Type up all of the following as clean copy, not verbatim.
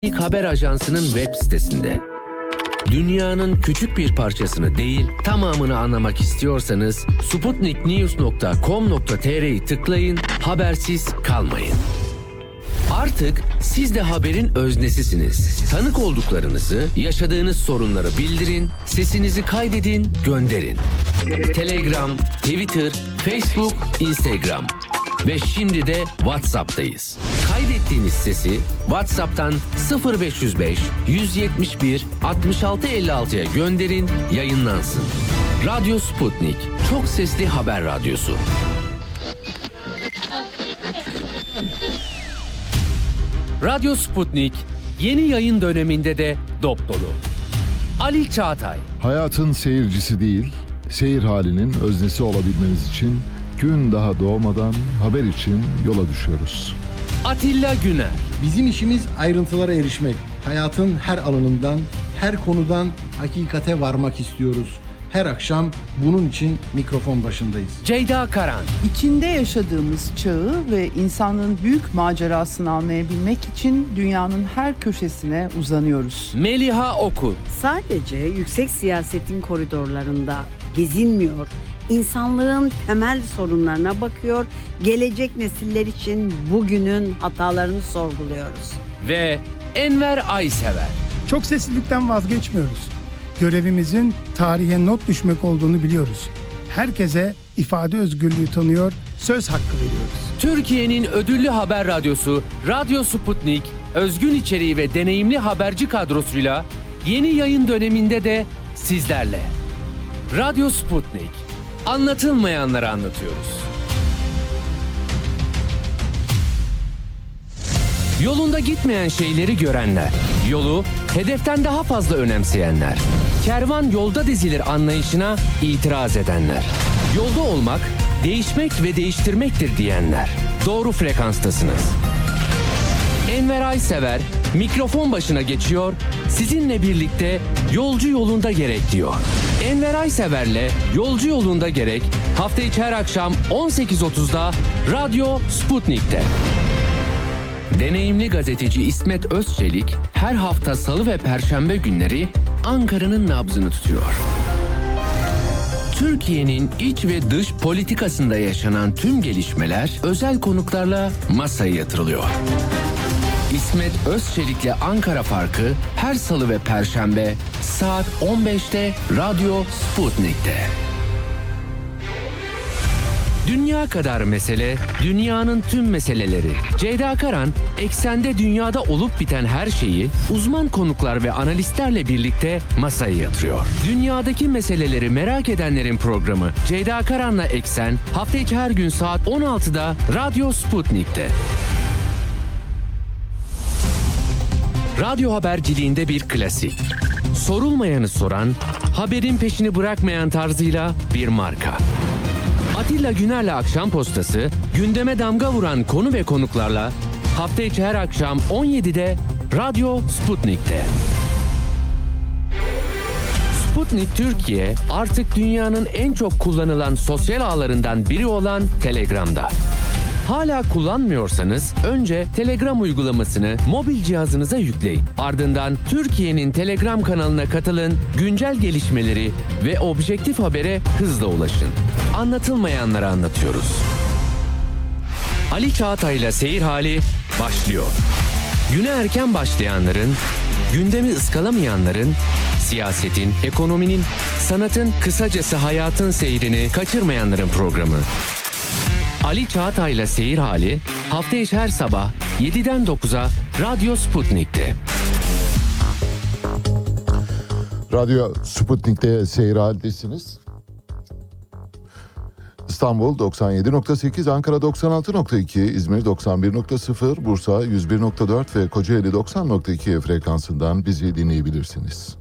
İlk haber ajansının web sitesinde. Dünyanın küçük bir parçasını değil, tamamını anlamak istiyorsanız sputniknews.com.tr'yi tıklayın, habersiz kalmayın. Artık siz de haberin öznesisiniz. Tanık olduklarınızı, yaşadığınız sorunları bildirin, sesinizi kaydedin, gönderin. Telegram, Twitter, Facebook, Instagram ve şimdi de WhatsApp'tayız. Kaydettiğiniz sesi WhatsApp'tan 0505 171 66 56'ya gönderin, yayınlansın. Radyo Sputnik, çok sesli haber radyosu. Radyo Sputnik yeni yayın döneminde de dop dolu. Ali Çağatay. Hayatın seyircisi değil, seyir halinin öznesi olabilmeniz için gün daha doğmadan haber için yola düşüyoruz. Atilla Güner. Bizim işimiz ayrıntılara erişmek. Hayatın her alanından, her konudan hakikate varmak istiyoruz. Her akşam bunun için mikrofon başındayız. Ceyda Karan. İçinde yaşadığımız çağı ve insanlığın büyük macerasını anlayabilmek için dünyanın her köşesine uzanıyoruz. Meliha Okur. Sadece yüksek siyasetin koridorlarında gezinmiyor, insanlığın temel sorunlarına bakıyor, gelecek nesiller için bugünün hatalarını sorguluyoruz. Ve Enver Aysever. Çok seslilikten vazgeçmiyoruz. Görevimizin tarihe not düşmek olduğunu biliyoruz. Herkese ifade özgürlüğü tanıyor, söz hakkı veriyoruz. Türkiye'nin ödüllü haber radyosu Radyo Sputnik, özgün içeriği ve deneyimli haberci kadrosuyla yeni yayın döneminde de sizlerle. Radyo Sputnik, anlatılmayanları anlatıyoruz. Yolunda gitmeyen şeyleri görenler, yolu hedeften daha fazla önemseyenler, kervan yolda dizilir anlayışına itiraz edenler, yolda olmak, değişmek ve değiştirmektir diyenler. Doğru frekanstasınız. Enver Aysever mikrofon başına geçiyor, sizinle birlikte yolcu yolunda gerek diyor. Enver Aysever'le Yolcu Yolunda Gerek hafta içi her akşam 18.30'da Radyo Sputnik'te. Deneyimli gazeteci İsmet Özçelik her hafta salı ve perşembe günleri Ankara'nın nabzını tutuyor. Türkiye'nin iç ve dış politikasında yaşanan tüm gelişmeler özel konuklarla masaya yatırılıyor. İsmet Özçelik'le Ankara Farkı her salı ve perşembe saat 15'te Radyo Sputnik'te. Dünya kadar mesele, dünyanın tüm meseleleri. Ceyda Karan, eksende dünyada olup biten her şeyi uzman konuklar ve analistlerle birlikte masaya yatırıyor. Dünyadaki meseleleri merak edenlerin programı Ceyda Karan'la Eksen hafta içi her gün saat 16'da Radyo Sputnik'te. Radyo haberciliğinde bir klasik. Sorulmayanı soran, haberin peşini bırakmayan tarzıyla bir marka. Atilla Güner'le Akşam Postası, gündeme damga vuran konu ve konuklarla hafta içi her akşam 17'de Radyo Sputnik'te. Sputnik Türkiye artık dünyanın en çok kullanılan sosyal ağlarından biri olan Telegram'da. Hala kullanmıyorsanız önce Telegram uygulamasını mobil cihazınıza yükleyin. Ardından Türkiye'nin Telegram kanalına katılın, güncel gelişmeleri ve objektif habere hızla ulaşın. Anlatılmayanları anlatıyoruz. Ali Çağatay'la Seyir Hali başlıyor. Güne erken başlayanların, gündemi ıskalamayanların, siyasetin, ekonominin, sanatın, kısacası hayatın seyrini kaçırmayanların programı. Ali Çağatay'la Seyir Hali hafta içi her sabah 7'den 9'a Radyo Sputnik'te. Radyo Sputnik'te seyir halindesiniz. İstanbul 97.8, Ankara 96.2, İzmir 91.0, Bursa 101.4 ve Kocaeli 90.2 frekansından bizi dinleyebilirsiniz.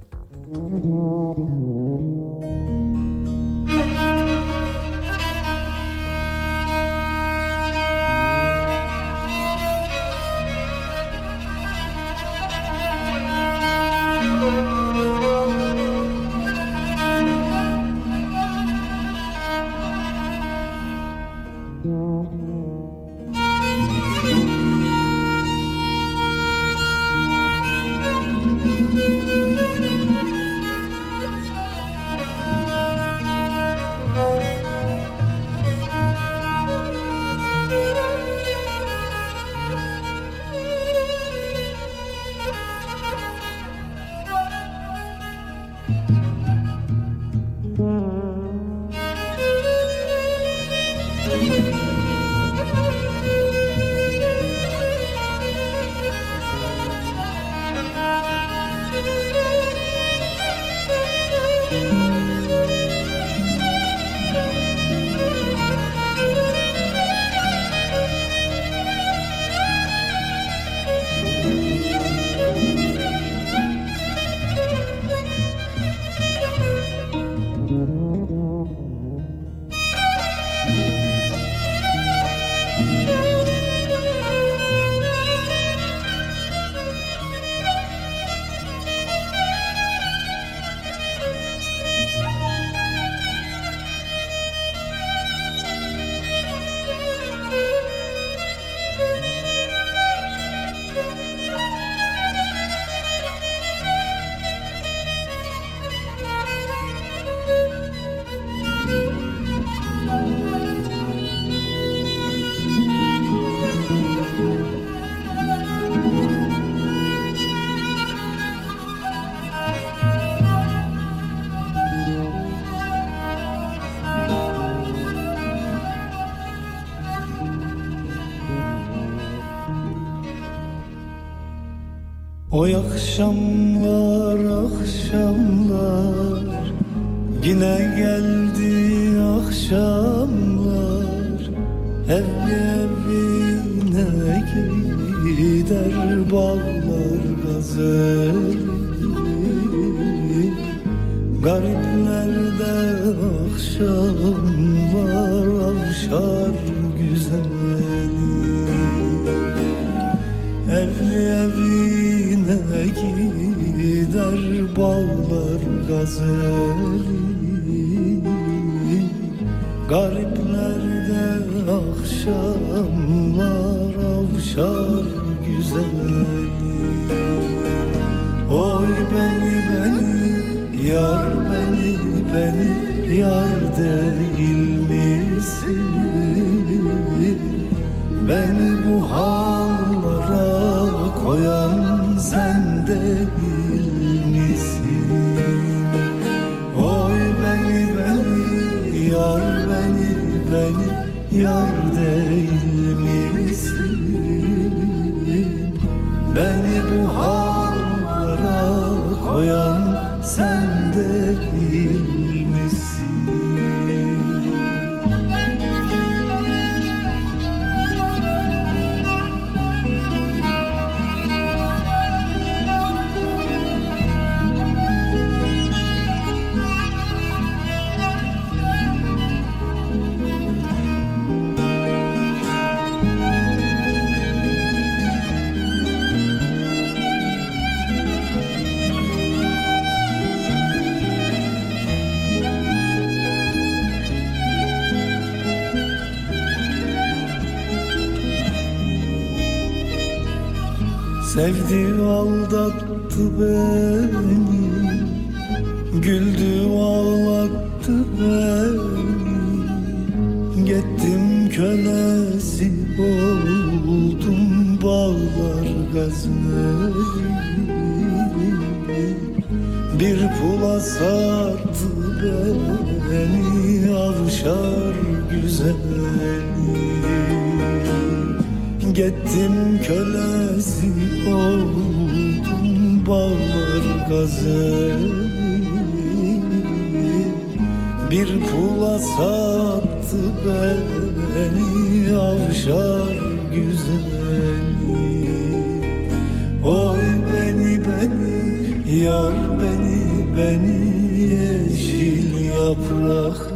Oy akşamlar akşamlar, yine geldi akşamlar. Evli evine gider bağlar gazeli. Gariplerde akşamlar avşar güzeli. Evli evine gider bağlar gazeli. Gariplerde akşamlar avşar güzeli. Oy beni yar beni yar değil misin? Beni bu hallara koyan sen değil misin? Oy beni yar beni yar değil misin? Beni bu hallara koyan sen değil misin? Sevdi aldattı beni, güldü ağlattı beni. Gittim kölesi oldum bağlar gazeli. Bir pula sattı beni avşar güzeli. Gittim kölesi oldum bağlar gazeli. Bir pula sattı beni avşar güzeli. Oy beni yar beni yeşil yapraklar.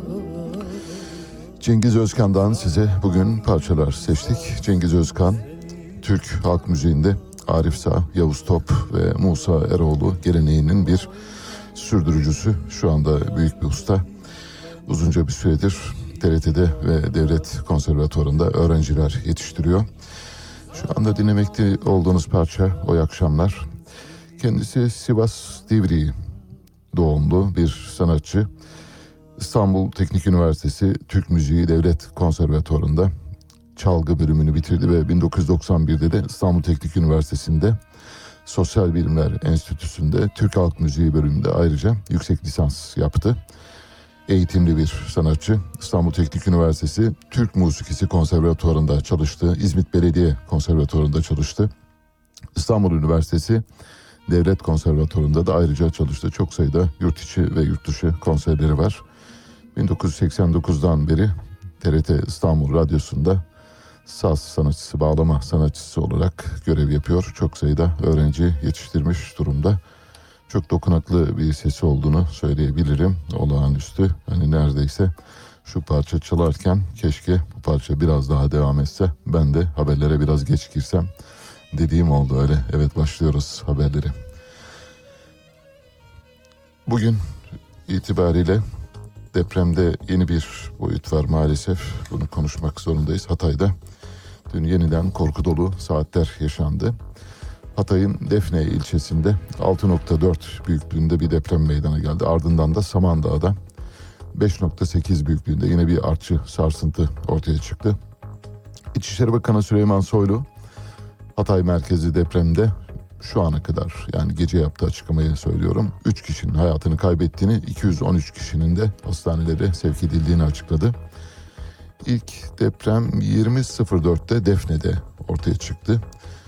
Cengiz Özkan'dan size bugün parçalar seçtik. Cengiz Özkan, Türk halk müziğinde Arif Sağ, Yavuz Top ve Musa Eroğlu geleneğinin bir sürdürücüsü. Şu anda büyük bir usta. Uzunca bir süredir TRT'de ve Devlet Konservatuvarı'nda öğrenciler yetiştiriyor. Şu anda dinlemekte olduğunuz parça Oy Akşamlar. Kendisi Sivas Divriği doğumlu bir sanatçı. İstanbul Teknik Üniversitesi Türk Müziği Devlet Konservatuvarı'nda çalgı bölümünü bitirdi ve 1991'de de İstanbul Teknik Üniversitesi'nde Sosyal Bilimler Enstitüsü'nde Türk Halk Müziği bölümünde ayrıca yüksek lisans yaptı. Eğitimli bir sanatçı. İstanbul Teknik Üniversitesi Türk Musikisi Konservatuvarı'nda çalıştı. İzmit Belediye Konservatuvarı'nda çalıştı. İstanbul Üniversitesi Devlet Konservatuvarı'nda da ayrıca çalıştı. Çok sayıda yurt içi ve yurt dışı konserleri var. 1989'dan beri TRT İstanbul Radyosu'nda saz sanatçısı, bağlama sanatçısı olarak görev yapıyor. Çok sayıda öğrenci yetiştirmiş durumda. Çok dokunaklı bir sesi olduğunu söyleyebilirim. Olağanüstü. Hani neredeyse şu parça çalarken keşke bu parça biraz daha devam etse. Ben de haberlere biraz geç girsem dediğim oldu öyle. Evet, başlıyoruz haberleri. Bugün itibariyle depremde yeni bir boyut var maalesef. Bunu konuşmak zorundayız. Hatay'da dün yeniden korku dolu saatler yaşandı. Hatay'ın Defne ilçesinde 6.4 büyüklüğünde bir deprem meydana geldi. Ardından da Samandağ'da 5.8 büyüklüğünde yine bir artçı sarsıntı ortaya çıktı. İçişleri Bakanı Süleyman Soylu, Hatay merkezi depremde şu ana kadar, yani gece yaptığı açıklamayı söylüyorum, 3 kişinin hayatını kaybettiğini, 213 kişinin de hastanelere sevk edildiğini açıkladı. İlk deprem 20.04'te Defne'de ortaya çıktı.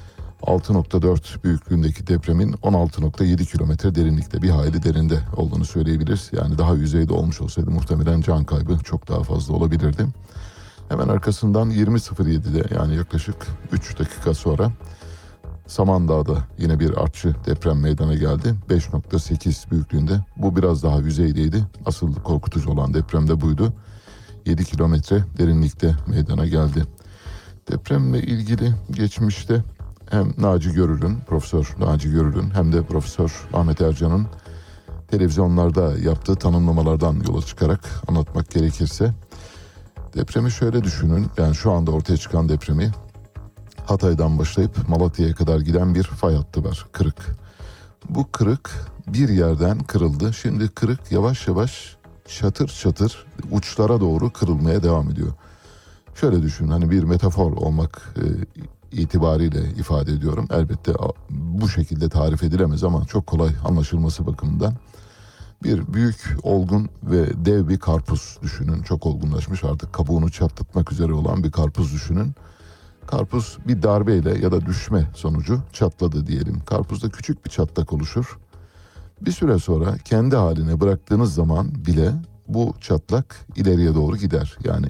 6.4 büyüklüğündeki depremin 16.7 kilometre derinlikte, bir hayli derinde olduğunu söyleyebiliriz. Yani daha yüzeyde olmuş olsaydı muhtemelen can kaybı çok daha fazla olabilirdi. Hemen arkasından 20.07'de, yani yaklaşık 3 dakika sonra Samandağ'da yine bir artçı deprem meydana geldi. 5.8 büyüklüğünde. Bu biraz daha yüzeydeydi. Asıl korkutucu olan deprem de buydu. 7 kilometre derinlikte meydana geldi. Depremle ilgili geçmişte hem Profesör Naci Görür'ün hem de Profesör Ahmet Ercan'ın televizyonlarda yaptığı tanımlamalardan yola çıkarak anlatmak gerekirse, depremi şöyle düşünün. Yani şu anda ortaya çıkan depremi, Hatay'dan başlayıp Malatya'ya kadar giden bir fay hattı var, kırık. Bu kırık bir yerden kırıldı. Şimdi kırık yavaş yavaş çatır çatır uçlara doğru kırılmaya devam ediyor. Şöyle düşün, hani bir metafor olmak itibariyle ifade ediyorum. Elbette bu şekilde tarif edilemez ama çok kolay anlaşılması bakımından. Bir büyük, olgun ve dev bir karpuz düşünün. Çok olgunlaşmış, artık kabuğunu çatlatmak üzere olan bir karpuz düşünün. Karpuz bir darbeyle ya da düşme sonucu çatladı diyelim. Karpuzda küçük bir çatlak oluşur. Bir süre sonra kendi haline bıraktığınız zaman bile bu çatlak ileriye doğru gider. Yani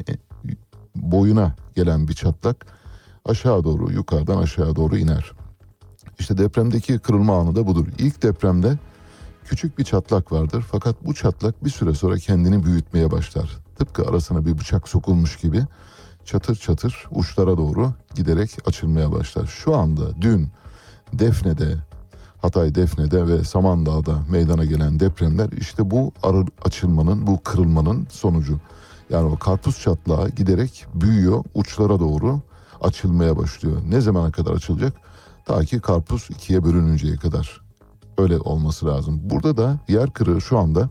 boyuna gelen bir çatlak aşağı doğru, yukarıdan aşağı doğru iner. İşte depremdeki kırılma anı da budur. İlk depremde küçük bir çatlak vardır, fakat bu çatlak bir süre sonra kendini büyütmeye başlar. Tıpkı arasına bir bıçak sokulmuş gibi çatır çatır uçlara doğru giderek açılmaya başlar. Şu anda dün Defne'de, Hatay Defne'de ve Samandağ'da meydana gelen depremler işte bu açılmanın, bu kırılmanın sonucu. Yani o karpuz çatlağı giderek büyüyor, uçlara doğru açılmaya başlıyor. Ne zamana kadar açılacak? Ta ki karpuz ikiye bölününceye kadar. Öyle olması lazım. Burada da yer kırığı şu anda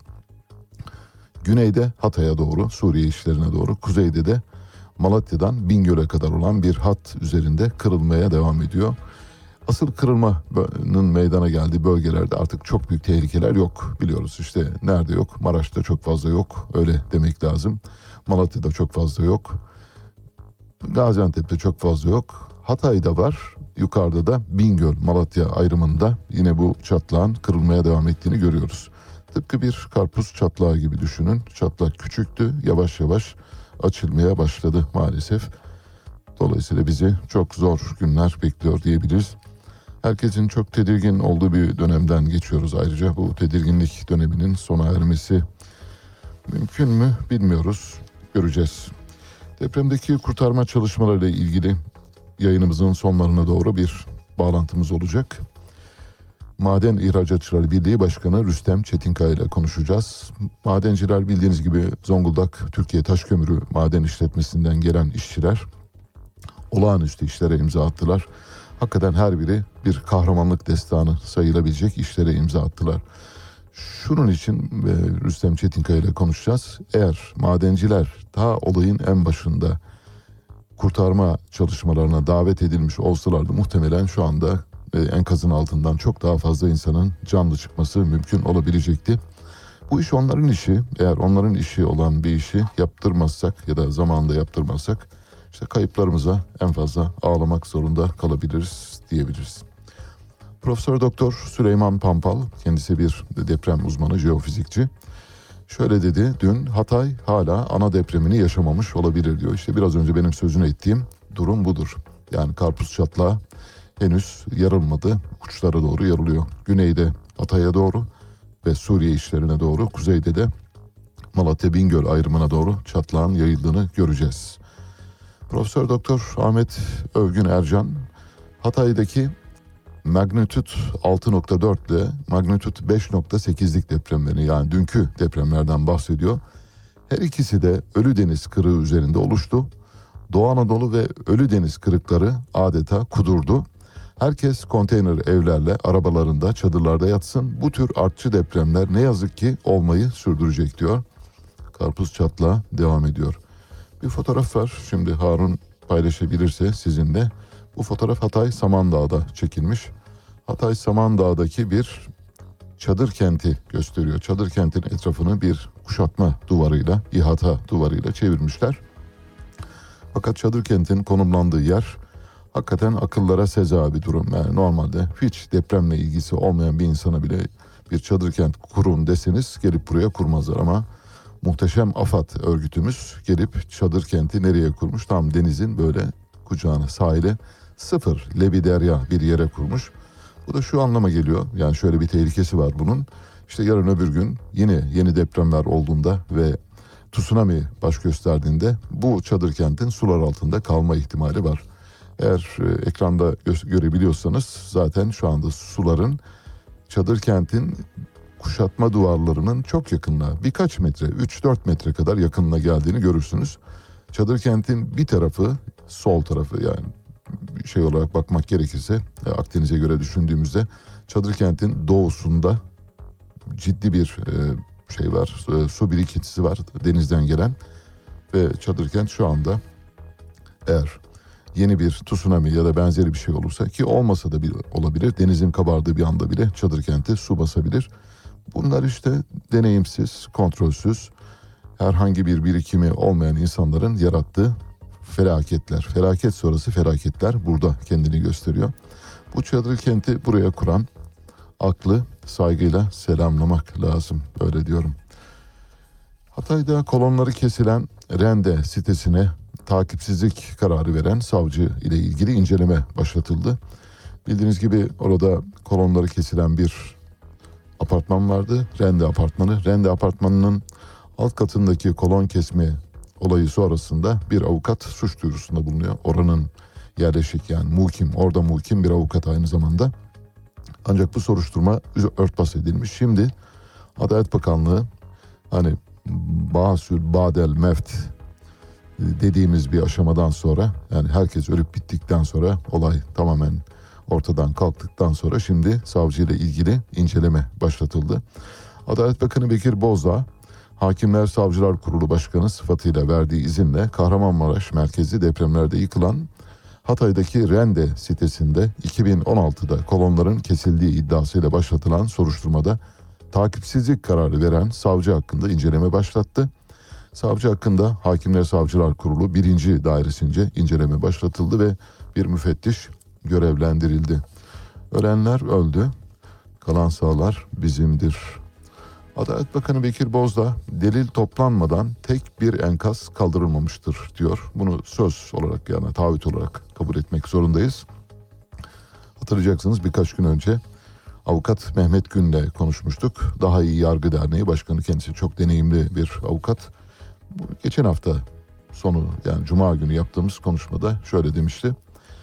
güneyde Hatay'a doğru, Suriye içlerine doğru, kuzeyde de Malatya'dan Bingöl'e kadar olan bir hat üzerinde kırılmaya devam ediyor. Asıl kırılmanın meydana geldiği bölgelerde artık çok büyük tehlikeler yok, biliyoruz. İşte nerede yok? Maraş'ta çok fazla yok, öyle demek lazım. Malatya'da çok fazla yok. Gaziantep'te çok fazla yok. Hatay'da var. Yukarıda da Bingöl, Malatya ayrımında yine bu çatlağın kırılmaya devam ettiğini görüyoruz. Tıpkı bir karpuz çatlağı gibi düşünün. Çatlak küçüktü, yavaş yavaş açılmaya başladı maalesef. Dolayısıyla bizi çok zor günler bekliyor diyebiliriz. Herkesin çok tedirgin olduğu bir dönemden geçiyoruz. Ayrıca bu tedirginlik döneminin sona ermesi mümkün mü bilmiyoruz. Göreceğiz. Depremdeki kurtarma çalışmalarıyla ilgili yayınımızın sonlarına doğru bir bağlantımız olacak. Maden İhracatçıları Birliği Başkanı Rüstem Çetinkaya ile konuşacağız. Madenciler, bildiğiniz gibi Zonguldak Türkiye Taşkömürü Maden İşletmesi'nden gelen işçiler olağanüstü işlere imza attılar. Hakikaten her biri bir kahramanlık destanı sayılabilecek işlere imza attılar. Şunun için Rüstem Çetinkaya ile konuşacağız. Eğer madenciler daha olayın en başında kurtarma çalışmalarına davet edilmiş olsalardı muhtemelen şu anda enkazın altından çok daha fazla insanın canlı çıkması mümkün olabilecekti. Bu iş onların işi. Eğer onların işi olan bir işi yaptırmazsak ya da zamanında yaptırmazsak işte kayıplarımıza en fazla ağlamak zorunda kalabiliriz diyebiliriz. Profesör Doktor Süleyman Pampal, kendisi bir deprem uzmanı, jeofizikçi. Şöyle dedi dün: Hatay hala ana depremini yaşamamış olabilir diyor. İşte biraz önce benim sözünü ettiğim durum budur. Yani karpuz çatlağı henüz yarılmadı, uçlara doğru yarılıyor. Güneyde Hatay'a doğru ve Suriye içlerine doğru, kuzeyde de Malatya Bingöl ayrımına doğru çatlağın yayıldığını göreceğiz. Profesör Doktor Ahmet Övgün Ercan, Hatay'daki magnitüt 6.4 ile magnitüt 5.8'lik depremlerini, yani dünkü depremlerden bahsediyor. Her ikisi de Ölüdeniz kırığı üzerinde oluştu. Doğu Anadolu ve Ölüdeniz kırıkları adeta kudurdu. Herkes konteyner evlerle, arabalarında, çadırlarda yatsın. Bu tür artçı depremler ne yazık ki olmayı sürdürecek diyor. Karpuz çatlağı devam ediyor. Bir fotoğraf var. Şimdi Harun paylaşabilirse sizinle. Bu fotoğraf Hatay Samandağ'da çekilmiş. Hatay Samandağ'daki bir çadır kenti gösteriyor. Çadır kentin etrafını bir kuşatma duvarıyla, ihata duvarıyla çevirmişler. Fakat çadır kentin konumlandığı yer hakikaten akıllara seza bir durum. Yani normalde hiç depremle ilgisi olmayan bir insana bile bir çadır kent kurun deseniz gelip buraya kurmazlar, ama muhteşem AFAD örgütümüz gelip çadır kenti nereye kurmuş? Tam denizin böyle kucağına, sahile sıfır lebiderya bir yere kurmuş. Bu da şu anlama geliyor, yani şöyle bir tehlikesi var bunun. İşte yarın öbür gün yine yeni depremler olduğunda ve tsunami baş gösterdiğinde bu çadır kentin sular altında kalma ihtimali var. Eğer ekranda görebiliyorsanız zaten şu anda suların çadır kentin kuşatma duvarlarının çok yakınına, birkaç metre, 3-4 metre kadar yakınına geldiğini görürsünüz. Çadır kentin bir tarafı, sol tarafı, yani şey olarak bakmak gerekirse Akdeniz'e göre düşündüğümüzde çadır kentin doğusunda ciddi bir şey var, su birikintisi var denizden gelen ve çadır kent şu anda eğer yeni bir tsunami ya da benzeri bir şey olursa, ki olmasa da olabilir, denizin kabardığı bir anda bile çadır kenti su basabilir. Bunlar işte deneyimsiz, kontrolsüz, herhangi bir birikimi olmayan insanların yarattığı felaketler. Felaket sonrası felaketler burada kendini gösteriyor. Bu çadır kenti buraya kuran aklı saygıyla selamlamak lazım, öyle diyorum. Hatay'da kolonları kesilen Rende sitesine takipsizlik kararı veren savcı ile ilgili inceleme başlatıldı. Bildiğiniz gibi orada kolonları kesilen bir apartman vardı, Rende apartmanı. Rende apartmanının alt katındaki kolon kesme olayı sonrasında bir avukat suç duyurusunda bulunuyor. Oranın yerleşik, yani muhkim, orada muhkim bir avukat aynı zamanda. Ancak bu soruşturma örtbas edilmiş. Şimdi Adalet Bakanlığı, hani basül badel meft dediğimiz bir aşamadan sonra, yani herkes ölüp bittikten sonra, olay tamamen ortadan kalktıktan sonra şimdi savcıyla ilgili inceleme başlatıldı. Adalet Bakanı Bekir Bozdağ, Hakimler Savcılar Kurulu Başkanı sıfatıyla verdiği izinle Kahramanmaraş merkezli depremlerde yıkılan Hatay'daki Rende sitesinde 2016'da kolonların kesildiği iddiasıyla başlatılan soruşturmada takipsizlik kararı veren savcı hakkında inceleme başlattı. Savcı hakkında Hakimler Savcılar Kurulu 1. Dairesince inceleme başlatıldı ve bir müfettiş görevlendirildi. Ölenler öldü, kalan sağlar bizimdir. Adalet Bakanı Bekir Bozdağ, delil toplanmadan tek bir enkaz kaldırılmamıştır diyor. Bunu söz olarak, yani taahhüt olarak kabul etmek zorundayız. Hatırlayacaksınız, birkaç gün önce avukat Mehmet Gün'le konuşmuştuk. Daha İyi Yargı Derneği Başkanı, kendisi çok deneyimli bir avukat. Geçen hafta sonu, yani Cuma günü yaptığımız konuşmada şöyle demişti.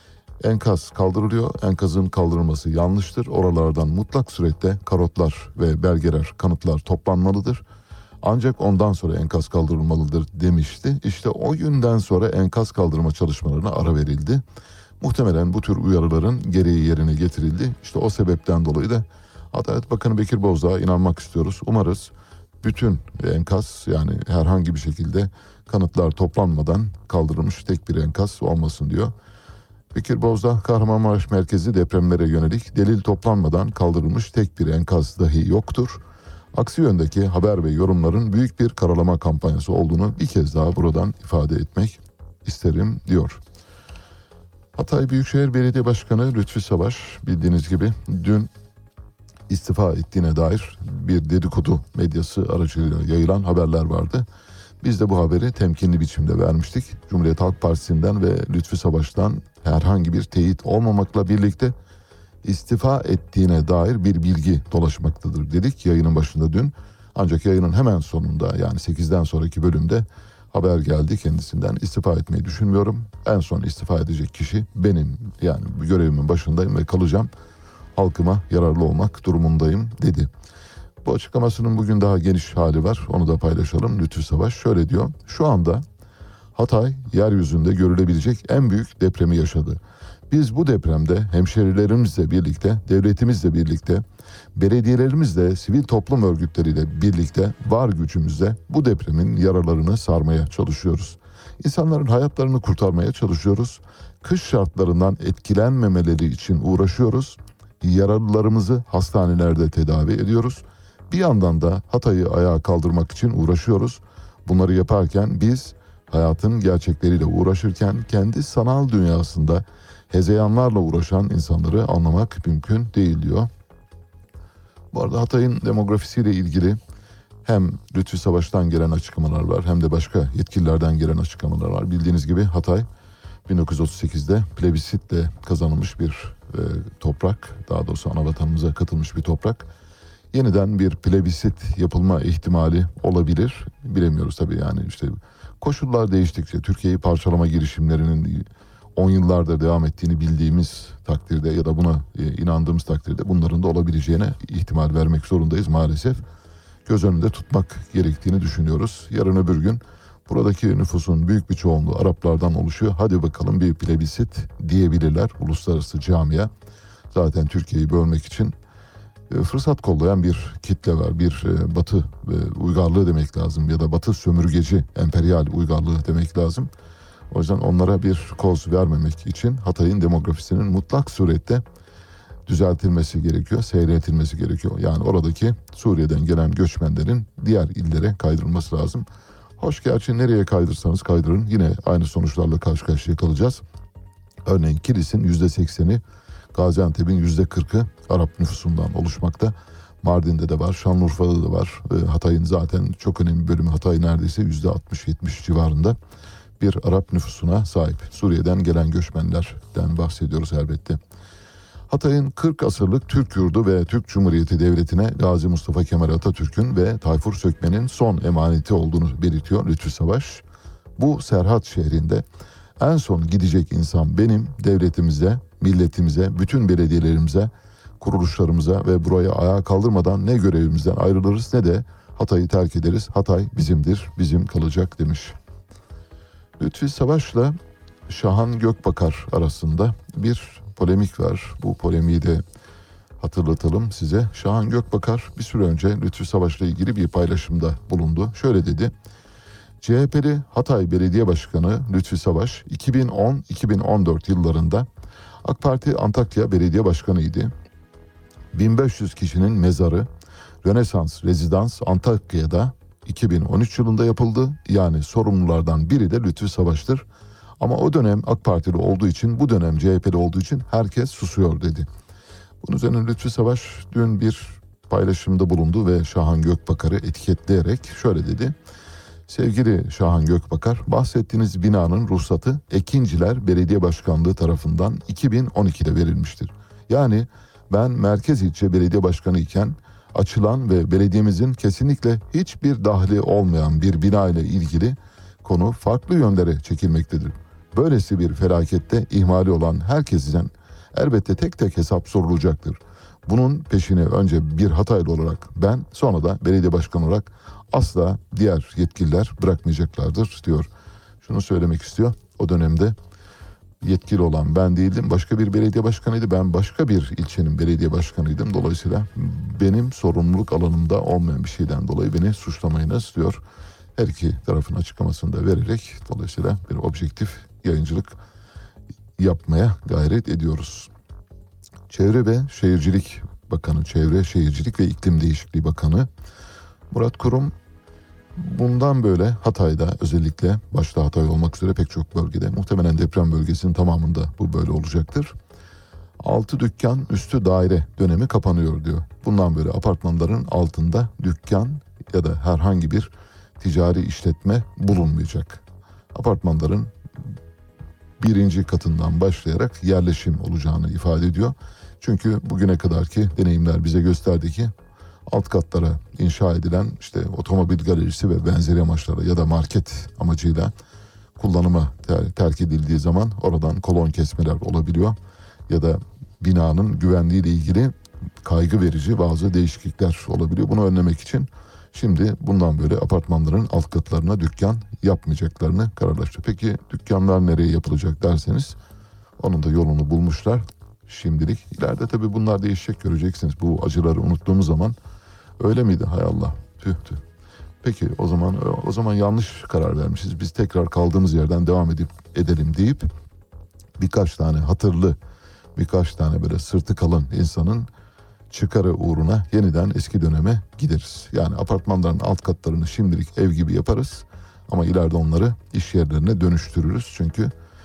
Enkaz kaldırılıyor. Enkazın kaldırılması yanlıştır. Oralardan mutlak surette karotlar ve belgeler, kanıtlar toplanmalıdır. Ancak ondan sonra enkaz kaldırılmalıdır demişti. İşte o günden sonra enkaz kaldırma çalışmalarına ara verildi. Muhtemelen bu tür uyarıların gereği yerine getirildi. İşte o sebepten dolayı da Adalet Bakanı Bekir Bozdağ'a inanmak istiyoruz. Umarız bütün enkaz, yani herhangi bir şekilde kanıtlar toplanmadan kaldırılmış tek bir enkaz olmasın diyor. Bekir Bozdağ, Kahramanmaraş merkezi depremlere yönelik delil toplanmadan kaldırılmış tek bir enkaz dahi yoktur. Aksi yöndeki haber ve yorumların büyük bir karalama kampanyası olduğunu bir kez daha buradan ifade etmek isterim diyor. Hatay Büyükşehir Belediye Başkanı Lütfü Savaş, bildiğiniz gibi dün istifa ettiğine dair bir dedikodu medyası aracılığıyla yayılan haberler vardı. Biz de bu haberi temkinli biçimde vermiştik. Cumhuriyet Halk Partisi'nden ve Lütfü Savaş'tan herhangi bir teyit olmamakla birlikte istifa ettiğine dair bir bilgi dolaşmaktadır dedik yayının başında dün. Ancak yayının hemen sonunda, yani 8'den sonraki bölümde haber geldi kendisinden. İstifa etmeyi düşünmüyorum. En son istifa edecek kişi benim. Yani görevimin başındayım ve kalacağım. Halkıma yararlı olmak durumundayım dedi. Bu açıklamasının bugün daha geniş hali var. Onu da paylaşalım. Lütfü Savaş şöyle diyor. Şu anda Hatay yeryüzünde görülebilecek en büyük depremi yaşadı. Biz bu depremde hemşerilerimizle birlikte, devletimizle birlikte, belediyelerimizle, sivil toplum örgütleriyle birlikte var gücümüzle bu depremin yaralarını sarmaya çalışıyoruz. İnsanların hayatlarını kurtarmaya çalışıyoruz. Kış şartlarından etkilenmemeleri için uğraşıyoruz. Yaralılarımızı hastanelerde tedavi ediyoruz. Bir yandan da Hatay'ı ayağa kaldırmak için uğraşıyoruz. Bunları yaparken biz hayatın gerçekleriyle uğraşırken kendi sanal dünyasında hezeyanlarla uğraşan insanları anlamak mümkün değil diyor. Bu arada Hatay'ın demografisiyle ilgili hem Lütfü Savaş'tan gelen açıklamalar var hem de başka yetkililerden gelen açıklamalar var. Bildiğiniz gibi Hatay 1938'de plebisitle kazanılmış bir toprak, daha doğrusu anavatanımıza katılmış bir toprak. Yeniden bir plebisit yapılma ihtimali olabilir. Bilemiyoruz tabii, yani işte koşullar değiştikçe Türkiye'yi parçalama girişimlerinin 10 yıllardır devam ettiğini bildiğimiz takdirde ya da buna inandığımız takdirde bunların da olabileceğine ihtimal vermek zorundayız maalesef. Göz önünde tutmak gerektiğini düşünüyoruz. Yarın öbür gün buradaki nüfusun büyük bir çoğunluğu Araplardan oluşuyor. Hadi bakalım bir plebisit diyebilirler uluslararası camia. Zaten Türkiye'yi bölmek için fırsat kollayan bir kitle var. Bir Batı uygarlığı demek lazım ya da Batı sömürgeci, emperyal uygarlığı demek lazım. O yüzden onlara bir koz vermemek için Hatay'ın demografisinin mutlak surette düzeltilmesi gerekiyor, seyretilmesi gerekiyor. Yani oradaki Suriye'den gelen göçmenlerin diğer illere kaydırılması lazım. Hoş, gerçi nereye kaydırsanız kaydırın yine aynı sonuçlarla karşı karşıya kalacağız. Örneğin Kilis'in %80'i, Gaziantep'in %40'ı Arap nüfusundan oluşmakta. Mardin'de de var, Şanlıurfa'da da var. Hatay'ın zaten çok önemli bir bölümü, Hatay neredeyse %60-70 civarında bir Arap nüfusuna sahip. Suriye'den gelen göçmenlerden bahsediyoruz elbette. Hatay'ın 40 asırlık Türk yurdu ve Türk Cumhuriyeti Devleti'ne Gazi Mustafa Kemal Atatürk'ün ve Tayfur Sökmen'in son emaneti olduğunu belirtiyor Lütfü Savaş. Bu Serhat şehrinde en son gidecek insan benim, devletimize, milletimize, bütün belediyelerimize, kuruluşlarımıza ve buraya ayağa kaldırmadan ne görevimizden ayrılırız ne de Hatay'ı terk ederiz. Hatay bizimdir, bizim kalacak demiş. Lütfü Savaş'la Şahan Gökbakar arasında bir polemik var. Bu polemiği de hatırlatalım size. Şahan Gökbakar bir süre önce Lütfü Savaş'la ilgili bir paylaşımda bulundu. Şöyle dedi: CHP'li Hatay Belediye Başkanı Lütfü Savaş 2010-2014 yıllarında AK Parti Antakya Belediye Başkanı'ydı. 1500 kişinin mezarı Rönesans Rezidans Antakya'da 2013 yılında yapıldı. Yani sorumlulardan biri de Lütfü Savaş'tır. Ama o dönem AK Partili olduğu için, bu dönem CHP'li olduğu için herkes susuyor dedi. Bunun üzerine Lütfü Savaş dün bir paylaşımda bulundu ve Şahan Gökbakar'ı etiketleyerek şöyle dedi: Sevgili Şahan Gökbakar, bahsettiğiniz binanın ruhsatı Ekinciler Belediye Başkanlığı tarafından 2012'de verilmiştir. Yani ben Merkez İlçe Belediye Başkanı iken açılan ve belediyemizin kesinlikle hiçbir dahli olmayan bir bina ile ilgili konu farklı yönlere çekilmektedir. Böylesi bir felakette ihmali olan herkesten elbette tek tek hesap sorulacaktır. Bunun peşini önce bir Hataylı olarak ben, sonra da belediye başkanı olarak asla diğer yetkililer bırakmayacaklardır diyor. Şunu söylemek istiyor: o dönemde yetkili olan ben değildim, başka bir belediye başkanıydı. Ben başka bir ilçenin belediye başkanıydım. Dolayısıyla benim sorumluluk alanımda olmayan bir şeyden dolayı beni suçlamayınız diyor. Her iki tarafın açıklamasını da vererek dolayısıyla bir objektif yayıncılık yapmaya gayret ediyoruz. Çevre ve Şehircilik Bakanı, Çevre, Şehircilik ve İklim Değişikliği Bakanı Murat Kurum bundan böyle Hatay'da, özellikle başta Hatay olmak üzere pek çok bölgede, muhtemelen deprem bölgesinin tamamında bu böyle olacaktır. 6 dükkan üstü daire dönemi kapanıyor diyor. Bundan böyle apartmanların altında dükkan ya da herhangi bir ticari işletme bulunmayacak. Apartmanların birinci katından başlayarak yerleşim olacağını ifade ediyor. Çünkü bugüne kadarki deneyimler bize gösterdi ki alt katlara inşa edilen işte otomobil galerisi ve benzeri amaçlara ya da market amacıyla kullanıma terk edildiği zaman oradan kolon kesmeler olabiliyor ya da binanın güvenliği ile ilgili kaygı verici bazı değişiklikler olabiliyor. Bunu önlemek için şimdi bundan böyle apartmanların alt katlarına dükkan yapmayacaklarını kararlaştırıyor. Peki dükkanlar nereye yapılacak derseniz onun da yolunu bulmuşlar şimdilik. İleride tabii bunlar değişecek, göreceksiniz. Bu acıları unuttuğumuz zaman öyle miydi? Hay Allah. Tüh. Peki o zaman yanlış karar vermişiz. Biz tekrar kaldığımız yerden devam edelim deyip birkaç tane hatırlı, birkaç tane böyle sırtı kalın insanın çıkarı uğruna yeniden eski döneme gideriz. Yani apartmanların alt katlarını şimdilik ev gibi yaparız ama ileride onları iş yerlerine dönüştürürüz. Çünkü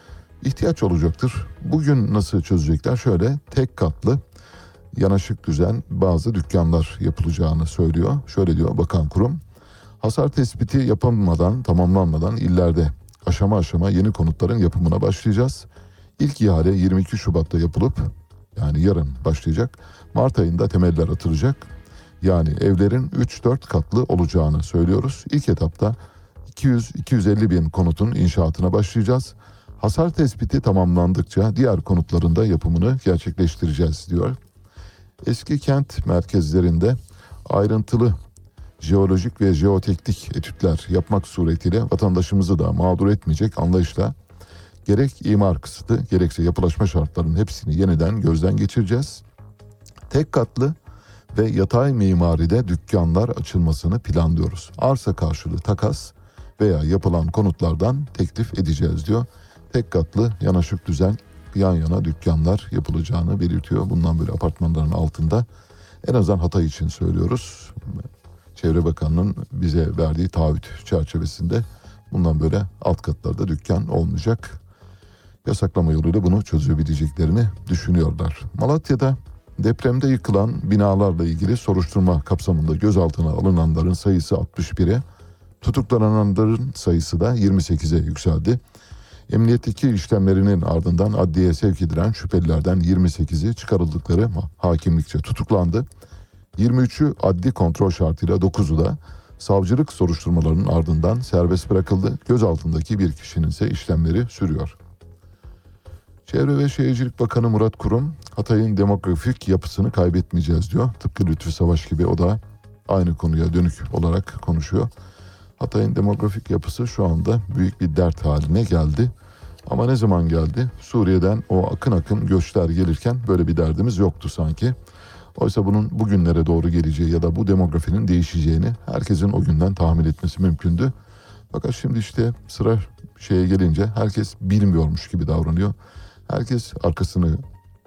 ihtiyaç olacaktır. Bugün nasıl çözecekler? Şöyle tek katlı yanaşık düzen bazı dükkanlar yapılacağını söylüyor. Şöyle diyor bakan kurum. Hasar tespiti yapılmadan, tamamlanmadan illerde aşama aşama yeni konutların yapımına başlayacağız. İlk ihale 22 Şubat'ta yapılıp yani yarın başlayacak. Mart ayında temeller atılacak. Yani evlerin 3-4 katlı olacağını söylüyoruz. İlk etapta 200-250 bin konutun inşaatına başlayacağız. Hasar tespiti tamamlandıkça diğer konutların da yapımını gerçekleştireceğiz diyor. Eski kent merkezlerinde ayrıntılı jeolojik ve jeoteknik etütler yapmak suretiyle vatandaşımızı da mağdur etmeyecek anlayışla gerek imar kısıtı gerekse yapılaşma şartlarının hepsini yeniden gözden geçireceğiz. Tek katlı ve yatay mimaride dükkanlar açılmasını planlıyoruz. Arsa karşılığı takas veya yapılan konutlardan teklif edeceğiz diyor. Tek katlı yanaşık düzen yan yana dükkanlar yapılacağını belirtiyor. Bundan böyle apartmanların altında en azından Hatay için söylüyoruz. Çevre Bakanı'nın bize verdiği taahhüt çerçevesinde bundan böyle alt katlarda dükkan olmayacak. Yasaklama yoluyla bunu çözebileceklerini düşünüyorlar. Malatya'da depremde yıkılan binalarla ilgili soruşturma kapsamında gözaltına alınanların sayısı 61'e, tutuklananların sayısı da 28'e yükseldi. Emniyetteki işlemlerinin ardından adliyeye sevk edilen şüphelilerden 28'i çıkarıldıkları hakimlikçe tutuklandı. 23'ü adli kontrol şartıyla 9'u da savcılık soruşturmalarının ardından serbest bırakıldı. Gözaltındaki bir kişinin ise işlemleri sürüyor. Çevre ve Şehircilik Bakanı Murat Kurum, Hatay'ın demografik yapısını kaybetmeyeceğiz diyor. Tıpkı Lütfü Savaş gibi o da aynı konuya dönük olarak konuşuyor. Hatay'ın demografik yapısı şu anda büyük bir dert haline geldi. Ama ne zaman geldi? Suriye'den o akın akın göçler gelirken böyle bir derdimiz yoktu sanki. Oysa bunun bugünlere doğru geleceği ya da bu demografinin değişeceğini herkesin o günden tahmin etmesi mümkündü. Fakat şimdi işte sıra şeye gelince herkes bilmiyormuş gibi davranıyor. Herkes arkasını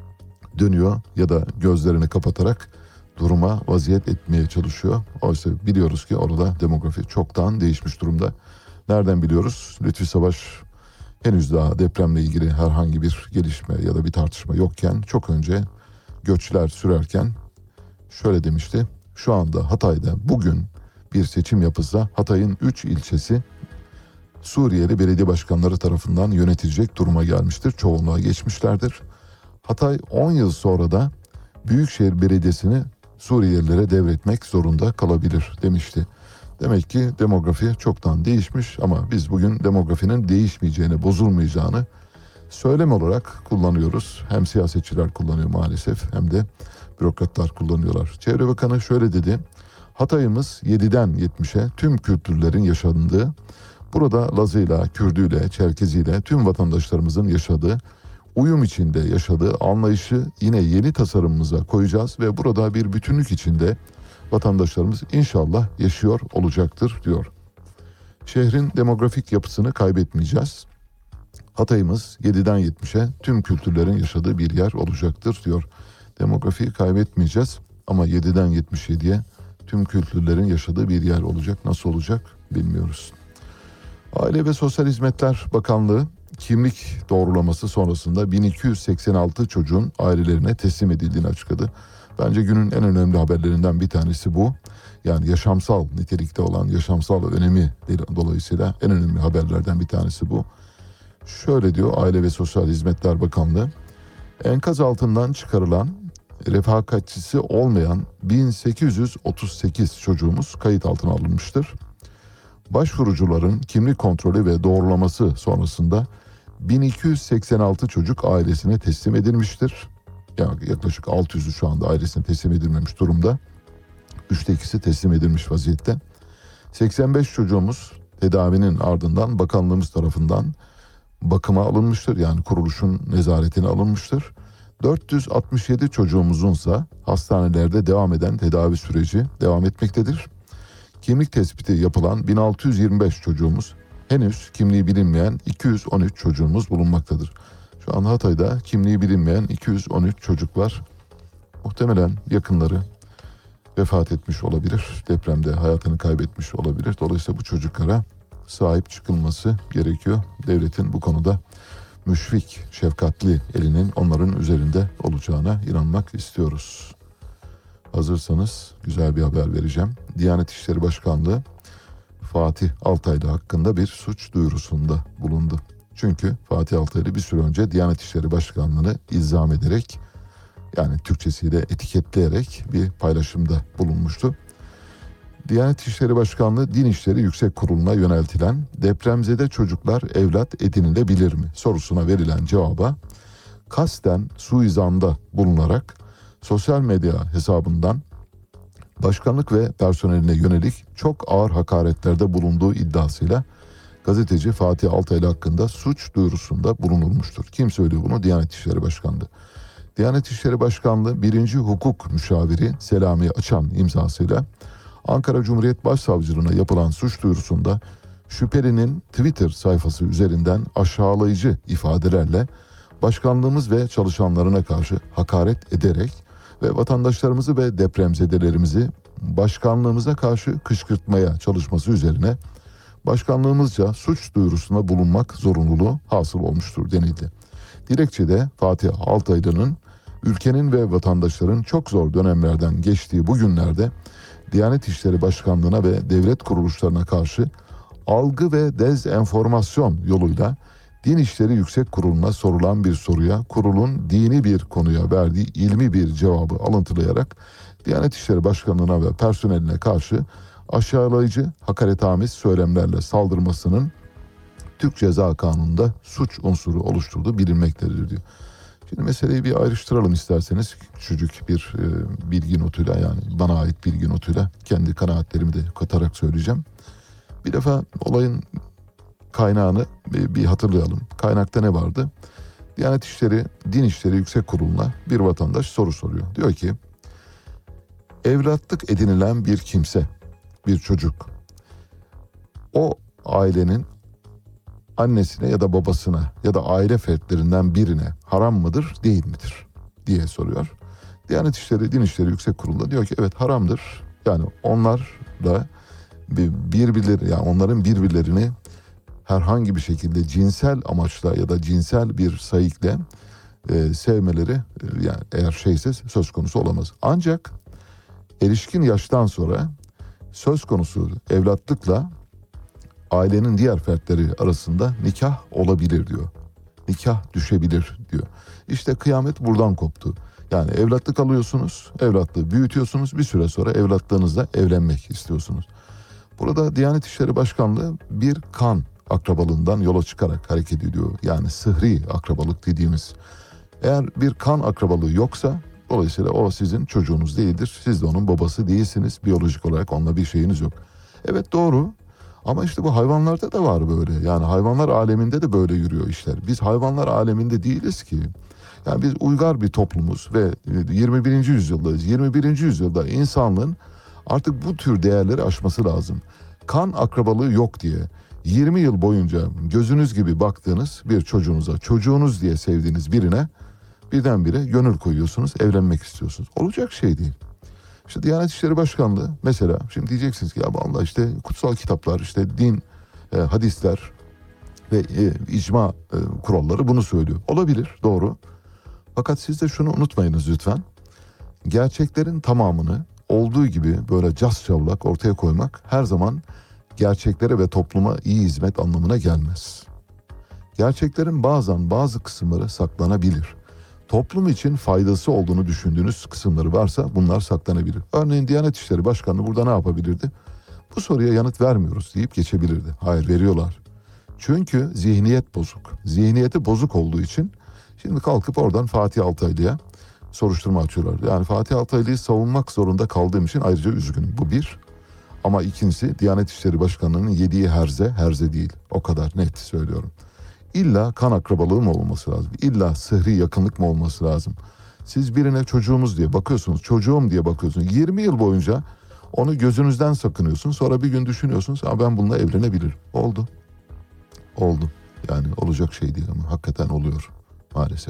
dönüyor ya da gözlerini kapatarak duruma vaziyet etmeye çalışıyor. Oysa biliyoruz ki orada demografi çoktan değişmiş durumda. Nereden biliyoruz? Lütfü Savaş henüz daha depremle ilgili herhangi bir gelişme ya da bir tartışma yokken çok önce göçler sürerken şöyle demişti. Şu anda Hatay'da bugün bir seçim yapılsa Hatay'ın 3 ilçesi Suriyeli belediye başkanları tarafından yönetilecek duruma gelmiştir. Çoğunluğa geçmişlerdir. Hatay 10 yıl sonra da Büyükşehir Belediyesi'ni Suriyelilere devretmek zorunda kalabilir demişti. Demek ki demografi çoktan değişmiş ama biz bugün demografinin değişmeyeceğini, bozulmayacağını söylem olarak kullanıyoruz. Hem siyasetçiler kullanıyor maalesef hem de bürokratlar kullanıyorlar. Çevre Bakanı şöyle dedi. Hatay'ımız 7'den 70'e tüm kültürlerin yaşandığı, burada Lazıyla, Kürdüyle, Çerkeziyle tüm vatandaşlarımızın yaşadığı, uyum içinde yaşadığı anlayışı yine yeni tasarımımıza koyacağız ve burada bir bütünlük içinde vatandaşlarımız inşallah yaşıyor olacaktır diyor. Şehrin demografik yapısını kaybetmeyeceğiz. Hatay'ımız 7'den 70'e tüm kültürlerin yaşadığı bir yer olacaktır diyor. Demografiyi kaybetmeyeceğiz ama 7'den 77'ye tüm kültürlerin yaşadığı bir yer olacak. Nasıl olacak bilmiyoruz. Aile ve Sosyal Hizmetler Bakanlığı kimlik doğrulaması sonrasında 1286 çocuğun ailelerine teslim edildiğini açıkladı. Bence günün en önemli haberlerinden bir tanesi bu. Yani yaşamsal nitelikte olan, yaşamsal önemi dolayısıyla en önemli haberlerden bir tanesi bu. Şöyle diyor Aile ve Sosyal Hizmetler Bakanlığı, enkaz altından çıkarılan refakatçisi olmayan 1838 çocuğumuz kayıt altına alınmıştır. Başvurucuların kimlik kontrolü ve doğrulaması sonrasında 1286 çocuk ailesine teslim edilmiştir. Yani yaklaşık 600'ü şu anda ailesine teslim edilmemiş durumda. 3'te 2'si teslim edilmiş vaziyette. 85 çocuğumuz tedavinin ardından bakanlığımız tarafından bakıma alınmıştır. Yani kuruluşun nezaretine alınmıştır. 467 çocuğumuzunsa hastanelerde devam eden tedavi süreci devam etmektedir. Kimlik tespiti yapılan 1625 çocuğumuz, henüz kimliği bilinmeyen 213 çocuğumuz bulunmaktadır. Şu an Hatay'da kimliği bilinmeyen 213 çocuk var. Muhtemelen yakınları vefat etmiş olabilir. Depremde hayatını kaybetmiş olabilir. Dolayısıyla bu çocuklara sahip çıkılması gerekiyor. Devletin bu konuda müşfik, şefkatli elinin onların üzerinde olacağına inanmak istiyoruz. Hazırsanız güzel bir haber vereceğim. Diyanet İşleri Başkanlığı Fatih Altaylı hakkında bir suç duyurusunda bulundu. Çünkü Fatih Altaylı bir süre önce Diyanet İşleri Başkanlığı'nı ilzam ederek, yani Türkçesiyle etiketleyerek bir paylaşımda bulunmuştu. Diyanet İşleri Başkanlığı Din İşleri Yüksek Kurulu'na yöneltilen depremzede çocuklar evlat edinilebilir mi sorusuna verilen cevaba kasten suizanda bulunarak sosyal medya hesabından başkanlık ve personeline yönelik çok ağır hakaretlerde bulunduğu iddiasıyla gazeteci Fatih Altaylı hakkında suç duyurusunda bulunulmuştur. Kim söylüyor bunu? Diyanet İşleri Başkanlığı. Diyanet İşleri Başkanlığı 1. Hukuk Müşaviri Selami Açan imzasıyla Ankara Cumhuriyet Başsavcılığına yapılan suç duyurusunda şüphelinin Twitter sayfası üzerinden aşağılayıcı ifadelerle başkanlığımız ve çalışanlarına karşı hakaret ederek ve vatandaşlarımızı ve depremzedelerimizi başkanlığımıza karşı kışkırtmaya çalışması üzerine başkanlığımızca suç duyurusunda bulunmak zorunluluğu hasıl olmuştur denildi. Dilekçede Fatih Altaylı'nın ülkenin ve vatandaşların çok zor dönemlerden geçtiği bu günlerde Diyanet İşleri Başkanlığı'na ve devlet kuruluşlarına karşı algı ve dezenformasyon yoluyla Din İşleri Yüksek Kurulu'na sorulan bir soruya kurulun dini bir konuya verdiği ilmi bir cevabı alıntılayarak Diyanet İşleri Başkanlığı'na ve personeline karşı aşağılayıcı, hakaretamiz söylemlerle saldırmasının Türk Ceza Kanunu'nda suç unsuru oluşturduğu bilinmektedir diyor. Şimdi meseleyi bir ayrıştıralım isterseniz, küçücük bir bilgi notuyla, yani bana ait bilgi notuyla kendi kanaatlerimi de katarak söyleyeceğim. Bir defa olayın kaynağını bir hatırlayalım. Kaynakta ne vardı? Diyanet İşleri, Din İşleri Yüksek Kurulu'na bir vatandaş soru soruyor. Diyor ki, evlatlık edinilen bir kimse, bir çocuk, o ailenin annesine ya da babasına ya da aile fertlerinden birine haram mıdır, değil midir diye soruyor. Diyanet İşleri, Din İşleri Yüksek Kurulu diyor ki evet haramdır. Yani onlar da birbirleri, yani onların birbirlerini herhangi bir şekilde cinsel amaçla ya da cinsel bir sayıkla sevmeleri yani eğer şeyse söz konusu olamaz. Ancak erişkin yaştan sonra söz konusu evlatlıkla ailenin diğer fertleri arasında nikah olabilir diyor. Nikah düşebilir diyor. İşte kıyamet buradan koptu. Yani evlatlık alıyorsunuz, evlatlığı büyütüyorsunuz, bir süre sonra evlatlığınızla evlenmek istiyorsunuz. Burada Diyanet İşleri Başkanlığı bir kan akrabalığından yola çıkarak hareket ediyor. Yani sıhri akrabalık dediğimiz. Eğer bir kan akrabalığı yoksa dolayısıyla o sizin çocuğunuz değildir. Siz de onun babası değilsiniz. Biyolojik olarak onunla bir şeyiniz yok. Evet doğru. Ama işte bu hayvanlarda da var böyle. Yani hayvanlar aleminde de böyle yürüyor işler. Biz hayvanlar aleminde değiliz ki. Yani biz uygar bir toplumuz ve 21. yüzyıldayız. 21. yüzyılda insanlığın artık bu tür değerleri aşması lazım. Kan akrabalığı yok diye 20 yıl boyunca gözünüz gibi baktığınız bir çocuğunuza, çocuğunuz diye sevdiğiniz birine birdenbire gönül koyuyorsunuz, evlenmek istiyorsunuz. Olacak şey değil. İşte Diyanet İşleri Başkanlığı mesela, şimdi diyeceksiniz ki ya vallahi işte kutsal kitaplar, işte din, hadisler ve icma kuralları bunu söylüyor. Olabilir, doğru. Fakat siz de şunu unutmayınız lütfen. Gerçeklerin tamamını olduğu gibi böyle cas çavlak ortaya koymak her zaman gerçeklere ve topluma iyi hizmet anlamına gelmez. Gerçeklerin bazen bazı kısımları saklanabilir. Toplum için faydası olduğunu düşündüğünüz kısımları varsa bunlar saklanabilir. Örneğin Diyanet İşleri Başkanlığı burada ne yapabilirdi? Bu soruya yanıt vermiyoruz deyip geçebilirdi. Hayır, veriyorlar. Çünkü zihniyet bozuk. Zihniyeti bozuk olduğu için şimdi kalkıp oradan Fatih Altaylı'ya soruşturma açıyorlar. Yani Fatih Altaylı'yı savunmak zorunda kaldığım için ayrıca üzgünüm. Bu bir. Ama ikincisi Diyanet İşleri Başkanlığı'nın yediği herze değil. O kadar net söylüyorum. İlla kan akrabalığı mı olması lazım? İlla sıhri yakınlık mı olması lazım? Siz birine çocuğumuz diye bakıyorsunuz, çocuğum diye bakıyorsunuz. 20 yıl boyunca onu gözünüzden sakınıyorsun. Sonra bir gün düşünüyorsunuz, ben bununla evlenebilirim. Oldu. Oldu. Yani olacak şey değil ama hakikaten oluyor maalesef.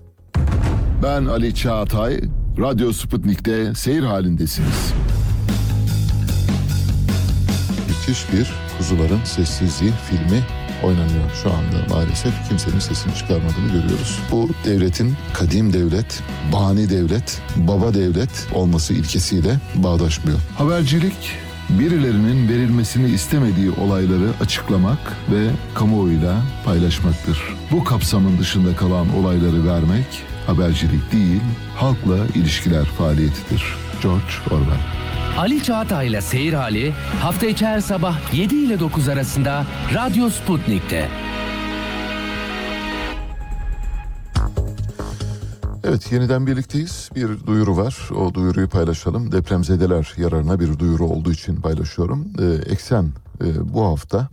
Ben Ali Çağatay, Radyo Sputnik'te seyir halindesiniz. Müthiş bir Kuzuların Sessizliği filmi oynanıyor şu anda maalesef. Kimsenin sesini çıkarmadığını görüyoruz. Bu devletin kadim devlet, bani devlet, baba devlet olması ilkesiyle bağdaşmıyor. Habercilik, birilerinin verilmesini istemediği olayları açıklamak ve kamuoyuyla paylaşmaktır. Bu kapsamın dışında kalan olayları vermek habercilik değil, halkla ilişkiler faaliyetidir. George Orwell. Ali Çağatay ile Seyir Hali hafta içi her sabah 7 ile 9 arasında Radyo Sputnik'te. Evet, yeniden birlikteyiz. Bir duyuru var. O duyuruyu paylaşalım. Depremzedeler yararına bir duyuru olduğu için paylaşıyorum. Eksen bu hafta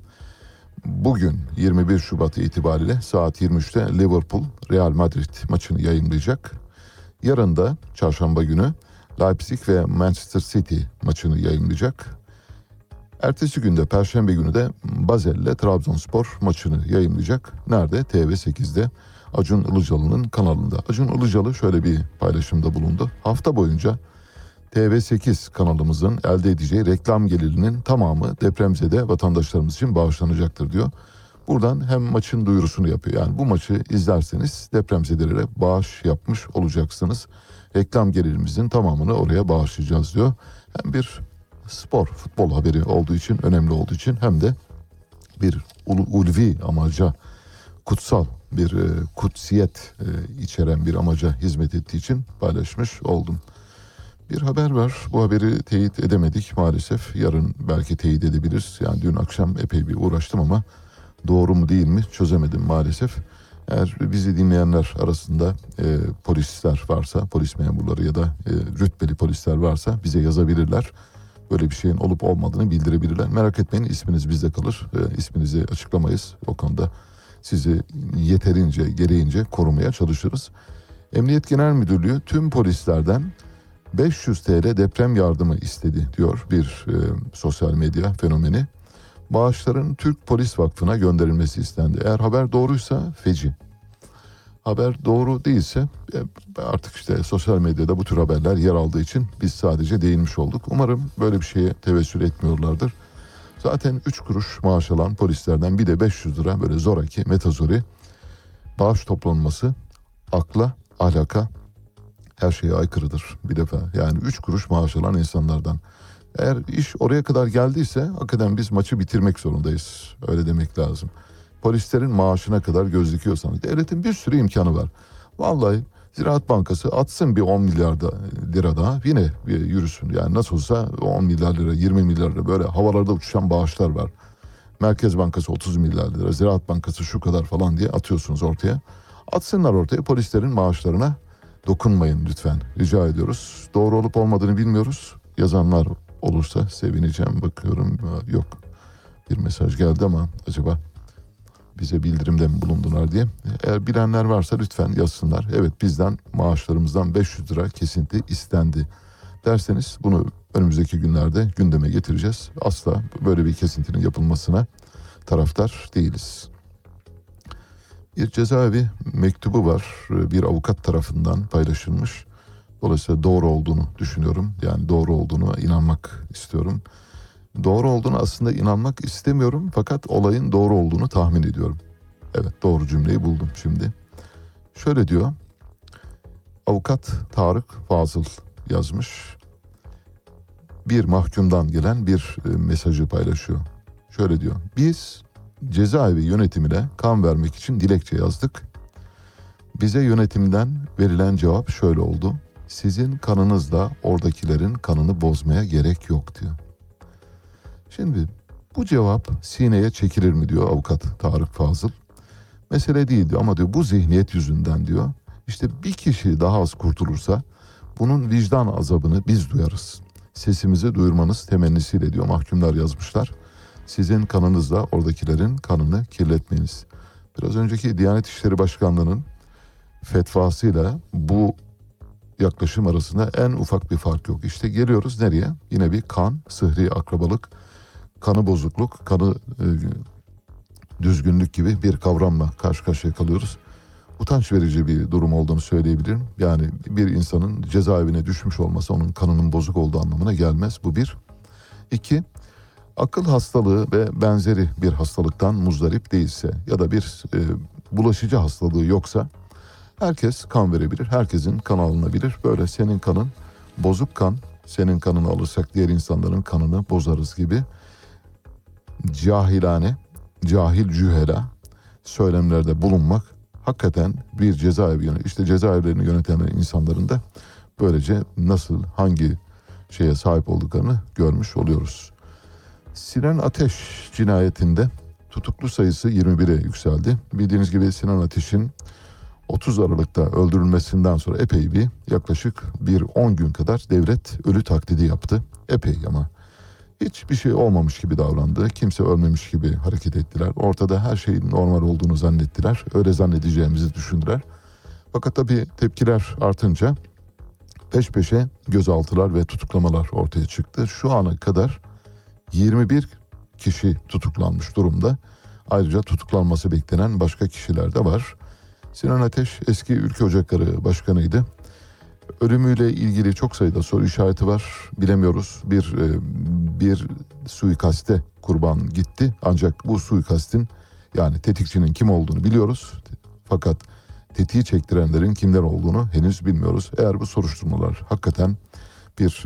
bugün 21 Şubat itibariyle saat 23'te Liverpool Real Madrid maçını yayınlayacak. Yarın da çarşamba günü Leipzig ve Manchester City maçını yayınlayacak. Ertesi günde Perşembe günü de Basel ile Trabzonspor maçını yayınlayacak. Nerede? TV8'de. Acun Ilıcalı'nın kanalında. Acun Ilıcalı şöyle bir paylaşımda bulundu. Hafta boyunca TV8 kanalımızın elde edeceği reklam gelirinin tamamı depremzede vatandaşlarımız için bağışlanacaktır diyor. Buradan hem maçın duyurusunu yapıyor. Yani bu maçı izlerseniz depremzedelere bağış yapmış olacaksınız. Reklam gelirimizin tamamını oraya bağışlayacağız diyor. Hem bir spor, futbol haberi olduğu için, önemli olduğu için hem de bir ulvi amaca, kutsal bir kutsiyet içeren bir amaca hizmet ettiği için paylaşmış oldum. Bir haber var. Bu haberi teyit edemedik maalesef. Yarın belki teyit edebiliriz. Yani dün akşam epey bir uğraştım ama doğru mu değil mi çözemedim maalesef. Eğer bizi dinleyenler arasında polisler varsa, polis memurları ya da rütbeli polisler varsa bize yazabilirler. Böyle bir şeyin olup olmadığını bildirebilirler. Merak etmeyin, isminiz bizde kalır. İsminizi açıklamayız. O konuda sizi yeterince, gereğince korumaya çalışırız. Emniyet Genel Müdürlüğü tüm polislerden 500 TL deprem yardımı istedi diyor bir sosyal medya fenomeni. Bağışların Türk Polis Vakfı'na gönderilmesi istendi. Eğer haber doğruysa feci. Haber doğru değilse artık işte sosyal medyada bu tür haberler yer aldığı için biz sadece değinmiş olduk. Umarım böyle bir şeye tevessül etmiyorlardır. Zaten 3 kuruş maaş alan polislerden bir de 500 lira böyle zoraki, metazori bağış toplanması akla, ahlaka, her şeye aykırıdır bir defa. Yani 3 kuruş maaş alan insanlardan. Eğer iş oraya kadar geldiyse hakikaten biz maçı bitirmek zorundayız. Öyle demek lazım. Polislerin maaşına kadar göz dikiyorsanız devletin bir sürü imkanı var. Vallahi Ziraat Bankası atsın bir 10 milyar lira daha yine yürüsün. Yani nasıl olsa 10 milyar lira, 20 milyar lira böyle havalarda uçuşan bağışlar var. Merkez Bankası 30 milyar lira, Ziraat Bankası şu kadar falan diye atıyorsunuz ortaya. Atsınlar ortaya, polislerin maaşlarına dokunmayın lütfen. Rica ediyoruz. Doğru olup olmadığını bilmiyoruz. Yazanlar olursa sevineceğim. Bakıyorum yok. Bir mesaj geldi ama acaba bize bildirimde mi bulundular diye. Eğer bilenler varsa lütfen yazsınlar. Evet, bizden maaşlarımızdan 500 lira kesinti istendi derseniz bunu önümüzdeki günlerde gündeme getireceğiz. Asla böyle bir kesintinin yapılmasına taraftar değiliz. Bir cezaevi mektubu var. Bir avukat tarafından paylaşılmış. Dolayısıyla doğru olduğunu düşünüyorum. Yani doğru olduğunu inanmak istiyorum. Doğru olduğunu aslında inanmak istemiyorum fakat olayın doğru olduğunu tahmin ediyorum. Evet, doğru cümleyi buldum şimdi. Şöyle diyor. Avukat Tarık Fazıl yazmış. Bir mahkumdan gelen bir mesajı paylaşıyor. Şöyle diyor. Biz cezaevi yönetimine kan vermek için dilekçe yazdık. Bize yönetimden verilen cevap şöyle oldu. Sizin kanınızla oradakilerin kanını bozmaya gerek yok diyor. Şimdi bu cevap sineye çekilir mi diyor avukat Tarık Fazıl. Mesele değil diyor ama diyor bu zihniyet yüzünden diyor. İşte bir kişi daha az kurtulursa bunun vicdan azabını biz duyarız. Sesimizi duyurmanız temennisiyle diyor mahkumlar yazmışlar. Sizin kanınızla oradakilerin kanını kirletmeyiniz. Biraz önceki Diyanet İşleri Başkanlığı'nın fetvasıyla bu yaklaşım arasında en ufak bir fark yok. İşte geliyoruz nereye? Yine bir kan, sıhri akrabalık, kanı bozukluk, kanı düzgünlük gibi bir kavramla karşı karşıya kalıyoruz. Utanç verici bir durum olduğunu söyleyebilirim. Yani bir insanın cezaevine düşmüş olması onun kanının bozuk olduğu anlamına gelmez. Bu bir. İki, akıl hastalığı ve benzeri bir hastalıktan muzdarip değilse ya da bir bulaşıcı hastalığı yoksa herkes kan verebilir, herkesin kan alınabilir. Böyle senin kanın bozuk kan, senin kanını alırsak diğer insanların kanını bozarız gibi cahilane, cahil cühela söylemlerde bulunmak hakikaten bir cezaevi işte cezaevlerini yöneten insanların da böylece nasıl hangi şeye sahip olduklarını görmüş oluyoruz. Sinan Ateş cinayetinde tutuklu sayısı 21'e yükseldi. Bildiğiniz gibi Sinan Ateş'in 30 Aralık'ta öldürülmesinden sonra epey bir yaklaşık 10 gün kadar devlet ölü taklidi yaptı. Epey ama hiçbir şey olmamış gibi davrandı. Kimse ölmemiş gibi hareket ettiler. Ortada her şeyin normal olduğunu zannettiler. Öyle zannedeceğimizi düşündüler. Fakat tabii tepkiler artınca peş peşe gözaltılar ve tutuklamalar ortaya çıktı. Şu ana kadar 21 kişi tutuklanmış durumda. Ayrıca tutuklanması beklenen başka kişiler de var. Sinan Ateş eski Ülke Ocakları Başkanı'ydı. Ölümüyle ilgili çok sayıda soru işareti var. Bilemiyoruz. Bir suikaste kurban gitti. Ancak bu suikastin yani tetikçinin kim olduğunu biliyoruz. Fakat tetiği çektirenlerin kimler olduğunu henüz bilmiyoruz. Eğer bu soruşturmalar hakikaten bir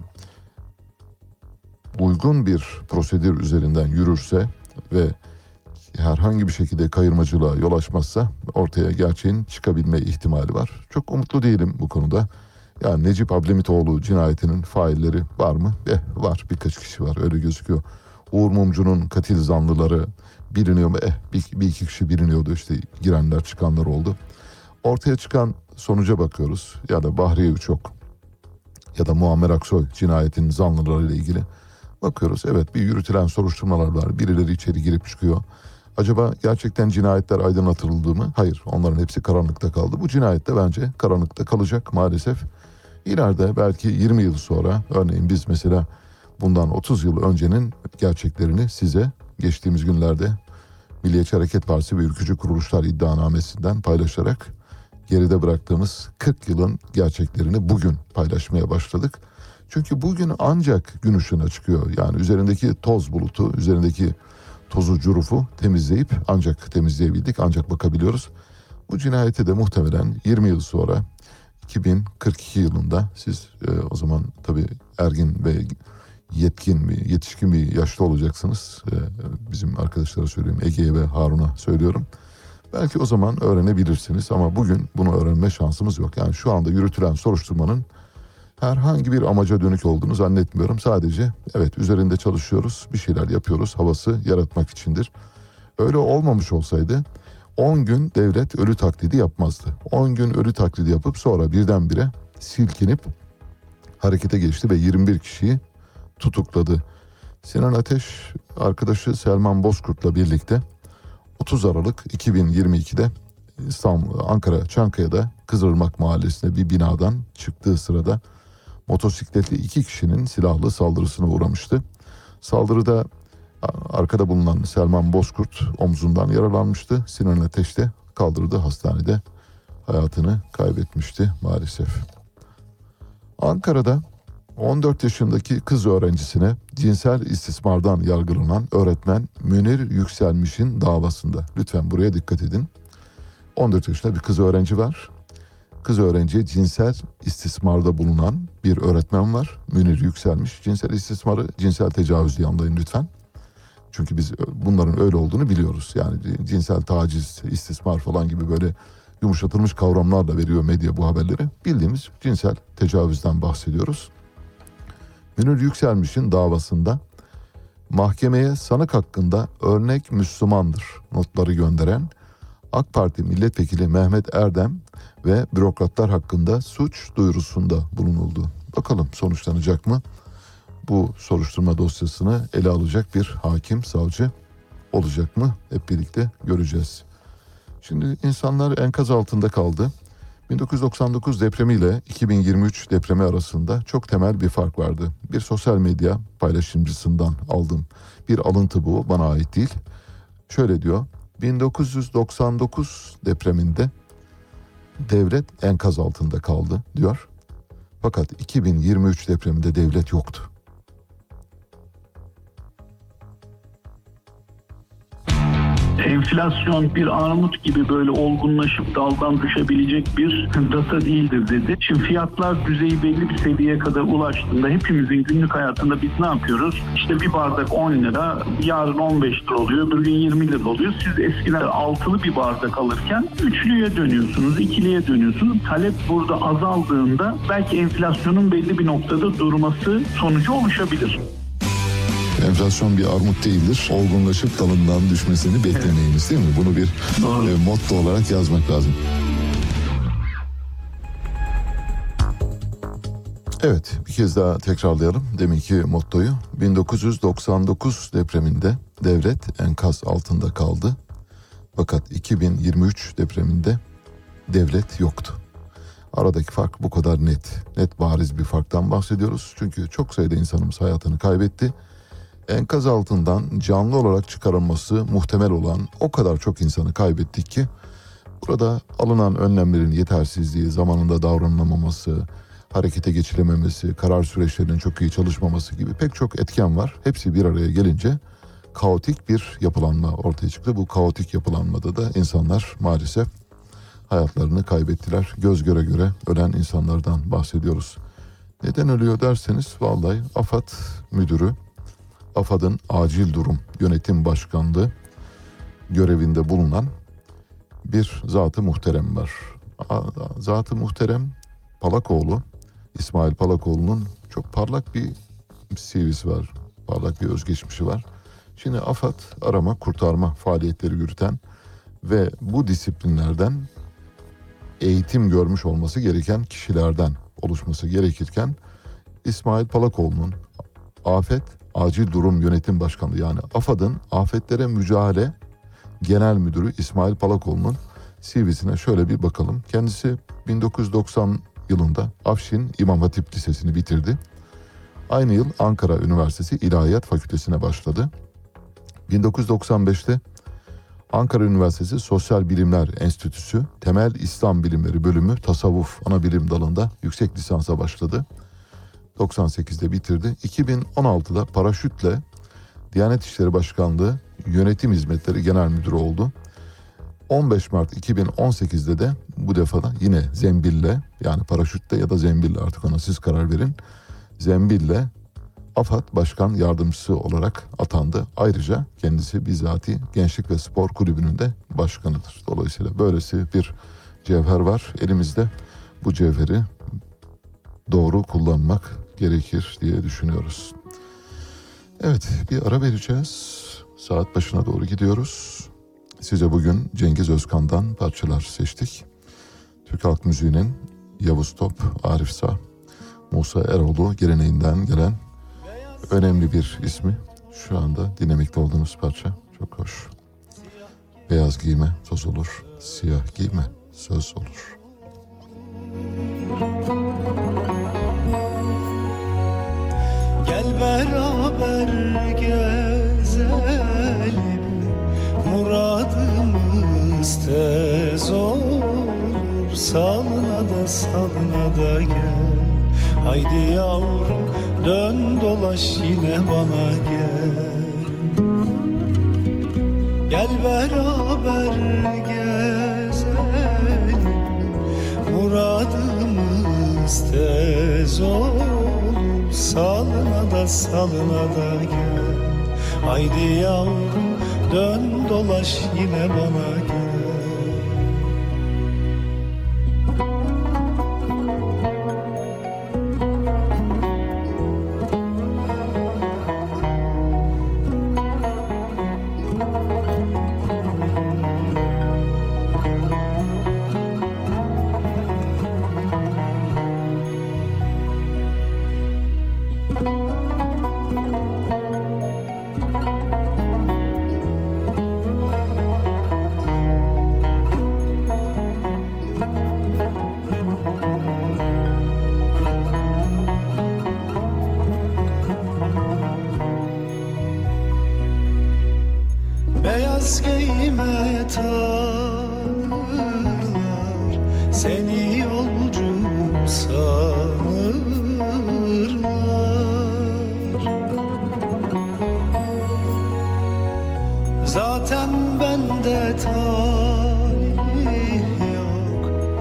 uygun bir prosedür üzerinden yürürse ve herhangi bir şekilde kayırmacılığa yol açmazsa ortaya gerçeğin çıkabilme ihtimali var. Çok umutlu değilim bu konuda. Yani Necip Ablemitoğlu cinayetinin failleri var mı? Var, birkaç kişi var, öyle gözüküyor. Uğur Mumcu'nun katil zanlıları biliniyor mu? Bir iki kişi biliniyordu, işte girenler çıkanlar oldu. Ortaya çıkan sonuca bakıyoruz. Ya da Bahriye Üçok ya da Muammer Aksoy cinayetinin zanlılarıyla ilgili bakıyoruz. Evet, bir yürütülen soruşturmalar var. Birileri içeri girip çıkıyor. Acaba gerçekten cinayetler aydınlatıldı mı? Hayır, onların hepsi karanlıkta kaldı. Bu cinayet de bence karanlıkta kalacak maalesef. İleride belki 20 yıl sonra, örneğin biz mesela bundan 30 yıl öncenin gerçeklerini size geçtiğimiz günlerde Milliyetçi Hareket Partisi ve ülkücü kuruluşlar iddianamesinden paylaşarak geride bıraktığımız 40 yılın gerçeklerini bugün paylaşmaya başladık. Çünkü bugün ancak gün ışığına çıkıyor. Yani üzerindeki toz bulutu, üzerindeki tozu curufu temizleyip ancak temizleyebildik, ancak bakabiliyoruz. Bu cinayeti de muhtemelen 20 yıl sonra 2042 yılında siz o zaman tabii ergin ve yetişkin bir yaşta olacaksınız. Bizim arkadaşlara söylüyorum, Ege'ye ve Harun'a söylüyorum. Belki o zaman öğrenebilirsiniz ama bugün bunu öğrenme şansımız yok. Yani şu anda yürütülen soruşturmanın herhangi bir amaca dönük olduğunu zannetmiyorum. Sadece evet, üzerinde çalışıyoruz, bir şeyler yapıyoruz havası yaratmak içindir. Öyle olmamış olsaydı 10 gün devlet ölü taklidi yapmazdı. 10 gün ölü taklidi yapıp sonra birdenbire silkinip harekete geçti ve 21 kişiyi tutukladı. Sinan Ateş arkadaşı Selman Bozkurt'la birlikte 30 Aralık 2022'de Ankara Çankaya'da Kızılırmak Mahallesi'nde bir binadan çıktığı sırada motosikletli 2 kişinin silahlı saldırısına uğramıştı. Saldırıda arkada bulunan Selman Bozkurt omzundan yaralanmıştı. Sinan Ateş de kaldırıldı, hastanede hayatını kaybetmişti maalesef. Ankara'da 14 yaşındaki kız öğrencisine cinsel istismardan yargılanan öğretmen Münir Yükselmiş'in davasında. Lütfen buraya dikkat edin. 14 yaşında bir kız öğrenci var. Kız öğrenciye cinsel istismarda bulunan bir öğretmen var. Münir Yükselmiş. Cinsel istismarı cinsel tecavüz diye anlayın lütfen. Çünkü biz bunların öyle olduğunu biliyoruz. Yani cinsel taciz, istismar falan gibi böyle yumuşatılmış kavramlarla veriyor medya bu haberleri. Bildiğimiz cinsel tecavüzden bahsediyoruz. Münir Yükselmiş'in davasında mahkemeye sanık hakkında örnek Müslümandır notları gönderen AK Parti milletvekili Mehmet Erdem ve bürokratlar hakkında suç duyurusunda bulunuldu. Bakalım sonuçlanacak mı? Bu soruşturma dosyasını ele alacak bir hakim, savcı olacak mı? Hep birlikte göreceğiz. Şimdi insanlar enkaz altında kaldı. 1999 depremiyle 2023 depremi arasında çok temel bir fark vardı. Bir sosyal medya paylaşımcısından aldım. Bir alıntı bu, bana ait değil. Şöyle diyor: 1999 depreminde devlet enkaz altında kaldı diyor. Fakat 2023 depreminde devlet yoktu. Enflasyon bir armut gibi böyle olgunlaşıp daldan düşebilecek bir data değildir dedi. Şimdi fiyatlar düzeyi belli bir seviyeye kadar ulaştığında hepimizin günlük hayatında biz ne yapıyoruz? İşte bir bardak 10 lira, yarın 15 lira oluyor, öbür gün 20 lira oluyor. Siz eskiden altılı bir bardak alırken üçlüye dönüyorsunuz, ikiliye dönüyorsunuz. Talep burada azaldığında belki enflasyonun belli bir noktada durması sonucu oluşabilir. Enflasyon bir armut değildir. Olgunlaşıp dalından düşmesini beklemeyiniz, değil mi? Bunu bir motto olarak yazmak lazım. Evet, bir kez daha tekrarlayalım deminki mottoyu. 1999 depreminde devlet enkaz altında kaldı. Fakat 2023 depreminde devlet yoktu. Aradaki fark bu kadar net. Net, bariz bir farktan bahsediyoruz. Çünkü çok sayıda insanımız hayatını kaybetti. Enkaz altından canlı olarak çıkarılması muhtemel olan o kadar çok insanı kaybettik ki burada alınan önlemlerin yetersizliği, zamanında davranılamaması, harekete geçilememesi, karar süreçlerinin çok iyi çalışmaması gibi pek çok etken var. Hepsi bir araya gelince kaotik bir yapılanma ortaya çıktı. Bu kaotik yapılanmada da insanlar maalesef hayatlarını kaybettiler. Göz göre göre ölen insanlardan bahsediyoruz. Neden ölüyor derseniz vallahi AFAD müdürü, AFAD'ın acil durum yönetim başkanlığı görevinde bulunan bir zat-ı muhterem var. Zat-ı muhterem Palakoğlu, İsmail Palakoğlu'nun çok parlak bir CV'si var. Parlak bir özgeçmişi var. Şimdi AFAD arama kurtarma faaliyetleri yürüten ve bu disiplinlerden eğitim görmüş olması gereken kişilerden oluşması gerekirken İsmail Palakoğlu'nun Afet Acil Durum Yönetim Başkanlığı, yani AFAD'ın Afetlere Mücadele Genel Müdürü İsmail Palakoğlu'nun CV'sine şöyle bir bakalım. Kendisi 1990 yılında Afşin İmam Hatip Lisesi'ni bitirdi. Aynı yıl Ankara Üniversitesi İlahiyat Fakültesine başladı. 1995'te Ankara Üniversitesi Sosyal Bilimler Enstitüsü Temel İslam Bilimleri Bölümü Tasavvuf Anabilim Dalı'nda yüksek lisansa başladı. 98'de bitirdi. 2016'da paraşütle Diyanet İşleri Başkanlığı Yönetim Hizmetleri Genel Müdürü oldu. 15 Mart 2018'de de bu defa da yine zembille, yani paraşütle ya da zembille, artık ona siz karar verin, zembille AFAD Başkan Yardımcısı olarak atandı. Ayrıca kendisi bizzati Gençlik ve Spor Kulübü'nün de başkanıdır. Dolayısıyla böylesi bir cevher var elimizde. Bu cevheri doğru kullanmak gerekir diye düşünüyoruz. Evet, bir ara vereceğiz. Saat başına doğru gidiyoruz. Size bugün Cengiz Özkan'dan parçalar seçtik. Türk halk müziğinin Yavuz Top, Arif Sağ, Musa Eroğlu geleneğinden gelen önemli bir ismi. Şu anda dinlemekte olduğunuz parça çok hoş. Beyaz giyme toz olur, siyah giyme söz olur. Gel beraber gezelim, muradımız tez olur. Salına da gel, haydi yavrum dön dolaş yine bana gel. Gel beraber gezelim, muradımız tez olur. Salına da gel, haydi yavrum dön dolaş yine bana gel. Beyaz giyme tanırlar, seni yolcu sanırlar. Zaten ben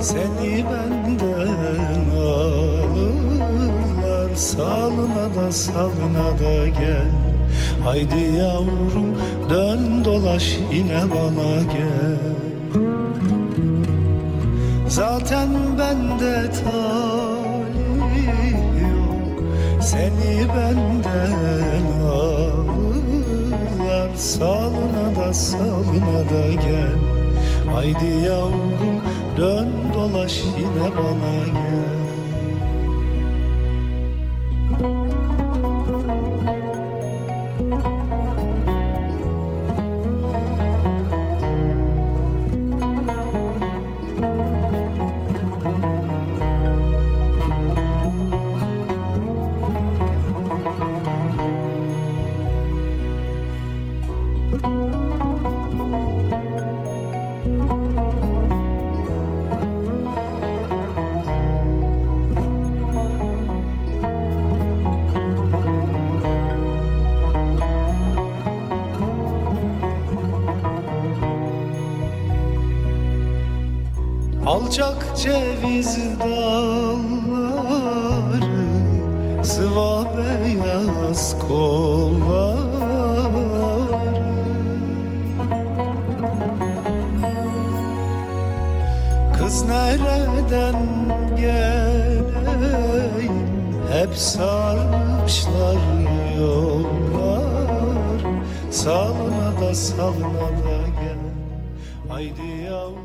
Seni benden alırlar. Salına da salına da gel. Haydi yavrum dön dolaş yine bana gel. Zaten bende talih yok. Seni benden alırlar. Salına da salına da gel. Haydi yavrum dön dolaş yine bana gel. Alçak ceviz dalları, sıva beyaz kolları. Kız nereden geleyim, hep sarmışlar yollar. Salına da salına da gel, haydi yavrum.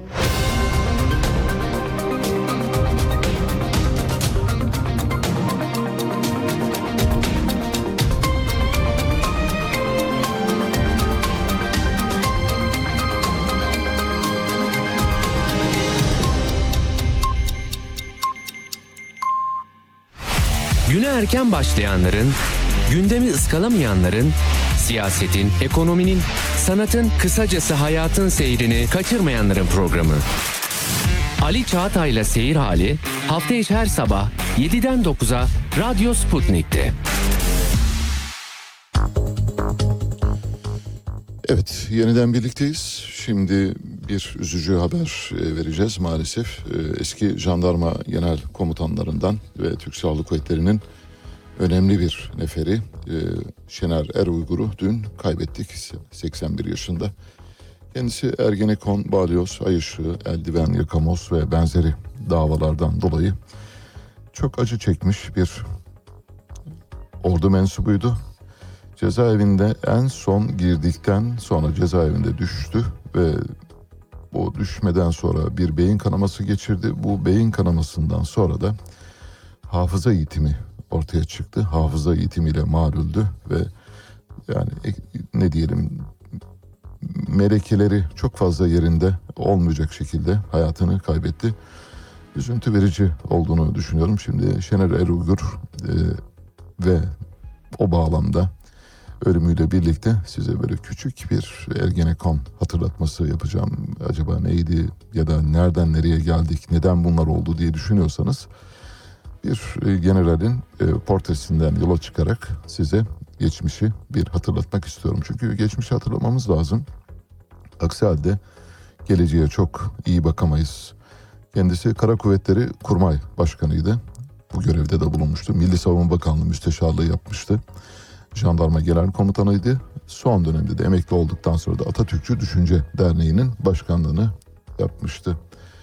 Güne erken başlayanların, gündemi ıskalamayanların, siyasetin, ekonominin, sanatın, kısacası hayatın seyrini kaçırmayanların programı. Ali Çağatay'la Seyir Hali hafta içi her sabah 7'den 9'a Radyo Sputnik'te. Evet, yeniden birlikteyiz. Şimdi bir üzücü haber vereceğiz maalesef. Eski jandarma genel komutanlarından ve Türk Silahlı Kuvvetleri'nin önemli bir neferi Şener Eruygur'u dün kaybettik. 81 yaşında. Kendisi Ergenekon, Balyoz, Ay Işığı, Eldiven, Yakamoz ve benzeri davalardan dolayı çok acı çekmiş bir ordu mensubuydu. Cezaevinde en son girdikten sonra cezaevinde düştü ve o düşmeden sonra bir beyin kanaması geçirdi. Bu beyin kanamasından sonra da hafıza yitimi ortaya çıktı. Hafıza yitimiyle malüldü ve yani ne diyelim, melekeleri çok fazla yerinde olmayacak şekilde hayatını kaybetti. Üzüntü verici olduğunu düşünüyorum. Şimdi Şener Eruygur ve o bağlamda ölümüyle birlikte size böyle küçük bir Ergenekon hatırlatması yapacağım. Acaba neydi ya da nereden nereye geldik, neden bunlar oldu diye düşünüyorsanız bir generalin portresinden yola çıkarak size geçmişi bir hatırlatmak istiyorum. Çünkü geçmişi hatırlamamız lazım. Aksi halde geleceğe çok iyi bakamayız. Kendisi Kara Kuvvetleri Kurmay Başkanı'ydı. Bu görevde de bulunmuştu. Milli Savunma Bakanlığı müsteşarlığı yapmıştı. Jandarma Genel Komutanıydı. Son dönemde de emekli olduktan sonra da Atatürkçü Düşünce Derneği'nin başkanlığını yapmıştı.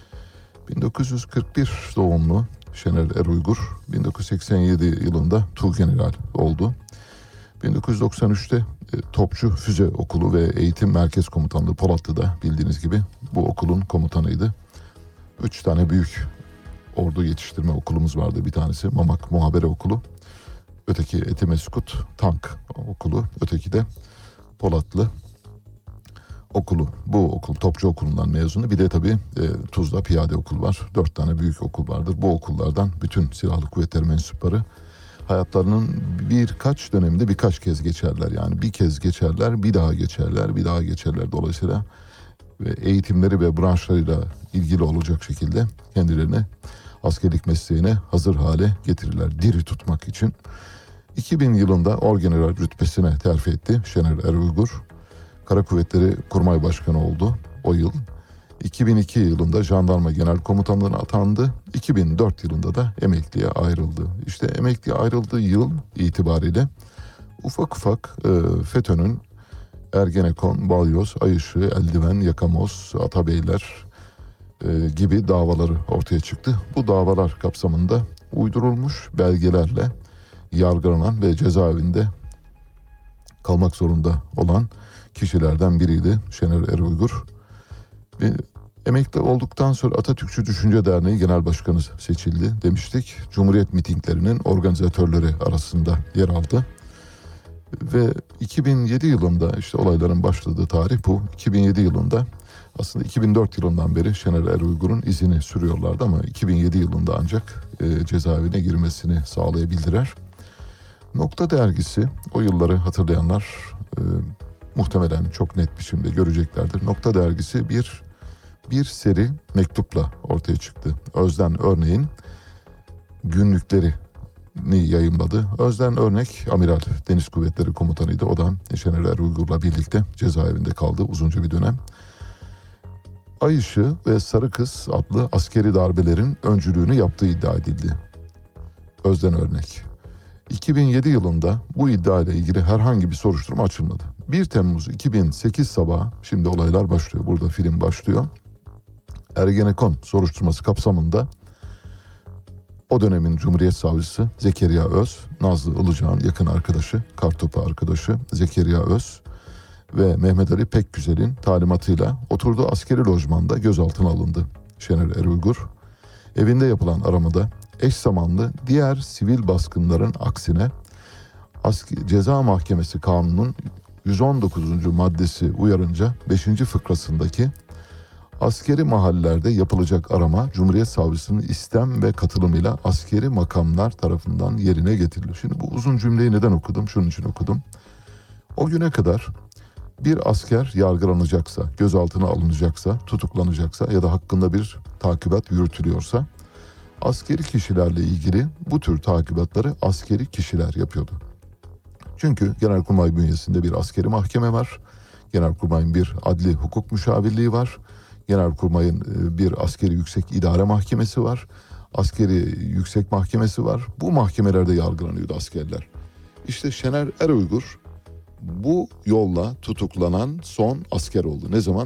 1941 doğumlu Şener Eruygur 1987 yılında Tuğgeneral oldu. 1993'te Topçu Füze Okulu ve Eğitim Merkez Komutanlığı Polatlı'da bildiğiniz gibi bu okulun komutanıydı. 3 tane büyük ordu yetiştirme okulumuz vardı. Bir tanesi Mamak Muhabere Okulu, öteki Etimeskut Tank Okulu, öteki de Polatlı Okulu. Bu okul Topçu Okulu'ndan mezunu. Bir de tabii Tuzla Piyade Okulu var. 4 tane büyük okul vardır. Bu okullardan bütün silahlı kuvvetler mensupları hayatlarının birkaç döneminde birkaç kez geçerler. Yani bir kez geçerler, bir daha geçerler, bir daha geçerler. Dolayısıyla ve eğitimleri ve branşlarıyla ilgili olacak şekilde kendilerini askerlik mesleğine hazır hale getirirler. Diri tutmak için. 2000 yılında Orgeneral rütbesine terfi etti Şener Eruygur. Kara Kuvvetleri Kurmay Başkanı oldu o yıl. 2002 yılında jandarma genel komutanlığına atandı. 2004 yılında da emekliye ayrıldı. İşte emekliye ayrıldığı yıl itibariyle ufak ufak FETÖ'nün Ergenekon, Balyoz, Ayışı, Eldiven, Yakamoz, Atabeyler gibi davaları ortaya çıktı. Bu davalar kapsamında uydurulmuş belgelerle yargılanan ve cezaevinde kalmak zorunda olan kişilerden biriydi Şener Eruygur. Ve emekli olduktan sonra Atatürkçü Düşünce Derneği Genel Başkanı seçildi demiştik. Cumhuriyet mitinglerinin organizatörleri arasında yer aldı. Ve 2007 yılında işte olayların başladığı tarih bu. 2007 yılında aslında 2004 yılından beri Şener Eruygur'un izini sürüyorlardı ama 2007 yılında ancak cezaevine girmesini sağlayabildiler. Nokta dergisi, o yılları hatırlayanlar muhtemelen çok net biçimde göreceklerdir. Nokta dergisi bir seri mektupla ortaya çıktı. Özden Örnek'in günlüklerini yayımladı. Özden Örnek Amiral Deniz Kuvvetleri Komutanıydı. O da Şener Eruygur'la birlikte cezaevinde kaldı uzunca bir dönem. Ay Işığı ve Sarı Kız adlı askeri darbelerin öncülüğünü yaptığı iddia edildi. Özden Örnek. 2007 yılında bu iddia ile ilgili herhangi bir soruşturma açılmadı. 1 Temmuz 2008 sabahı, şimdi olaylar başlıyor, burada film başlıyor. Ergenekon soruşturması kapsamında o dönemin Cumhuriyet Savcısı Zekeriya Öz, Nazlı Ilıcak'ın yakın arkadaşı, kartopu arkadaşı Zekeriya Öz ve Mehmet Ali Pekgüzel'in talimatıyla oturduğu askeri lojmanda gözaltına alındı Şener Eruygur. Evinde yapılan aramada eş zamanlı diğer sivil baskınların aksine Ceza Mahkemesi Kanunu'nun 119. maddesi uyarınca 5. fıkrasındaki askeri mahallelerde yapılacak arama Cumhuriyet Savcısının istem ve katılımıyla askeri makamlar tarafından yerine getirilir. Şimdi bu uzun cümleyi neden okudum? Şunun için okudum. O güne kadar bir asker yargılanacaksa, gözaltına alınacaksa, tutuklanacaksa ya da hakkında bir takibat yürütülüyorsa askeri kişilerle ilgili bu tür takibatları askeri kişiler yapıyordu. Çünkü Genelkurmay bünyesinde bir askeri mahkeme var. Genelkurmay'ın bir adli hukuk müşavirliği var. Genelkurmay'ın bir askeri yüksek idare mahkemesi var. Askeri yüksek mahkemesi var. Bu mahkemelerde yargılanıyordu askerler. İşte Şener Eruygur bu yolla tutuklanan son asker oldu. Ne zaman?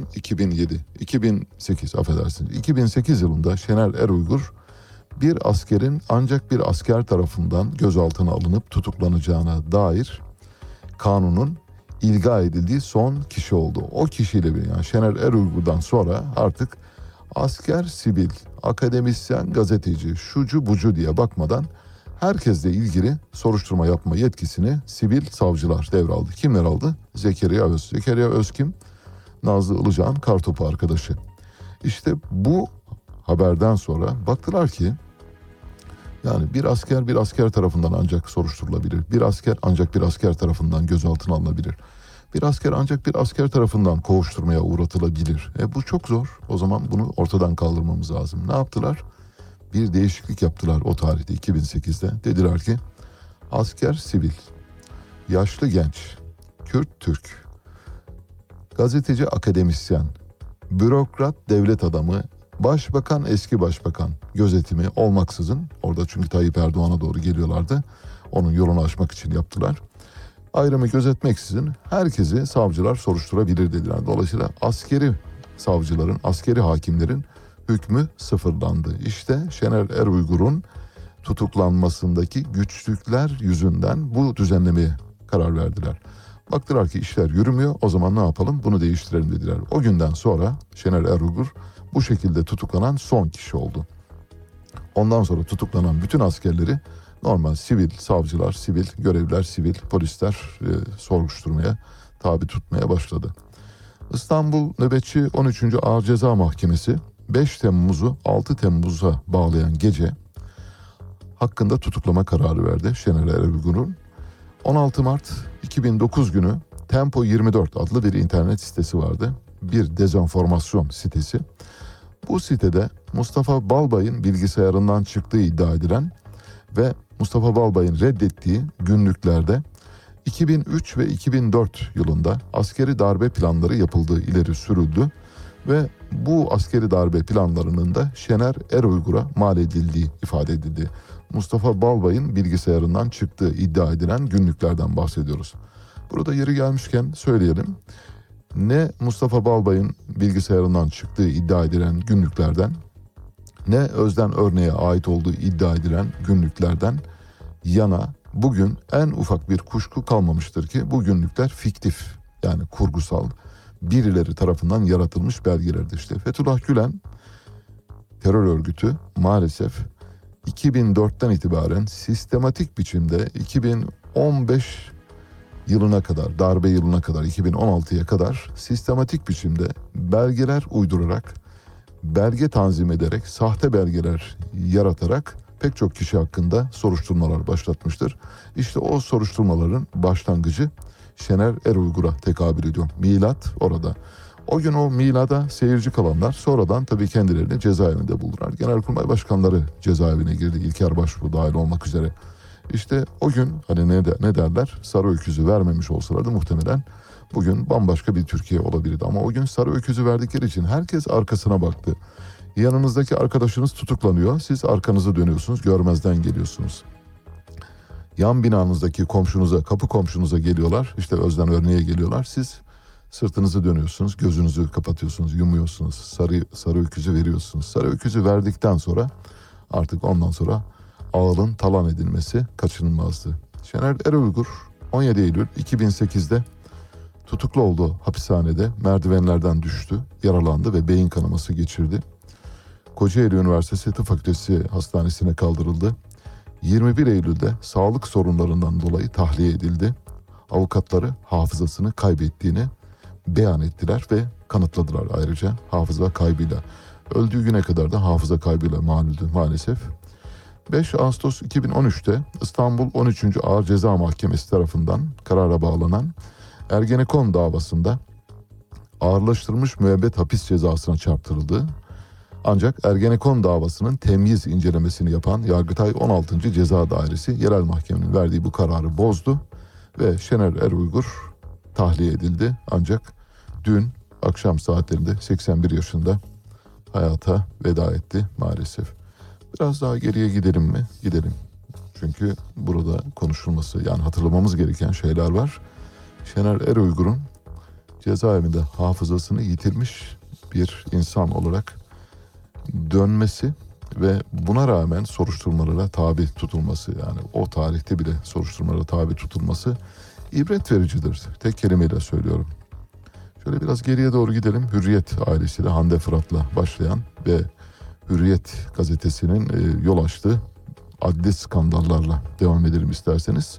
2008 affedersiniz. 2008 yılında Şener Eruygur bir askerin ancak bir asker tarafından gözaltına alınıp tutuklanacağına dair kanunun ilga edildiği son kişi oldu. O kişiyle bir, yani Şener Eruygur'dan sonra artık asker, sivil, akademisyen, gazeteci, şucu bucu diye bakmadan herkesle ilgili soruşturma yapma yetkisini sivil savcılar devraldı. Kimler aldı? Zekeriya Öz. Zekeriya Öz kim? Nazlı Ilıcak'ın kartopu arkadaşı. İşte bu haberden sonra baktılar ki yani bir asker tarafından ancak soruşturulabilir. Bir asker ancak bir asker tarafından gözaltına alınabilir. Bir asker ancak bir asker tarafından kovuşturmaya uğratılabilir. Bu çok zor. O zaman bunu ortadan kaldırmamız lazım. Ne yaptılar? Bir değişiklik yaptılar o tarihte 2008'de. Dediler ki asker sivil, yaşlı genç, Kürt Türk, gazeteci akademisyen, bürokrat devlet adamı, başbakan eski başbakan gözetimi olmaksızın, orada çünkü Tayyip Erdoğan'a doğru geliyorlardı, onun yolunu açmak için yaptılar. Ayrımı gözetmeksizin herkesi savcılar soruşturabilir dediler. Dolayısıyla askeri savcıların, askeri hakimlerin hükmü sıfırlandı. İşte Şener Eruygur'un tutuklanmasındaki güçlükler yüzünden bu düzenlemeye karar verdiler. Baktılar ki işler yürümüyor, o zaman ne yapalım? Bunu değiştirelim dediler. O günden sonra Şener Eruygur bu şekilde tutuklanan son kişi oldu. Ondan sonra tutuklanan bütün askerleri normal sivil savcılar, sivil görevliler, sivil polisler soruşturmaya tabi tutmaya başladı. İstanbul Nöbetçi 13. Ağır Ceza Mahkemesi 5 Temmuz'u 6 Temmuz'a bağlayan gece hakkında tutuklama kararı verdi Şener Eruygur'un. 16 Mart 2009 günü Tempo 24 adlı bir internet sitesi vardı. Bir dezenformasyon sitesi. Bu sitede Mustafa Balbay'ın bilgisayarından çıktığı iddia edilen ve Mustafa Balbay'ın reddettiği günlüklerde 2003 ve 2004 yılında askeri darbe planları yapıldığı ileri sürüldü Ve bu askeri darbe planlarının da Şener Eruygur'a mal edildiği ifade edildi. Mustafa Balbay'ın bilgisayarından çıktığı iddia edilen günlüklerden bahsediyoruz. Burada yeri gelmişken söyleyelim. Ne Mustafa Balbay'ın bilgisayarından çıktığı iddia edilen günlüklerden, ne Özden Örneğe ait olduğu iddia edilen günlüklerden yana bugün en ufak bir kuşku kalmamıştır ki bu günlükler fiktif, yani kurgusal, birileri tarafından yaratılmış belgelerdir. İşte Fethullah Gülen terör örgütü maalesef 2004'ten itibaren sistematik biçimde 2015 yılına kadar, darbe yılına kadar, 2016'ya kadar sistematik biçimde belgeler uydurarak, belge tanzim ederek, sahte belgeler yaratarak pek çok kişi hakkında soruşturmalar başlatmıştır. İşte o soruşturmaların başlangıcı Şener Eruygur'a tekabül ediyor. Milat orada. O gün o milada seyirci kalanlar sonradan tabii kendilerini cezaevinde buldular. Genelkurmay başkanları cezaevine girdi. İlker Başbuğ dahil olmak üzere. İşte o gün hani ne derler, sarı öküzü vermemiş olsalardı muhtemelen bugün bambaşka bir Türkiye olabilirdi. Ama o gün sarı öküzü verdikleri için herkes arkasına baktı. Yanınızdaki arkadaşınız tutuklanıyor, siz arkanızı dönüyorsunuz, görmezden geliyorsunuz. Yan binanızdaki komşunuza, kapı komşunuza geliyorlar, işte Özden Örneğe geliyorlar, siz sırtınızı dönüyorsunuz, gözünüzü kapatıyorsunuz, yumuyorsunuz, sarı öküzü veriyorsunuz. Sarı öküzü verdikten sonra artık ondan sonra ağılın talan edilmesi kaçınılmazdı. Şener Eruygur 17 Eylül 2008'de tutuklu olduğu hapishanede merdivenlerden düştü, yaralandı ve beyin kanaması geçirdi. Kocaeli Üniversitesi Tıp Fakültesi Hastanesi'ne kaldırıldı. 21 Eylül'de sağlık sorunlarından dolayı tahliye edildi. Avukatları hafızasını kaybettiğini beyan ettiler ve kanıtladılar ayrıca hafıza kaybıyla. Öldüğü güne kadar da hafıza kaybıyla malüldü maalesef. 5 Ağustos 2013'te İstanbul 13. Ağır Ceza Mahkemesi tarafından karara bağlanan Ergenekon davasında ağırlaştırılmış müebbet hapis cezasına çarptırıldı. Ancak Ergenekon davasının temyiz incelemesini yapan Yargıtay 16. Ceza Dairesi yerel mahkemenin verdiği bu kararı bozdu ve Şener Eruygur tahliye edildi. Ancak dün akşam saatlerinde 81 yaşında hayata veda etti maalesef. Biraz daha geriye gidelim mi? Gidelim. Çünkü burada konuşulması, yani hatırlamamız gereken şeyler var. Şener Eruygur'un cezaevinde hafızasını yitirmiş bir insan olarak dönmesi ve buna rağmen soruşturmalara tabi tutulması, yani o tarihte bile soruşturmalara tabi tutulması ibret vericidir. Tek kelimeyle söylüyorum. Şöyle biraz geriye doğru gidelim. Hürriyet ailesiyle, Hande Fırat'la başlayan ve Hürriyet gazetesinin yol açtığı adli skandallarla devam edelim isterseniz.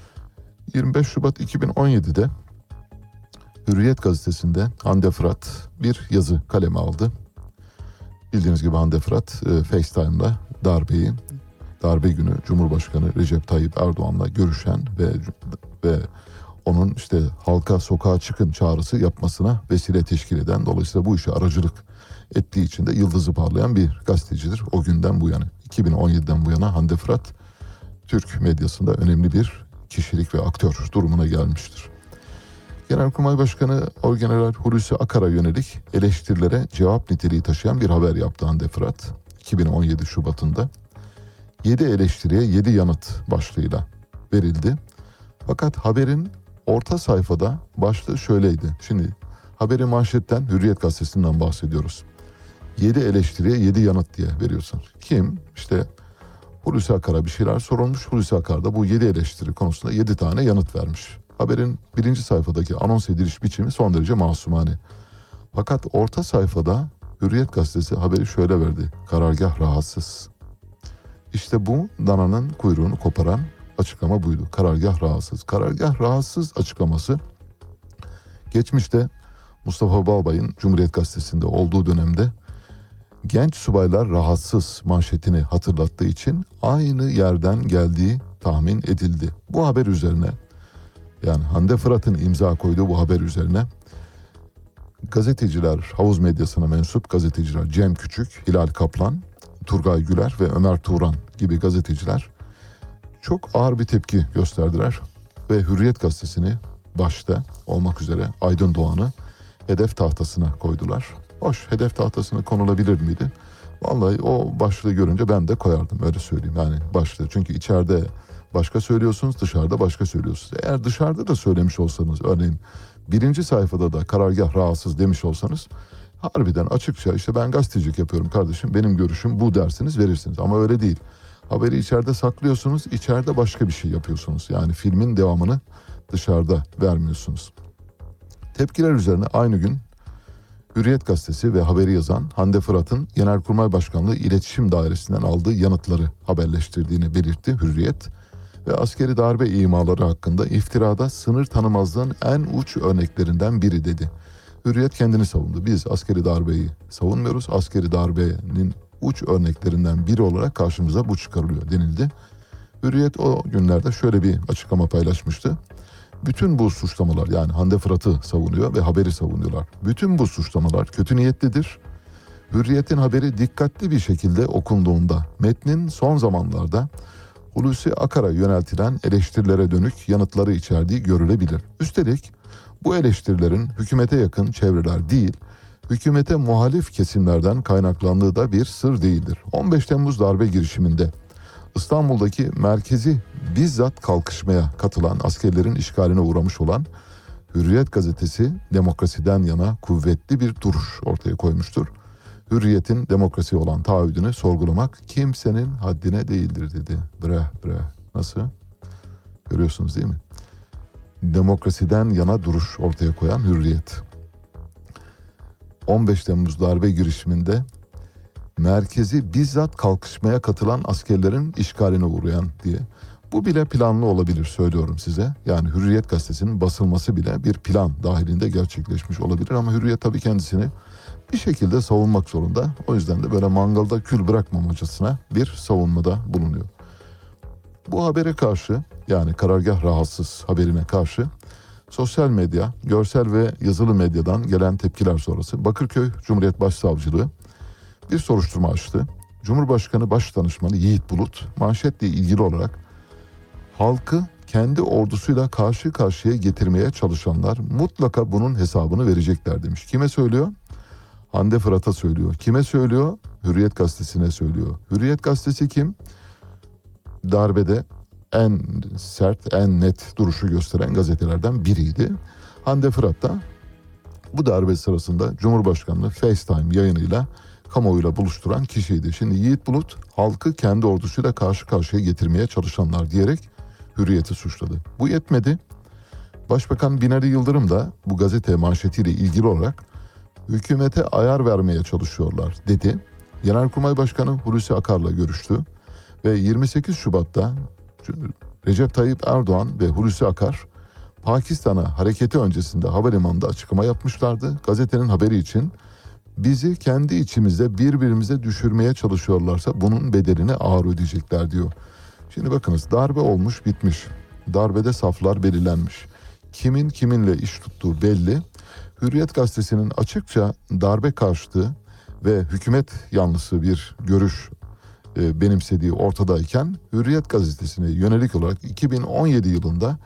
25 Şubat 2017'de Hürriyet gazetesinde Hande Fırat bir yazı kaleme aldı. Bildiğiniz gibi Hande Fırat FaceTime'da darbe günü Cumhurbaşkanı Recep Tayyip Erdoğan'la görüşen ve onun işte halka sokağa çıkın çağrısı yapmasına vesile teşkil eden, dolayısıyla bu işe aracılık ettiği için de yıldızı parlayan bir gazetecidir. O günden bu yana, 2017'den bu yana Hande Fırat Türk medyasında önemli bir kişilik ve aktör durumuna gelmiştir. Genelkurmay Başkanı Orgeneral Hulusi Akar'a yönelik eleştirilere cevap niteliği taşıyan bir haber yaptı Hande Fırat 2017 Şubat'ında. 7 eleştiriye 7 yanıt başlığıyla verildi. Fakat haberin orta sayfada başlığı şöyleydi. Şimdi haberi manşetten, Hürriyet gazetesinden bahsediyoruz. 7 eleştiriye 7 yanıt diye veriyorsun. Kim? İşte Hulusi Akar'a bir şeyler sorulmuş. Hulusi Akar da bu 7 eleştiri konusunda 7 tane yanıt vermiş. Haberin birinci sayfadaki anons ediliş biçimi son derece masumane. Fakat orta sayfada Hürriyet gazetesi haberi şöyle verdi. Karargah rahatsız. İşte bu dananın kuyruğunu koparan açıklama buydu. Karargah rahatsız. Karargah rahatsız açıklaması geçmişte Mustafa Balbay'ın Cumhuriyet Gazetesi'nde olduğu dönemde genç subaylar rahatsız manşetini hatırlattığı için aynı yerden geldiği tahmin edildi. Bu haber üzerine, yani Hande Fırat'ın imza koyduğu bu haber üzerine gazeteciler, havuz medyasına mensup gazeteciler Cem Küçük, Hilal Kaplan, Turgay Güler ve Ömer Turan gibi gazeteciler çok ağır bir tepki gösterdiler ve Hürriyet gazetesini başta olmak üzere Aydın Doğan'ı hedef tahtasına koydular. Hoş, hedef tahtasına konulabilir miydi? Vallahi o başlığı görünce ben de koyardım, öyle söyleyeyim. Yani başlığı, çünkü içeride başka söylüyorsunuz, dışarıda başka söylüyorsunuz. Eğer dışarıda da söylemiş olsanız, örneğin 1. sayfada da karargah rahatsız demiş olsanız, harbiden açıkça işte ben gazetecilik yapıyorum kardeşim, benim görüşüm bu dersiniz, verirsiniz. Ama öyle değil. Haberi içeride saklıyorsunuz, içeride başka bir şey yapıyorsunuz. Yani filmin devamını dışarıda vermiyorsunuz. Tepkiler üzerine aynı gün Hürriyet gazetesi ve haberi yazan Hande Fırat'ın Genelkurmay Başkanlığı İletişim Dairesi'nden aldığı yanıtları haberleştirdiğini belirtti Hürriyet. Ve askeri darbe imaları hakkında iftirada sınır tanımazlığın en uç örneklerinden biri dedi. Hürriyet kendini savundu. Biz askeri darbeyi savunmuyoruz. Askeri darbenin uç örneklerinden biri olarak karşımıza bu çıkarılıyor denildi. Hürriyet o günlerde şöyle bir açıklama paylaşmıştı. Bütün bu suçlamalar, yani Hande Fırat'ı savunuyor ve haberi savunuyorlar. Bütün bu suçlamalar kötü niyetlidir. Hürriyet'in haberi dikkatli bir şekilde okunduğunda metnin son zamanlarda Hulusi Akar'a yöneltilen eleştirilere dönük yanıtları içerdiği görülebilir. Üstelik bu eleştirilerin hükümete yakın çevreler değil, hükümete muhalif kesimlerden kaynaklandığı da bir sır değildir. 15 Temmuz darbe girişiminde İstanbul'daki merkezi bizzat kalkışmaya katılan askerlerin işgaline uğramış olan Hürriyet gazetesi demokrasiden yana kuvvetli bir duruş ortaya koymuştur. Hürriyet'in demokrasi olan taahhüdünü sorgulamak kimsenin haddine değildir dedi. Bre. Nasıl? Görüyorsunuz değil mi? Demokrasiden yana duruş ortaya koyan Hürriyet. 15 Temmuz darbe girişiminde merkezi bizzat kalkışmaya katılan askerlerin işgaline uğrayan diye. Bu bile planlı olabilir, söylüyorum size. Yani Hürriyet gazetesinin basılması bile bir plan dahilinde gerçekleşmiş olabilir. Ama Hürriyet tabii kendisini bir şekilde savunmak zorunda. O yüzden de böyle mangalda kül bırakmamacasına bir savunmada bulunuyor. Bu habere karşı, yani karargah rahatsız haberine karşı sosyal medya, görsel ve yazılı medyadan gelen tepkiler sonrası Bakırköy Cumhuriyet Başsavcılığı bir soruşturma açtı. Cumhurbaşkanı Başdanışmanı Yiğit Bulut manşetle ilgili olarak halkı kendi ordusuyla karşı karşıya getirmeye çalışanlar mutlaka bunun hesabını verecekler demiş. Kime söylüyor? Hande Fırat'a söylüyor. Kime söylüyor? Hürriyet gazetesine söylüyor. Hürriyet gazetesi kim? Darbede en sert, en net duruşu gösteren gazetelerden biriydi. Hande Fırat da bu darbe sırasında Cumhurbaşkanlığı FaceTime yayınıyla kamuoyuyla buluşturan kişiydi. Şimdi Yiğit Bulut halkı kendi ordusuyla karşı karşıya getirmeye çalışanlar diyerek Hürriyet'i suçladı. Bu yetmedi. Başbakan Binali Yıldırım da bu gazete manşetiyle ilgili olarak hükümete ayar vermeye çalışıyorlar dedi. Genelkurmay Başkanı Hulusi Akar'la görüştü ve 28 Şubat'ta Recep Tayyip Erdoğan ve Hulusi Akar Pakistan'a hareketi öncesinde havalimanında açıklama yapmışlardı. Gazetenin haberi için bizi kendi içimizde birbirimize düşürmeye çalışıyorlarsa bunun bedelini ağır ödeyecekler diyor. Şimdi bakınız, darbe olmuş bitmiş. Darbede saflar belirlenmiş. Kimin kiminle iş tuttuğu belli. Hürriyet gazetesinin açıkça darbe karşıtı ve hükümet yanlısı bir görüş benimsediği ortadayken Hürriyet gazetesine yönelik olarak 2017 yılında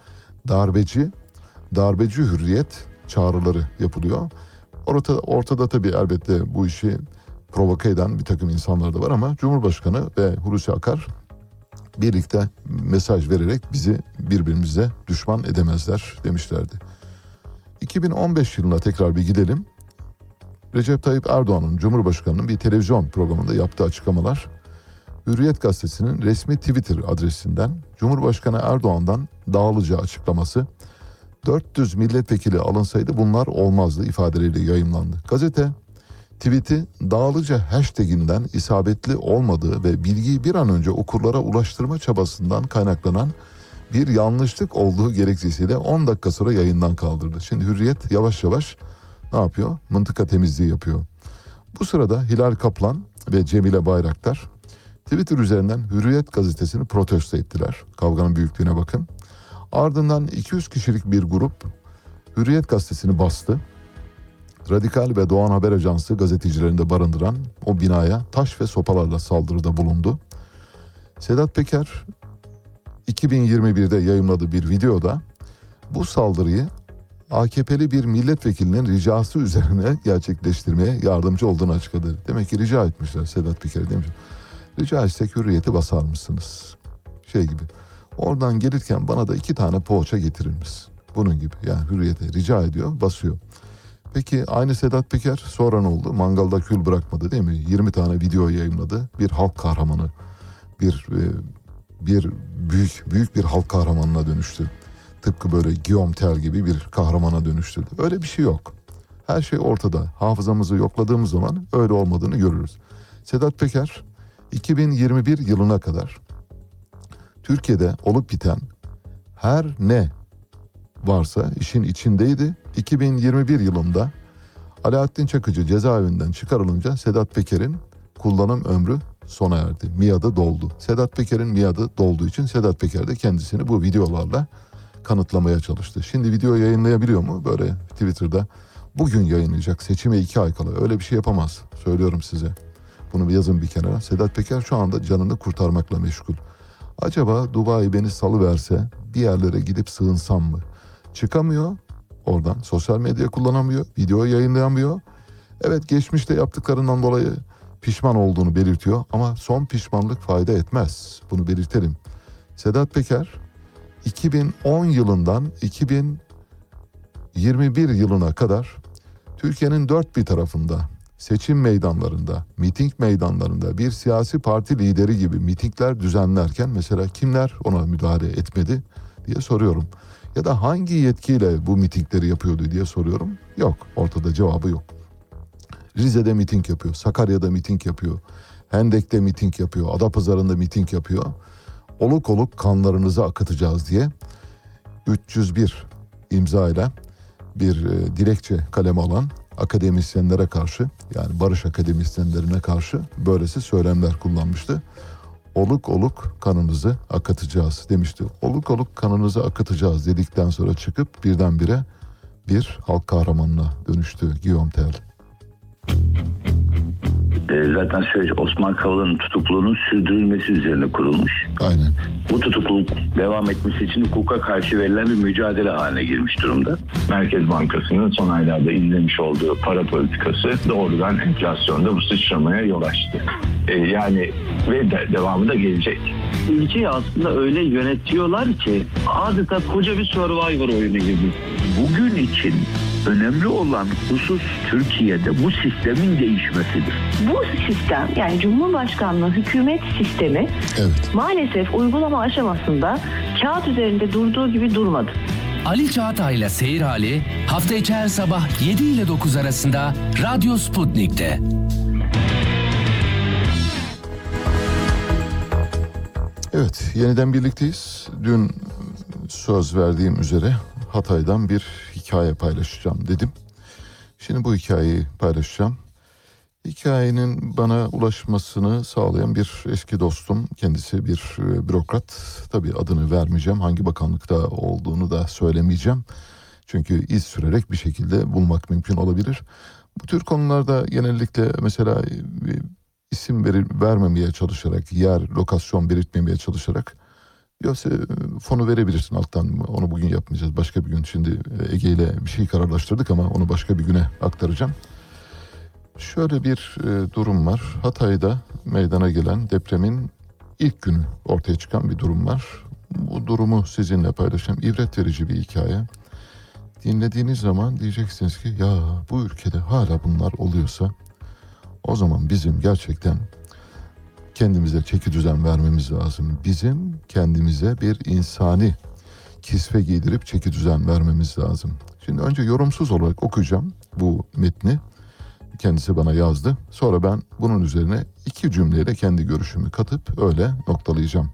darbeci Hürriyet çağrıları yapılıyor. Ortada tabii elbette bu işi provoke eden bir takım insanlar da var ama Cumhurbaşkanı ve Hulusi Akar birlikte mesaj vererek bizi birbirimize düşman edemezler demişlerdi. 2015 yılına tekrar bir gidelim. Recep Tayyip Erdoğan'ın, Cumhurbaşkanı'nın bir televizyon programında yaptığı açıklamalar, Hürriyet gazetesinin resmi Twitter adresinden Cumhurbaşkanı Erdoğan'dan dağılacağı açıklaması, 400 milletvekili alınsaydı bunlar olmazdı ifadeleriyle yayımlandı. Gazete, tweet'i Dağlıca hashtaginden isabetli olmadığı ve bilgiyi bir an önce okurlara ulaştırma çabasından kaynaklanan bir yanlışlık olduğu gerekçesiyle 10 dakika sonra yayından kaldırdı. Şimdi Hürriyet yavaş yavaş ne yapıyor? Mıntıka temizliği yapıyor. Bu sırada Hilal Kaplan ve Cemile Bayraktar Twitter üzerinden Hürriyet gazetesini protesto ettiler. Kavganın büyüklüğüne bakın. Ardından 200 kişilik bir grup Hürriyet gazetesini bastı. Radikal ve Doğan Haber Ajansı gazetecilerini de barındıran o binaya taş ve sopalarla saldırıda bulundu. Sedat Peker 2021'de yayımladığı bir videoda bu saldırıyı AKP'li bir milletvekilinin ricası üzerine gerçekleştirmeye yardımcı olduğunu açıkladı. Demek ki rica etmişler Sedat Peker'e, demiş. Rica etsek Hürriyet'i basar mısınız? Şey gibi. Oradan gelirken bana da 2 tane poğaça getirir misin? Bunun gibi. Yani Hürriyet'e rica ediyor, basıyor. Peki aynı Sedat Peker sonra ne oldu? Mangalda kül bırakmadı değil mi? 20 tane video yayınladı. Bir halk kahramanı, bir büyük bir halk kahramanına dönüştü. Tıpkı böyle Guillaume Tell gibi bir kahramana dönüştürdü. Öyle bir şey yok. Her şey ortada. Hafızamızı yokladığımız zaman öyle olmadığını görürüz. Sedat Peker 2021 yılına kadar Türkiye'de olup biten her ne varsa işin içindeydi. 2021 yılında Alaaddin Çakıcı cezaevinden çıkarılınca Sedat Peker'in kullanım ömrü sona erdi. Miadı doldu. Sedat Peker'in miadı dolduğu için Sedat Peker de kendisini bu videolarla kanıtlamaya çalıştı. Şimdi video yayınlayabiliyor mu? Böyle Twitter'da bugün yayınlayacak, seçime 2 ay kala. Öyle bir şey yapamaz. Söylüyorum size. Bunu yazın bir kenara. Sedat Peker şu anda canını kurtarmakla meşgul. Acaba Dubai beni salıverse bir yerlere gidip sığınsam mı? Çıkamıyor oradan. Sosyal medya kullanamıyor. Video yayınlayamıyor. Evet, geçmişte yaptıklarından dolayı pişman olduğunu belirtiyor. Ama son pişmanlık fayda etmez. Bunu belirtelim. Sedat Peker 2010 yılından 2021 yılına kadar Türkiye'nin dört bir tarafında, seçim meydanlarında, miting meydanlarında bir siyasi parti lideri gibi mitingler düzenlerken mesela kimler ona müdahale etmedi diye soruyorum. Ya da hangi yetkiyle bu mitingleri yapıyordu diye soruyorum. Yok, ortada cevabı yok. Rize'de miting yapıyor, Sakarya'da miting yapıyor, Hendek'te miting yapıyor, Adapazarı'nda miting yapıyor. Oluk oluk kanlarınızı akıtacağız diye 301 imzayla bir dilekçe kaleme alan akademisyenlere karşı, yani barış akademisyenlerine karşı böylesi söylemler kullanmıştı. Oluk oluk kanınızı akıtacağız demişti. Oluk oluk kanınızı akıtacağız dedikten sonra çıkıp birdenbire bir halk kahramanına dönüştü Guillaume Tell. Zaten süreç Osman Kavala'nın tutukluluğunun sürdürülmesi üzerine kurulmuş. Aynen. Bu tutukluluk devam etmesi için hukuka karşı verilen bir mücadele haline girmiş durumda. Merkez Bankası'nın son aylarda izlemiş olduğu para politikası doğrudan enflasyonda bu sıçramaya yol açtı. Yani ve devamı da gelecek. Ülkeyi aslında öyle yönetiyorlar ki adeta koca bir Survivor oyunu gibi. Bugün için önemli olan husus Türkiye'de bu sistemin değişmesidir. Bu sistem, yani Cumhurbaşkanlığı hükümet sistemi maalesef uygulama aşamasında kağıt üzerinde durduğu gibi durmadı. Ali Çağatay'la Seyir Hali hafta içi her sabah 7 ile 9 arasında Radyo Sputnik'te. Evet, yeniden birlikteyiz. Dün söz verdiğim üzere Hatay'dan bir hikaye paylaşacağım dedim. Şimdi bu hikayeyi paylaşacağım. Hikayenin bana ulaşmasını sağlayan bir eski dostum. Kendisi bir bürokrat. Tabii adını vermeyeceğim. Hangi bakanlıkta olduğunu da söylemeyeceğim. Çünkü iz sürerek bir şekilde bulmak mümkün olabilir. Bu tür konularda genellikle mesela isim vermemeye çalışarak, yer, lokasyon belirtmemeye çalışarak, yoksa fonu verebilirsin alttan. Onu bugün yapmayacağız, başka bir gün. Şimdi Ege ile bir şey kararlaştırdık ama onu başka bir güne aktaracağım. Şöyle bir durum var. Hatay'da meydana gelen depremin ilk günü ortaya çıkan bir durum var. Bu durumu sizinle paylaşacağım. İbret verici bir hikaye. Dinlediğiniz zaman diyeceksiniz ki ya bu ülkede hala bunlar oluyorsa o zaman bizim gerçekten kendimize çeki düzen vermemiz lazım. Bizim kendimize bir insani kisve giydirip çeki düzen vermemiz lazım. Şimdi önce yorumsuz olarak okuyacağım bu metni. Kendisi bana yazdı. Sonra ben bunun üzerine 2 cümleyle kendi görüşümü katıp öyle noktalayacağım.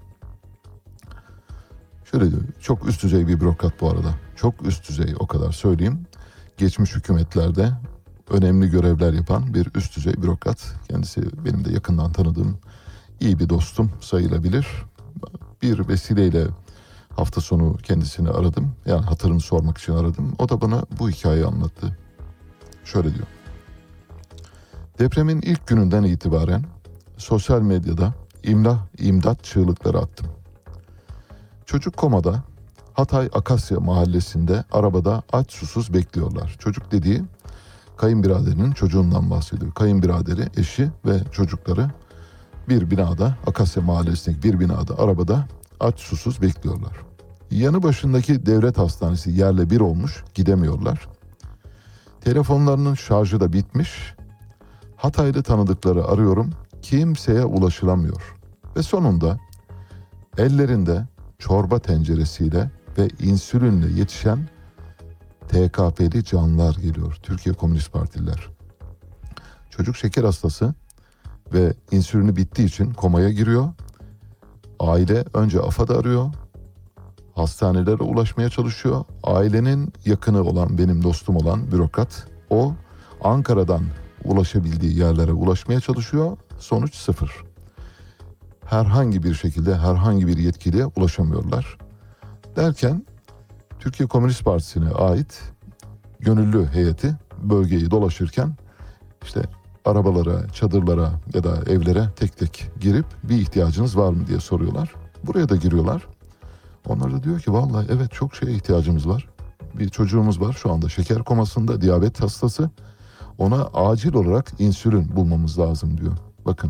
Şöyle diyor, çok üst düzey bir bürokrat bu arada. Çok üst düzey, o kadar söyleyeyim. Geçmiş hükümetlerde önemli görevler yapan bir üst düzey bürokrat. Kendisi benim de yakından tanıdığım iyi bir dostum sayılabilir. Bir vesileyle hafta sonu kendisini aradım. Yani hatırını sormak için aradım. O da bana bu hikayeyi anlattı. Şöyle diyor. Depremin ilk gününden itibaren sosyal medyada imdat çığlıkları attım. Çocuk komada, Hatay Akasya mahallesinde arabada aç susuz bekliyorlar. Çocuk dediği kayınbiraderinin çocuğundan bahsediyor. Kayınbiraderi, eşi ve çocukları bir binada, Akasya mahallesindeki bir binada arabada aç susuz bekliyorlar. Yanı başındaki devlet hastanesi yerle bir olmuş, gidemiyorlar. Telefonlarının şarjı da bitmiş. Hataylı tanıdıkları arıyorum, kimseye ulaşılamıyor. Ve sonunda ellerinde çorba tenceresiyle ve insülinle yetişen TKP'li canlılar geliyor. Türkiye Komünist Partililer. Çocuk şeker hastası ve insülini bittiği için komaya giriyor. Aile önce AFAD'ı arıyor. Hastanelere ulaşmaya çalışıyor. Ailenin yakını olan, benim dostum olan bürokrat, o Ankara'dan ulaşabildiği yerlere ulaşmaya çalışıyor. Sonuç sıfır. Herhangi bir şekilde herhangi bir yetkiliye ulaşamıyorlar. Derken Türkiye Komünist Partisi'ne ait gönüllü heyeti bölgeyi dolaşırken işte arabalara, çadırlara ya da evlere tek tek girip bir ihtiyacınız var mı diye soruyorlar. Buraya da giriyorlar. Onlar da diyor ki vallahi evet çok şeye ihtiyacımız var. Bir çocuğumuz var şu anda şeker komasında, diyabet hastası. Ona acil olarak insülin bulmamız lazım diyor. Bakın.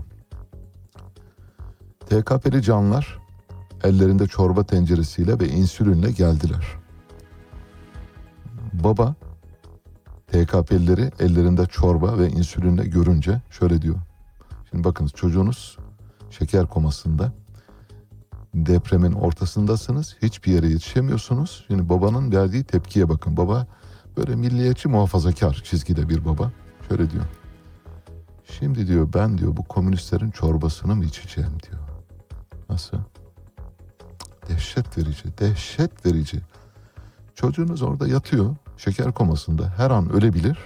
TKP'li canlılar ellerinde çorba tenceresiyle ve insülinle geldiler. Baba TKP'lileri ellerinde çorba ve insülinle görünce şöyle diyor. Şimdi bakınız, çocuğunuz şeker komasında, depremin ortasındasınız, hiçbir yere yetişemiyorsunuz. Şimdi babanın verdiği tepkiye bakın. Baba böyle milliyetçi, muhafazakar çizgide bir baba. Şöyle diyor. Şimdi diyor ben diyor bu komünistlerin çorbasını mı içeceğim diyor. Nasıl? Dehşet verici, dehşet verici. Çocuğunuz orada yatıyor, şeker komasında, her an ölebilir.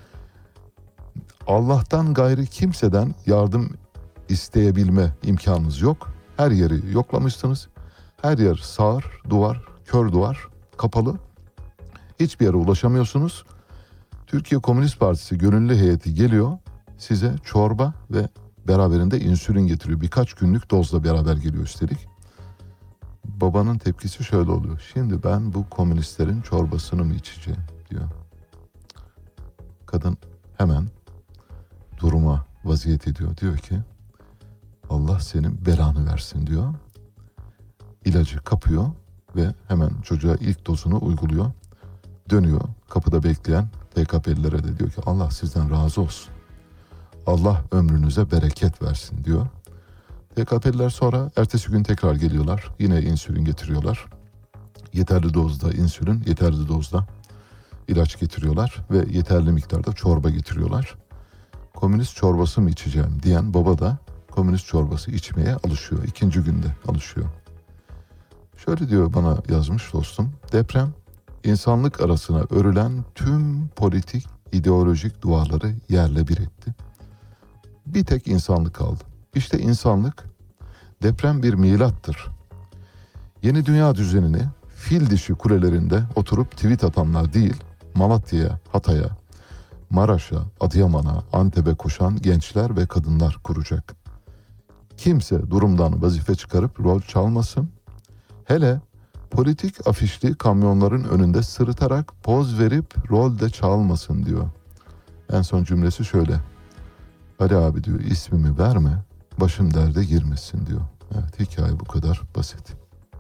Allah'tan gayrı kimseden yardım isteyebilme imkanınız yok. Her yeri yoklamışsınız. Her yer sağır, duvar, kör duvar, kapalı. Hiçbir yere ulaşamıyorsunuz. Türkiye Komünist Partisi gönüllü heyeti geliyor. Size çorba ve beraberinde insülin getiriyor. Birkaç günlük dozla beraber geliyor üstelik. Babanın tepkisi şöyle oluyor. Şimdi ben bu komünistlerin çorbasını mı içeceğim diyor. Kadın hemen duruma vaziyet ediyor. Diyor ki Allah senin belanı versin diyor. İlacı kapıyor ve hemen çocuğa ilk dozunu uyguluyor. Dönüyor kapıda bekleyen TKP'lilere de diyor ki Allah sizden razı olsun. Allah ömrünüze bereket versin diyor. TKP'liler sonra ertesi gün tekrar geliyorlar. Yine insülin getiriyorlar. Yeterli dozda insülin, yeterli dozda ilaç getiriyorlar ve yeterli miktarda çorba getiriyorlar. Komünist çorbası mı içeceğim diyen baba da komünist çorbası içmeye alışıyor. İkinci günde alışıyor. Şöyle diyor bana yazmış dostum. Deprem insanlık arasına örülen tüm politik, ideolojik duvarları yerle bir etti. Bir tek insanlık kaldı. İşte insanlık, deprem bir milattır. Yeni dünya düzenini fil dişi kulelerinde oturup tweet atanlar değil, Malatya'ya, Hatay'a, Maraş'a, Adıyaman'a, Antep'e koşan gençler ve kadınlar kuracak. Kimse durumdan vazife çıkarıp rol çalmasın. Hele politik afişli kamyonların önünde sırıtarak poz verip rol de çalmasın diyor. En son cümlesi şöyle. Ali abi diyor ismimi verme, başım derde girmesin diyor. Evet, hikaye bu kadar basit.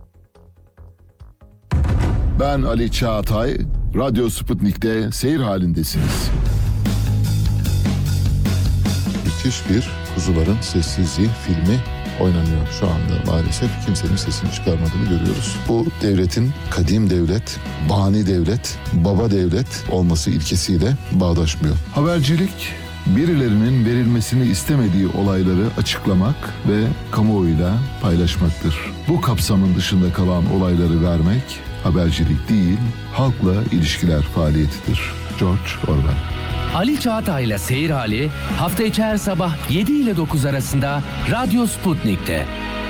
Ben Ali Çağatay, Radyo Sputnik'te seyir halindesiniz. Müthiş bir Kuzuların Sessizliği filmi oynanıyor şu anda maalesef. Kimsenin sesini çıkarmadığını görüyoruz. Bu devletin kadim devlet, bani devlet, baba devlet olması ilkesiyle bağdaşmıyor. Habercilik, birilerinin verilmesini istemediği olayları açıklamak ve kamuoyuyla paylaşmaktır. Bu kapsamın dışında kalan olayları vermek habercilik değil, halkla ilişkiler faaliyetidir. George Orwell. Ali Çağatay'la Seyir Hali hafta içi her sabah 7 ile 9 arasında Radyo Sputnik'te.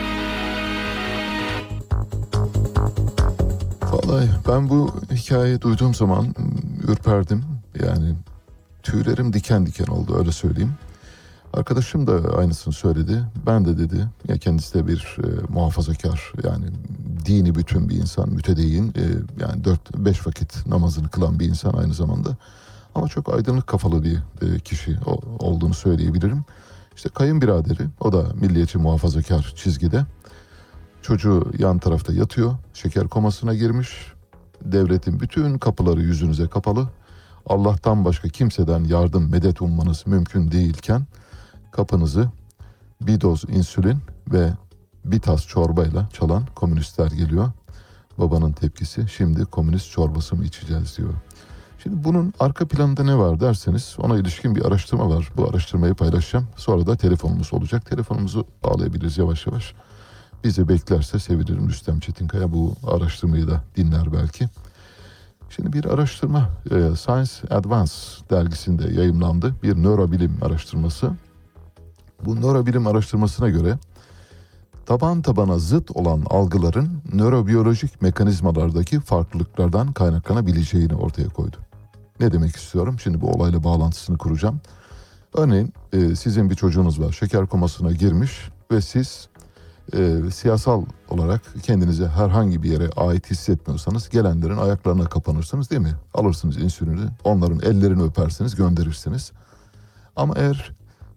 Vallahi ben bu hikayeyi duyduğum zaman ürperdim. Yani tüylerim diken diken oldu, öyle söyleyeyim. Arkadaşım da aynısını söyledi. Ben de dedi. Ya kendisi de bir muhafazakar, yani dini bütün bir insan, mütedeyyin, yani 4-5 vakit namazını kılan bir insan aynı zamanda. Ama çok aydınlık kafalı bir kişi olduğunu söyleyebilirim. İşte kayınbiraderi, o da milliyetçi muhafazakar çizgide. Çocuğu yan tarafta yatıyor, şeker komasına girmiş. Devletin bütün kapıları yüzünüze kapalı. Allah'tan başka kimseden yardım, medet ummanız mümkün değilken kapınızı bir doz insülin ve bir tas çorbayla çalan komünistler geliyor. Babanın tepkisi, şimdi komünist çorbası mı içeceğiz diyor. Şimdi bunun arka planında ne var derseniz, ona ilişkin bir araştırma var. Bu araştırmayı paylaşacağım. Sonra da telefonumuz olacak. Telefonumuzu bağlayabiliriz yavaş yavaş. Bizi beklerse sevinirim. Rüstem Çetinkaya bu araştırmayı da dinler belki. Şimdi bir araştırma Science Advance dergisinde yayımlandı. Bir nörobilim araştırması. Bu nörobilim araştırmasına göre taban tabana zıt olan algıların nörobiyolojik mekanizmalardaki farklılıklardan kaynaklanabileceğini ortaya koydu. Ne demek istiyorum? Şimdi bu olayla bağlantısını kuracağım. Örneğin sizin bir çocuğunuz var, şeker komasına girmiş ve siz siyasal olarak kendinize herhangi bir yere ait hissetmiyorsanız gelenlerin ayaklarına kapanırsınız, değil mi? Alırsınız insülini, onların ellerini öpersiniz, gönderirsiniz. Ama eğer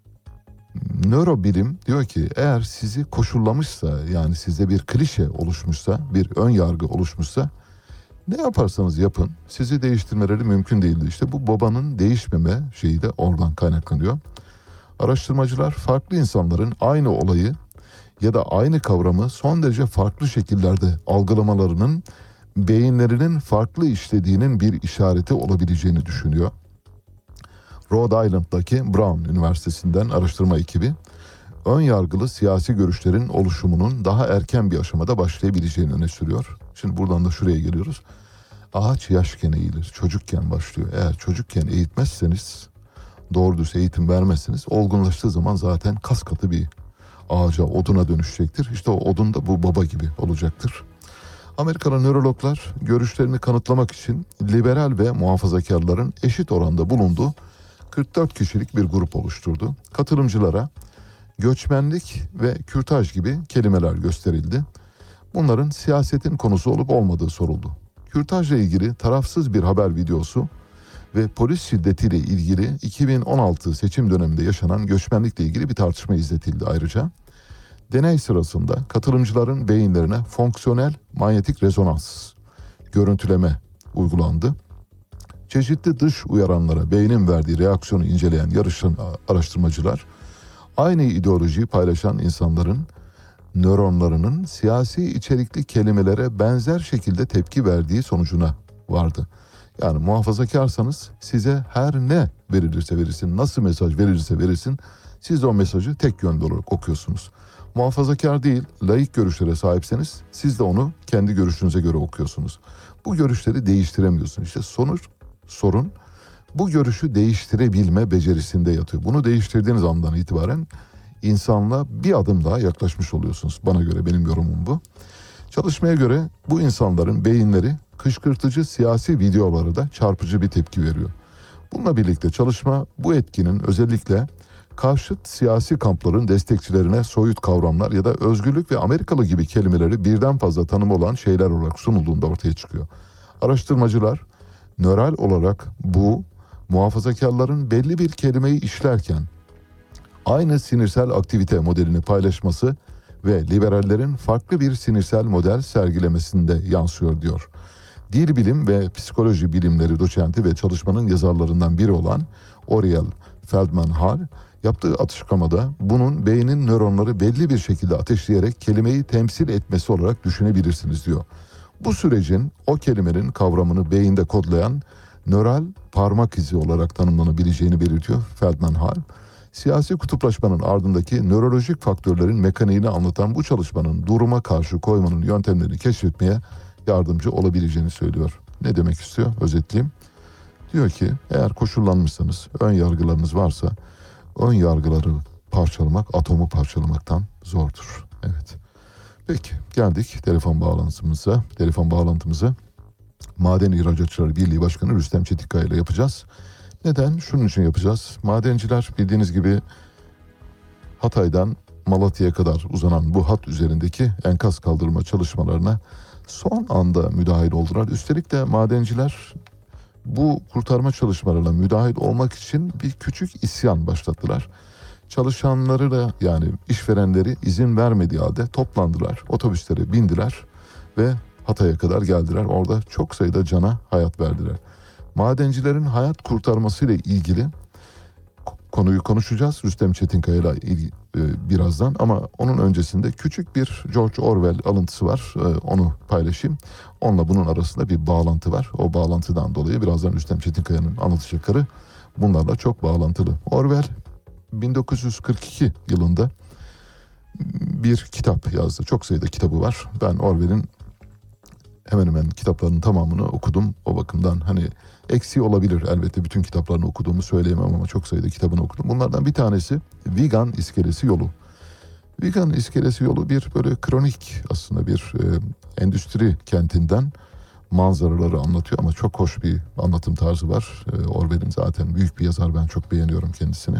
nörobilim diyor ki, eğer sizi koşullamışsa, yani sizde bir klişe oluşmuşsa, bir ön yargı oluşmuşsa, ne yaparsanız yapın sizi değiştirmeleri mümkün değildi. İşte bu babanın değişmeme şeyi de oradan kaynaklanıyor. Araştırmacılar farklı insanların aynı olayı ya da aynı kavramı son derece farklı şekillerde algılamalarının beyinlerinin farklı işlediğinin bir işareti olabileceğini düşünüyor. Rhode Island'daki Brown Üniversitesi'nden araştırma ekibi, ön yargılı siyasi görüşlerin oluşumunun daha erken bir aşamada başlayabileceğini öne sürüyor. Şimdi buradan da şuraya geliyoruz. Ağaç yaşken eğilir, çocukken başlıyor. Eğer çocukken eğitmezseniz, doğru düz eğitim vermezseniz, olgunlaştığı zaman zaten kas katı bir ağaca, oduna dönüşecektir. İşte o odun da bu baba gibi olacaktır. Amerikalı nörologlar görüşlerini kanıtlamak için liberal ve muhafazakarların eşit oranda bulunduğu 44 kişilik bir grup oluşturdu. Katılımcılara göçmenlik ve kürtaj gibi kelimeler gösterildi. Bunların siyasetin konusu olup olmadığı soruldu. Kürtajla ilgili tarafsız bir haber videosu ve polis şiddetiyle ilgili 2016 seçim döneminde yaşanan göçmenlikle ilgili bir tartışma izletildi ayrıca. Deney sırasında katılımcıların beyinlerine fonksiyonel manyetik rezonans görüntüleme uygulandı. Çeşitli dış uyaranlara beynin verdiği reaksiyonu inceleyen araştırmacılar, aynı ideolojiyi paylaşan insanların nöronlarının siyasi içerikli kelimelere benzer şekilde tepki verdiği sonucuna vardı. Yani muhafazakarsanız size her ne verilirse verilsin, nasıl mesaj verilirse verilsin, siz de o mesajı tek yönlü olarak okuyorsunuz. Muhafazakar değil, laik görüşlere sahipseniz siz de onu kendi görüşünüze göre okuyorsunuz. Bu görüşleri değiştiremiyorsunuz. İşte sorun bu görüşü değiştirebilme becerisinde yatıyor. Bunu değiştirdiğiniz andan itibaren insanlığa bir adım daha yaklaşmış oluyorsunuz. Bana göre, benim yorumum bu. Çalışmaya göre bu insanların beyinleri kışkırtıcı siyasi videolara da çarpıcı bir tepki veriyor. Bununla birlikte çalışma bu etkinin özellikle karşıt siyasi kampların destekçilerine soyut kavramlar ya da özgürlük ve Amerikalı gibi kelimeleri birden fazla tanımı olan şeyler olarak sunulduğunda ortaya çıkıyor. Araştırmacılar nöral olarak bu muhafazakarların belli bir kelimeyi işlerken aynı sinirsel aktivite modelini paylaşması ve liberallerin farklı bir sinirsel model sergilemesinde yansıyor diyor. Dil bilim ve psikoloji bilimleri doçenti ve çalışmanın yazarlarından biri olan Oriel Feldman-Hall yaptığı açıklamada bunun beynin nöronları belli bir şekilde ateşleyerek kelimeyi temsil etmesi olarak düşünebilirsiniz diyor. Bu sürecin o kelimenin kavramını beyinde kodlayan nöral parmak izi olarak tanımlanabileceğini belirtiyor Feldman-Hall. Siyasi kutuplaşmanın ardındaki nörolojik faktörlerin mekaniğini anlatan bu çalışmanın duruma karşı koymanın yöntemlerini keşfetmeye yardımcı olabileceğini söylüyor. Ne demek istiyor? Özetleyeyim. Diyor ki eğer koşullanmışsanız, ön yargılarınız varsa ön yargıları parçalamak atomu parçalamaktan zordur. Evet. Peki geldik telefon bağlantımıza. Maden İhracatçıları Birliği Başkanı Rüstem Çetinkaya ile yapacağız. Neden? Şunun için yapacağız. Madenciler bildiğiniz gibi Hatay'dan Malatya'ya kadar uzanan bu hat üzerindeki enkaz kaldırma çalışmalarına son anda müdahil oldular. Üstelik de madenciler bu kurtarma çalışmalarına müdahil olmak için bir küçük isyan başlattılar. Çalışanları da yani işverenleri izin vermediği halde toplandılar, otobüslere bindiler ve Hatay'a kadar geldiler. Orada çok sayıda cana hayat verdiler. Madencilerin hayat kurtarmasıyla ilgili konuyu konuşacağız Rüstem Çetinkaya ile birazdan, ama onun öncesinde küçük bir George Orwell alıntısı var. Onu paylaşayım. Onunla bunun arasında bir bağlantı var. O bağlantıdan dolayı birazdan Rüstem Çetinkaya'nın anlatacakları bunlarla çok bağlantılı. Orwell 1942 yılında bir kitap yazdı. Çok sayıda kitabı var. Ben Orwell'in hemen hemen kitaplarının tamamını okudum. O bakımdan hani eksiği olabilir elbette, bütün kitaplarını okuduğumu söyleyemem ama çok sayıda kitabını okudum. Bunlardan bir tanesi Vigan İskelesi Yolu. Vigan İskelesi Yolu bir böyle kronik, aslında bir endüstri kentinden manzaraları anlatıyor ama çok hoş bir anlatım tarzı var. Orwell'in zaten büyük bir yazar, ben çok beğeniyorum kendisini.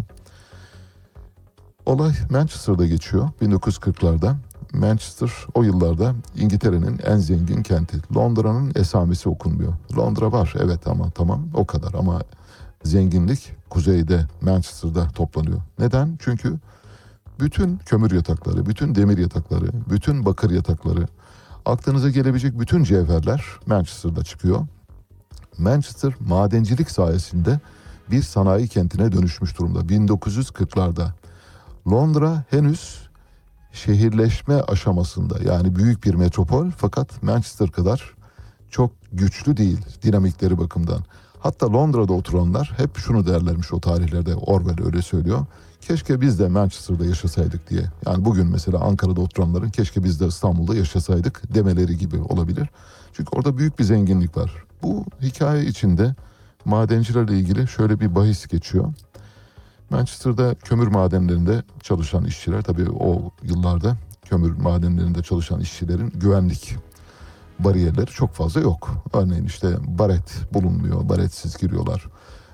Olay Manchester'da geçiyor 1940'larda. Manchester o yıllarda İngiltere'nin en zengin kenti. Londra'nın esamesi okunmuyor. Londra var evet ama tamam o kadar, ama zenginlik kuzeyde Manchester'da toplanıyor. Neden? Çünkü bütün kömür yatakları, bütün demir yatakları, bütün bakır yatakları, aklınıza gelebilecek bütün cevherler Manchester'da çıkıyor. Manchester madencilik sayesinde bir sanayi kentine dönüşmüş durumda 1940'larda. Londra henüz şehirleşme aşamasında, yani büyük bir metropol fakat Manchester kadar çok güçlü değil dinamikleri bakımdan. Hatta Londra'da oturanlar hep şunu derlermiş o tarihlerde, Orwell öyle söylüyor. Keşke biz de Manchester'da yaşasaydık diye. Yani bugün mesela Ankara'da oturanların keşke biz de İstanbul'da yaşasaydık demeleri gibi olabilir. Çünkü orada büyük bir zenginlik var. Bu hikaye içinde madencilerle ilgili şöyle bir bahis geçiyor. Manchester'da kömür madenlerinde çalışan işçiler, tabii o yıllarda kömür madenlerinde çalışan işçilerin güvenlik bariyerleri çok fazla yok. Örneğin işte baret bulunmuyor, baretsiz giriyorlar.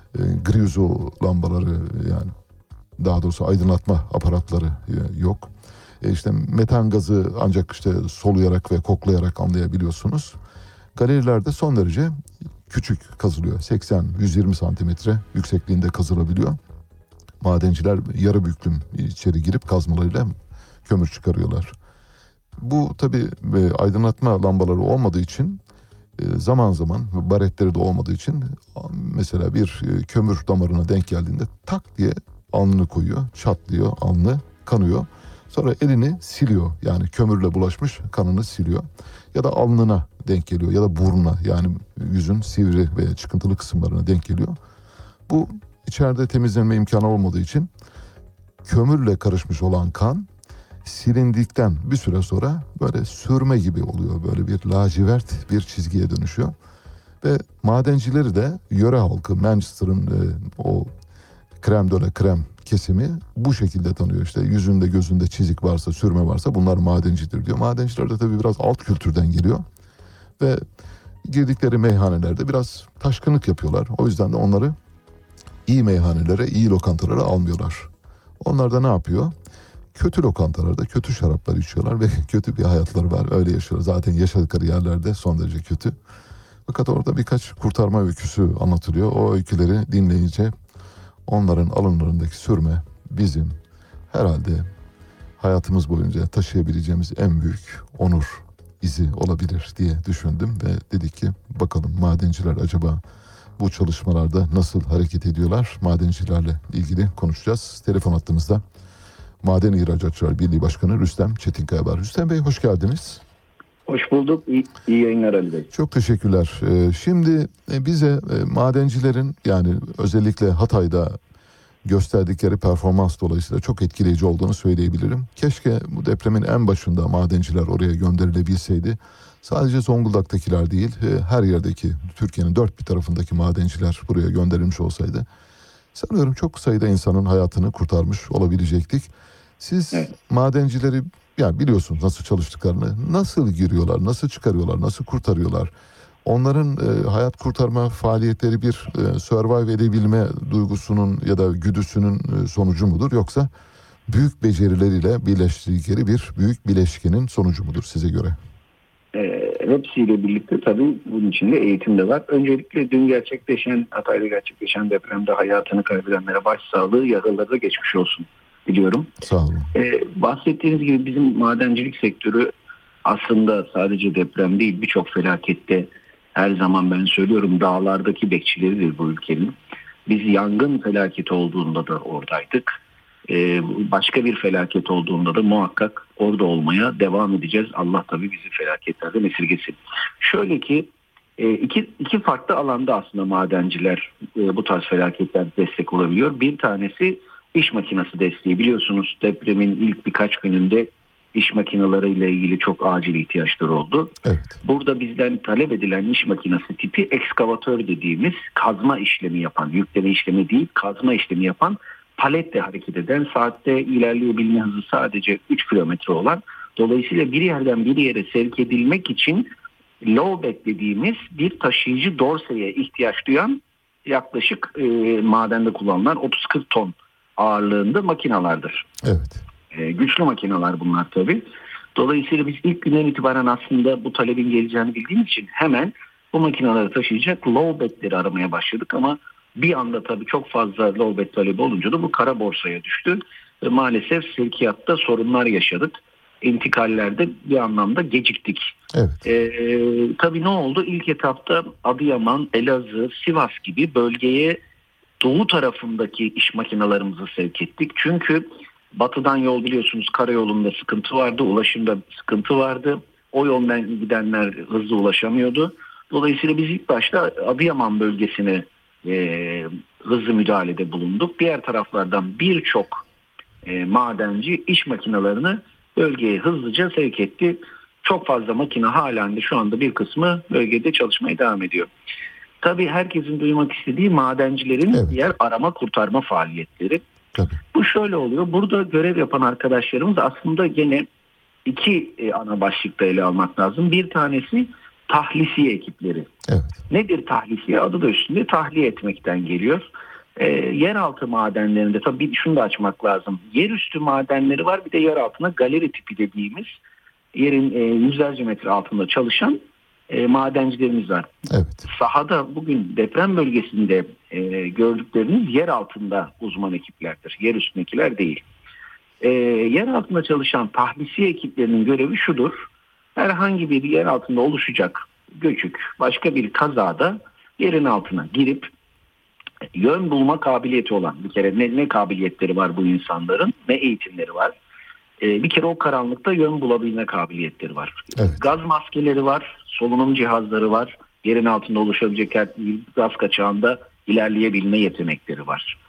Griuzo lambaları, yani daha doğrusu aydınlatma aparatları yok. İşte metan gazı ancak işte soluyarak ve koklayarak anlayabiliyorsunuz. Galerilerde son derece küçük kazılıyor. 80-120 santimetre yüksekliğinde kazılabiliyor. Madenciler yarı büklüm içeri girip kazmalarıyla kömür çıkarıyorlar. Bu tabii aydınlatma lambaları olmadığı için, zaman zaman baretleri de olmadığı için mesela bir kömür damarına denk geldiğinde tak diye alnını koyuyor, çatlıyor, alnı kanıyor. Sonra elini siliyor, yani kömürle bulaşmış kanını siliyor. Ya da alnına denk geliyor ya da burnuna, yani yüzün sivri ve çıkıntılı kısımlarına denk geliyor. Bu içeride temizlenme imkanı olmadığı için kömürle karışmış olan kan silindikten bir süre sonra böyle sürme gibi oluyor. Böyle bir lacivert bir çizgiye dönüşüyor. Ve madencileri de yöre halkı, Manchester'ın o krem de la krem kesimi bu şekilde tanıyor. İşte yüzünde gözünde çizik varsa, sürme varsa bunlar madencidir diyor. Madenciler de tabii biraz alt kültürden geliyor. Ve girdikleri meyhanelerde biraz taşkınlık yapıyorlar. O yüzden de onları iyi meyhanelere, iyi lokantalara almıyorlar. Onlar da ne yapıyor? Kötü lokantalarda kötü şaraplar içiyorlar ve kötü bir hayatları var. Öyle yaşıyorlar. Zaten yaşadıkları yerlerde son derece kötü. Fakat orada birkaç kurtarma öyküsü anlatılıyor. O öyküleri dinleyince onların alınlarındaki sürme bizim herhalde hayatımız boyunca taşıyabileceğimiz en büyük onur izi olabilir diye düşündüm ve dedik ki bakalım madenciler acaba bu çalışmalarda nasıl hareket ediyorlar? Madencilerle ilgili konuşacağız. Telefon hattımızda Maden İhracatçılar Birliği Başkanı Rüstem Çetinkaya var. Rüstem Bey hoş geldiniz. Hoş bulduk. İyi yayınlar Ali Bey. Çok teşekkürler. Şimdi bize madencilerin, yani özellikle Hatay'da gösterdikleri performans dolayısıyla çok etkileyici olduğunu söyleyebilirim. Keşke bu depremin en başında madenciler oraya gönderilebilseydi. Sadece Zonguldak'takiler değil, her yerdeki, Türkiye'nin dört bir tarafındaki madenciler buraya gönderilmiş olsaydı sanıyorum çok sayıda insanın hayatını kurtarmış olabilecektik. Siz madencileri, yani biliyorsunuz nasıl çalıştıklarını, nasıl giriyorlar, nasıl çıkarıyorlar, nasıl kurtarıyorlar? Onların hayat kurtarma faaliyetleri bir survive edebilme duygusunun ya da güdüsünün sonucu mudur? Yoksa büyük becerileriyle birleştirdikleri bir büyük bileşkenin sonucu mudur size göre? Hepsiyle birlikte tabii bunun içinde eğitim de var. Öncelikle dün Hatay'da gerçekleşen depremde hayatını kaybedenlere başsağlığı, yaralılara da geçmiş olsun diliyorum. Sağ olun. Bahsettiğiniz gibi bizim madencilik sektörü aslında sadece deprem değil, birçok felakette, her zaman ben söylüyorum, dağlardaki bekçileridir bu ülkenin. Biz yangın felaketi olduğunda da oradaydık. Başka bir felaket olduğunda da muhakkak orada olmaya devam edeceğiz. Allah tabii bizi felaketlerden esirgesin. Şöyle ki iki farklı alanda aslında madenciler bu tarz felaketler destek olabiliyor. Bir tanesi iş makinesi desteği. Biliyorsunuz depremin ilk birkaç gününde iş makineleriyle ilgili çok acil ihtiyaçları oldu. Evet. Burada bizden talep edilen iş makinesi tipi ekskavatör dediğimiz kazma işlemi yapan, yükleme işlemi değil kazma işlemi yapan, paletle hareket eden, saatte ilerleyebilme hızı sadece 3 kilometre olan, dolayısıyla bir yerden bir yere sevk edilmek için low-back dediğimiz bir taşıyıcı dorseye ihtiyaç duyan, yaklaşık madende kullanılan 30-40 ton ağırlığında makinalardır. Evet. Güçlü makineler bunlar tabii. Dolayısıyla biz ilk günden itibaren aslında bu talebin geleceğini bildiğimiz için hemen bu makineleri taşıyacak low-back'leri aramaya başladık ama bir anda tabii çok fazla low-back talebi olunca da bu kara borsaya düştü. Ve maalesef sevkiyatta sorunlar yaşadık. İntikallerde bir anlamda geciktik. Evet. Tabii ne oldu? İlk etapta Adıyaman, Elazığ, Sivas gibi bölgeye doğu tarafındaki iş makinalarımızı sevk ettik. Çünkü batıdan yol biliyorsunuz karayolunda sıkıntı vardı, ulaşımda sıkıntı vardı. O yoldan gidenler hızlı ulaşamıyordu. Dolayısıyla biz ilk başta Adıyaman bölgesine hızlı müdahalede bulunduk. Diğer taraflardan birçok madenci iş makinalarını bölgeye hızlıca sevk etti. Çok fazla makine halen de şu anda bir kısmı bölgede çalışmaya devam ediyor. Tabii herkesin duymak istediği madencilerin diğer arama kurtarma faaliyetleri. Tabii. Bu şöyle oluyor. Burada görev yapan arkadaşlarımız aslında gene iki ana başlıkta ele almak lazım. Bir tanesi tahlisiye ekipleri. Evet. Nedir tahlisiye? Adı da üstünde tahliye etmekten geliyor. Yeraltı madenlerinde tabii şunu da açmak lazım. Yerüstü madenleri var, bir de yer altına galeri tipi dediğimiz yerin yüzlerce metre altında çalışan madencilerimiz var. Evet. Sahada bugün deprem bölgesinde gördükleriniz yer altında uzman ekiplerdir. Yer üstündekiler değil. Yer altında çalışan tahlisiye ekiplerinin görevi şudur. Herhangi bir yer altında oluşacak göçük başka bir kazada yerin altına girip yön bulma kabiliyeti olan, bir kere ne kabiliyetleri var bu insanların, ne eğitimleri var. Bir kere o karanlıkta yön bulabilme kabiliyetleri var. Evet. Gaz maskeleri var, solunum cihazları var. Yerin altında oluşabilecek her gaz kaçağında ilerleyebilme yetenekleri var.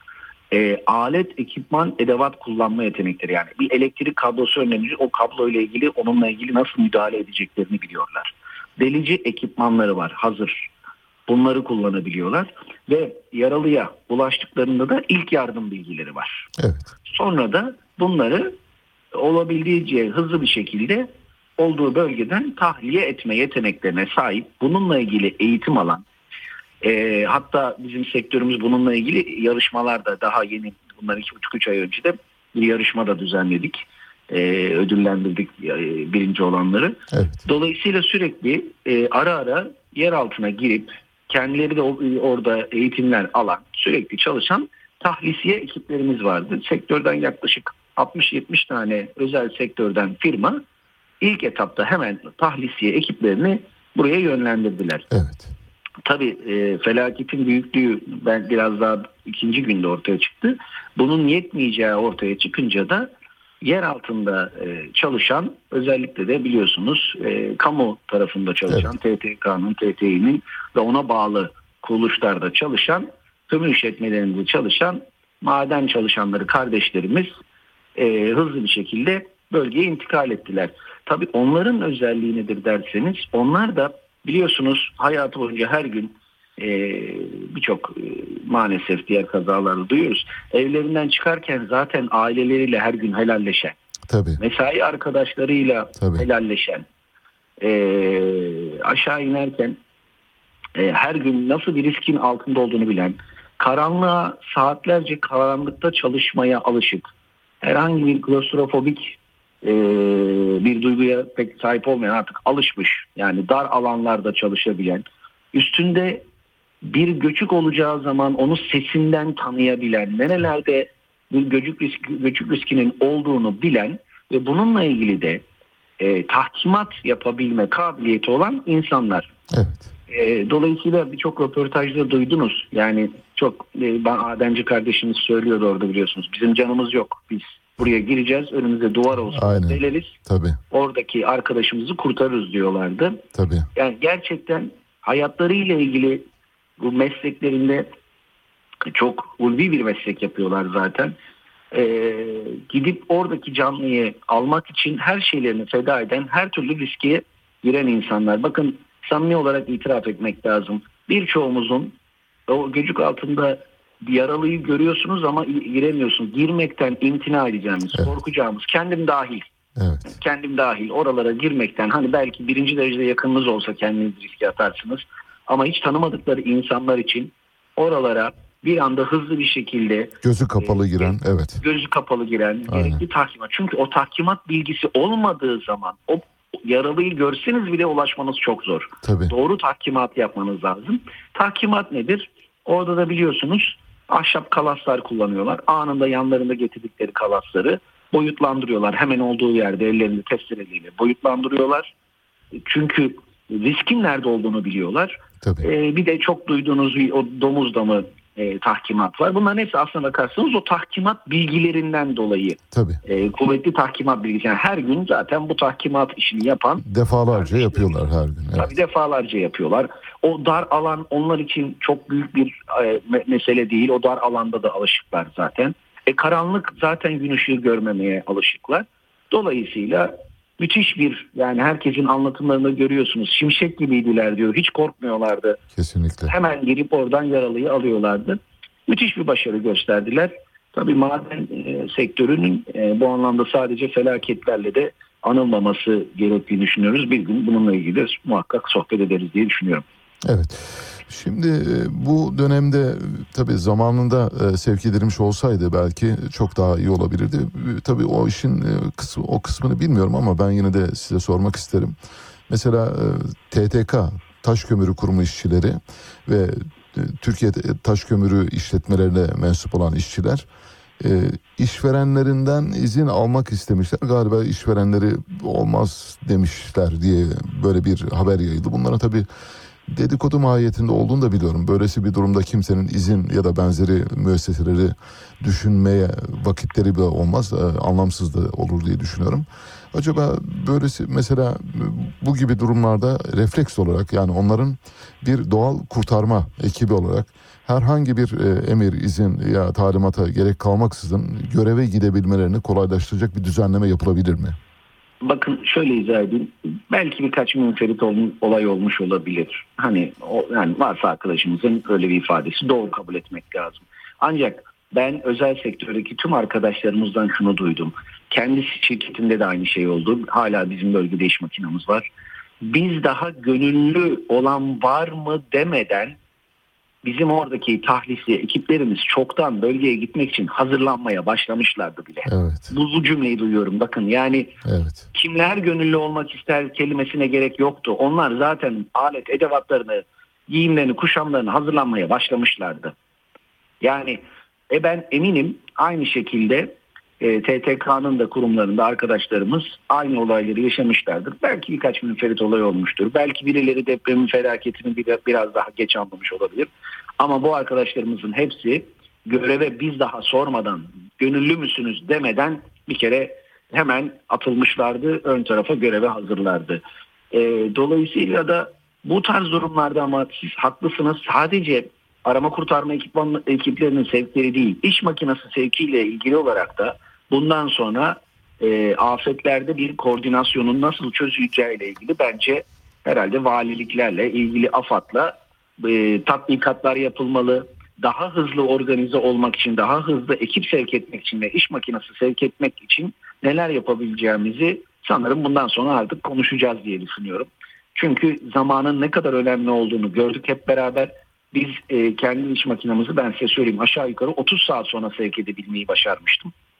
Alet, ekipman, edevat kullanma yetenekleri, yani bir elektrik kablosu önemli. O kablo ile ilgili, onunla ilgili nasıl müdahale edeceklerini biliyorlar. Delici ekipmanları var, hazır. Bunları kullanabiliyorlar ve yaralıya ulaştıklarında da ilk yardım bilgileri var. Evet. Sonra da bunları olabildiğince hızlı bir şekilde olduğu bölgeden tahliye etme yeteneklerine sahip, bununla ilgili eğitim alan, hatta bizim sektörümüz bununla ilgili yarışmalarda daha yeni, bundan 2,5-3 ay önce de bir yarışma da düzenledik. Ödüllendirdik birinci olanları. Evet. Dolayısıyla sürekli ara ara yer altına girip kendileri de orada eğitimler alan, sürekli çalışan tahlisiye ekiplerimiz vardı. Sektörden yaklaşık 60-70 tane özel sektörden firma ilk etapta hemen tahlisiye ekiplerini buraya yönlendirdiler. Evet. Tabii felaketin büyüklüğü biraz daha ikinci günde ortaya çıktı. Bunun yetmeyeceği ortaya çıkınca da yer altında çalışan, özellikle de biliyorsunuz kamu tarafında çalışan, evet, TTK'nın, TTİ'nin ve ona bağlı kuruluşlarda çalışan, kamu işletmelerinde çalışan maden çalışanları, kardeşlerimiz hızlı bir şekilde bölgeye intikal ettiler. Tabii onların özelliği nedir derseniz, onlar da biliyorsunuz hayatı boyunca her gün birçok maalesef diğer kazaları duyuyoruz. Evlerinden çıkarken zaten aileleriyle her gün helalleşen, tabii, mesai arkadaşlarıyla tabii helalleşen, aşağı inerken her gün nasıl bir riskin altında olduğunu bilen, karanlığa, saatlerce karanlıkta çalışmaya alışık, herhangi bir klostrofobik bir duyguya pek sahip olmayan, artık alışmış, yani dar alanlarda çalışabilen, üstünde bir göçük olacağı zaman onu sesinden tanıyabilen, nerelerde bir göçük riskinin olduğunu bilen ve bununla ilgili de tahkimat yapabilme kabiliyeti olan insanlar. Evet. Dolayısıyla birçok röportajda duydunuz. Yani çok Adenci kardeşimiz söylüyordu orada, biliyorsunuz. Bizim canımız yok. Biz buraya gireceğiz. Önümüzde duvar olsun. Deleriz. Tabii. Oradaki arkadaşımızı kurtarırız diyorlardı. Tabii. Yani gerçekten hayatlarıyla ilgili bu mesleklerinde çok ulvi bir meslek yapıyorlar zaten. Gidip oradaki canlıyı almak için her şeylerini feda eden, her türlü riske giren insanlar. Bakın, samimi olarak itiraf etmek lazım. Birçoğumuzun o göcük altında bir yaralıyı görüyorsunuz ama giremiyorsunuz. Girmekten imtina edeceğimiz, korkacağımız, kendim dahil. Evet. Kendim dahil oralara girmekten, hani belki birinci derecede yakınınız olsa kendinizi riske atarsınız. Ama hiç tanımadıkları insanlar için oralara bir anda hızlı bir şekilde gözü kapalı giren, evet. Gözü kapalı giren, gerekli tahkimat. Çünkü o tahkimat bilgisi olmadığı zaman o yaralıyı görseniz bile ulaşmanız çok zor. Tabii. Doğru tahkimat yapmanız lazım. Tahkimat nedir? Orada da biliyorsunuz ahşap kalaslar kullanıyorlar. Anında yanlarında getirdikleri kalasları boyutlandırıyorlar. Hemen olduğu yerde ellerini testereleriyle boyutlandırıyorlar. Çünkü riskin nerede olduğunu biliyorlar. Bir de çok duyduğunuz o domuz damı tahkimat var. Bunların hepsi aslına bakarsanız o tahkimat bilgilerinden dolayı. Kuvvetli tahkimat bilgisi. Yani her gün zaten bu tahkimat işini yapan. Defalarca yapıyorlar her gün. Evet. Tabii defalarca yapıyorlar. O dar alan onlar için çok büyük bir mesele değil. O dar alanda da alışıklar zaten. Karanlık zaten gün ışığı görmemeye alışıklar. Dolayısıyla müthiş bir, yani herkesin anlatımlarını görüyorsunuz. Şimşek gibiydiler diyor. Hiç korkmuyorlardı. Kesinlikle. Hemen girip oradan yaralıyı alıyorlardı. Müthiş bir başarı gösterdiler. Tabii maden sektörünün bu anlamda sadece felaketlerle de anılmaması gerektiğini düşünüyoruz. Bir gün bununla ilgili muhakkak sohbet ederiz diye düşünüyorum. Evet. Şimdi bu dönemde tabii zamanında sevk edilmiş olsaydı belki çok daha iyi olabilirdi. Tabii o işin o kısmını bilmiyorum ama ben yine de size sormak isterim. Mesela TTK, Taş Kömürü Kurumu işçileri ve Türkiye Taş Kömürü işletmelerine mensup olan işçiler işverenlerinden izin almak istemişler. Galiba işverenleri olmaz demişler diye böyle bir haber yayıldı. Bunlara tabii dedikodu mahiyetinde olduğunu da biliyorum. Böylesi bir durumda kimsenin izin ya da benzeri müesseseleri düşünmeye vakitleri bile olmaz. Anlamsız da olur diye düşünüyorum. Acaba böylesi mesela bu gibi durumlarda refleks olarak, yani onların bir doğal kurtarma ekibi olarak herhangi bir emir, izin ya talimata gerek kalmaksızın göreve gidebilmelerini kolaylaştıracak bir düzenleme yapılabilir mi? Bakın şöyle izah edeyim. Belki birkaç münferit olay olmuş olabilir. Yani varsa arkadaşımızın öyle bir ifadesi, doğru kabul etmek lazım. Ancak ben özel sektördeki tüm arkadaşlarımızdan şunu duydum. Kendisi şirketinde de aynı şey oldu. Hala bizim bölgede iş makinamız var. Biz daha gönüllü olan var mı demeden bizim oradaki tahlisi ekiplerimiz çoktan bölgeye gitmek için hazırlanmaya başlamışlardı bile. Evet. Bu cümleyi duyuyorum. Bakın yani kimler gönüllü olmak ister kelimesine gerek yoktu. Onlar zaten alet edevatlarını, giyimlerini, kuşamlarını hazırlanmaya başlamışlardı. Yani ben eminim aynı şekilde TTK'nın da kurumlarında arkadaşlarımız aynı olayları yaşamışlardır. Belki birkaç münferit olay olmuştur. Belki birileri depremin felaketini biraz daha geç anlamış olabilir. Ama bu arkadaşlarımızın hepsi göreve biz daha sormadan, gönüllü müsünüz demeden bir kere hemen atılmışlardı. Ön tarafa göreve hazırlardı. Dolayısıyla da bu tarz durumlarda, ama siz haklısınız, sadece arama kurtarma ekiplerinin sevkleri değil, iş makinesi sevkiyle ilgili olarak da bundan sonra afetlerde bir koordinasyonun nasıl çözüleceğiyle ilgili bence herhalde valiliklerle, ilgili AFAD'la tatbikatlar yapılmalı. Daha hızlı organize olmak için, daha hızlı ekip sevk etmek için ve iş makinesi sevk etmek için neler yapabileceğimizi sanırım bundan sonra artık konuşacağız diye düşünüyorum. Çünkü zamanın ne kadar önemli olduğunu gördük hep beraber. Biz kendi iş makinamızı, ben size söyleyeyim, aşağı yukarı 30 saat sonra sevk edebilmeyi başarmıştım.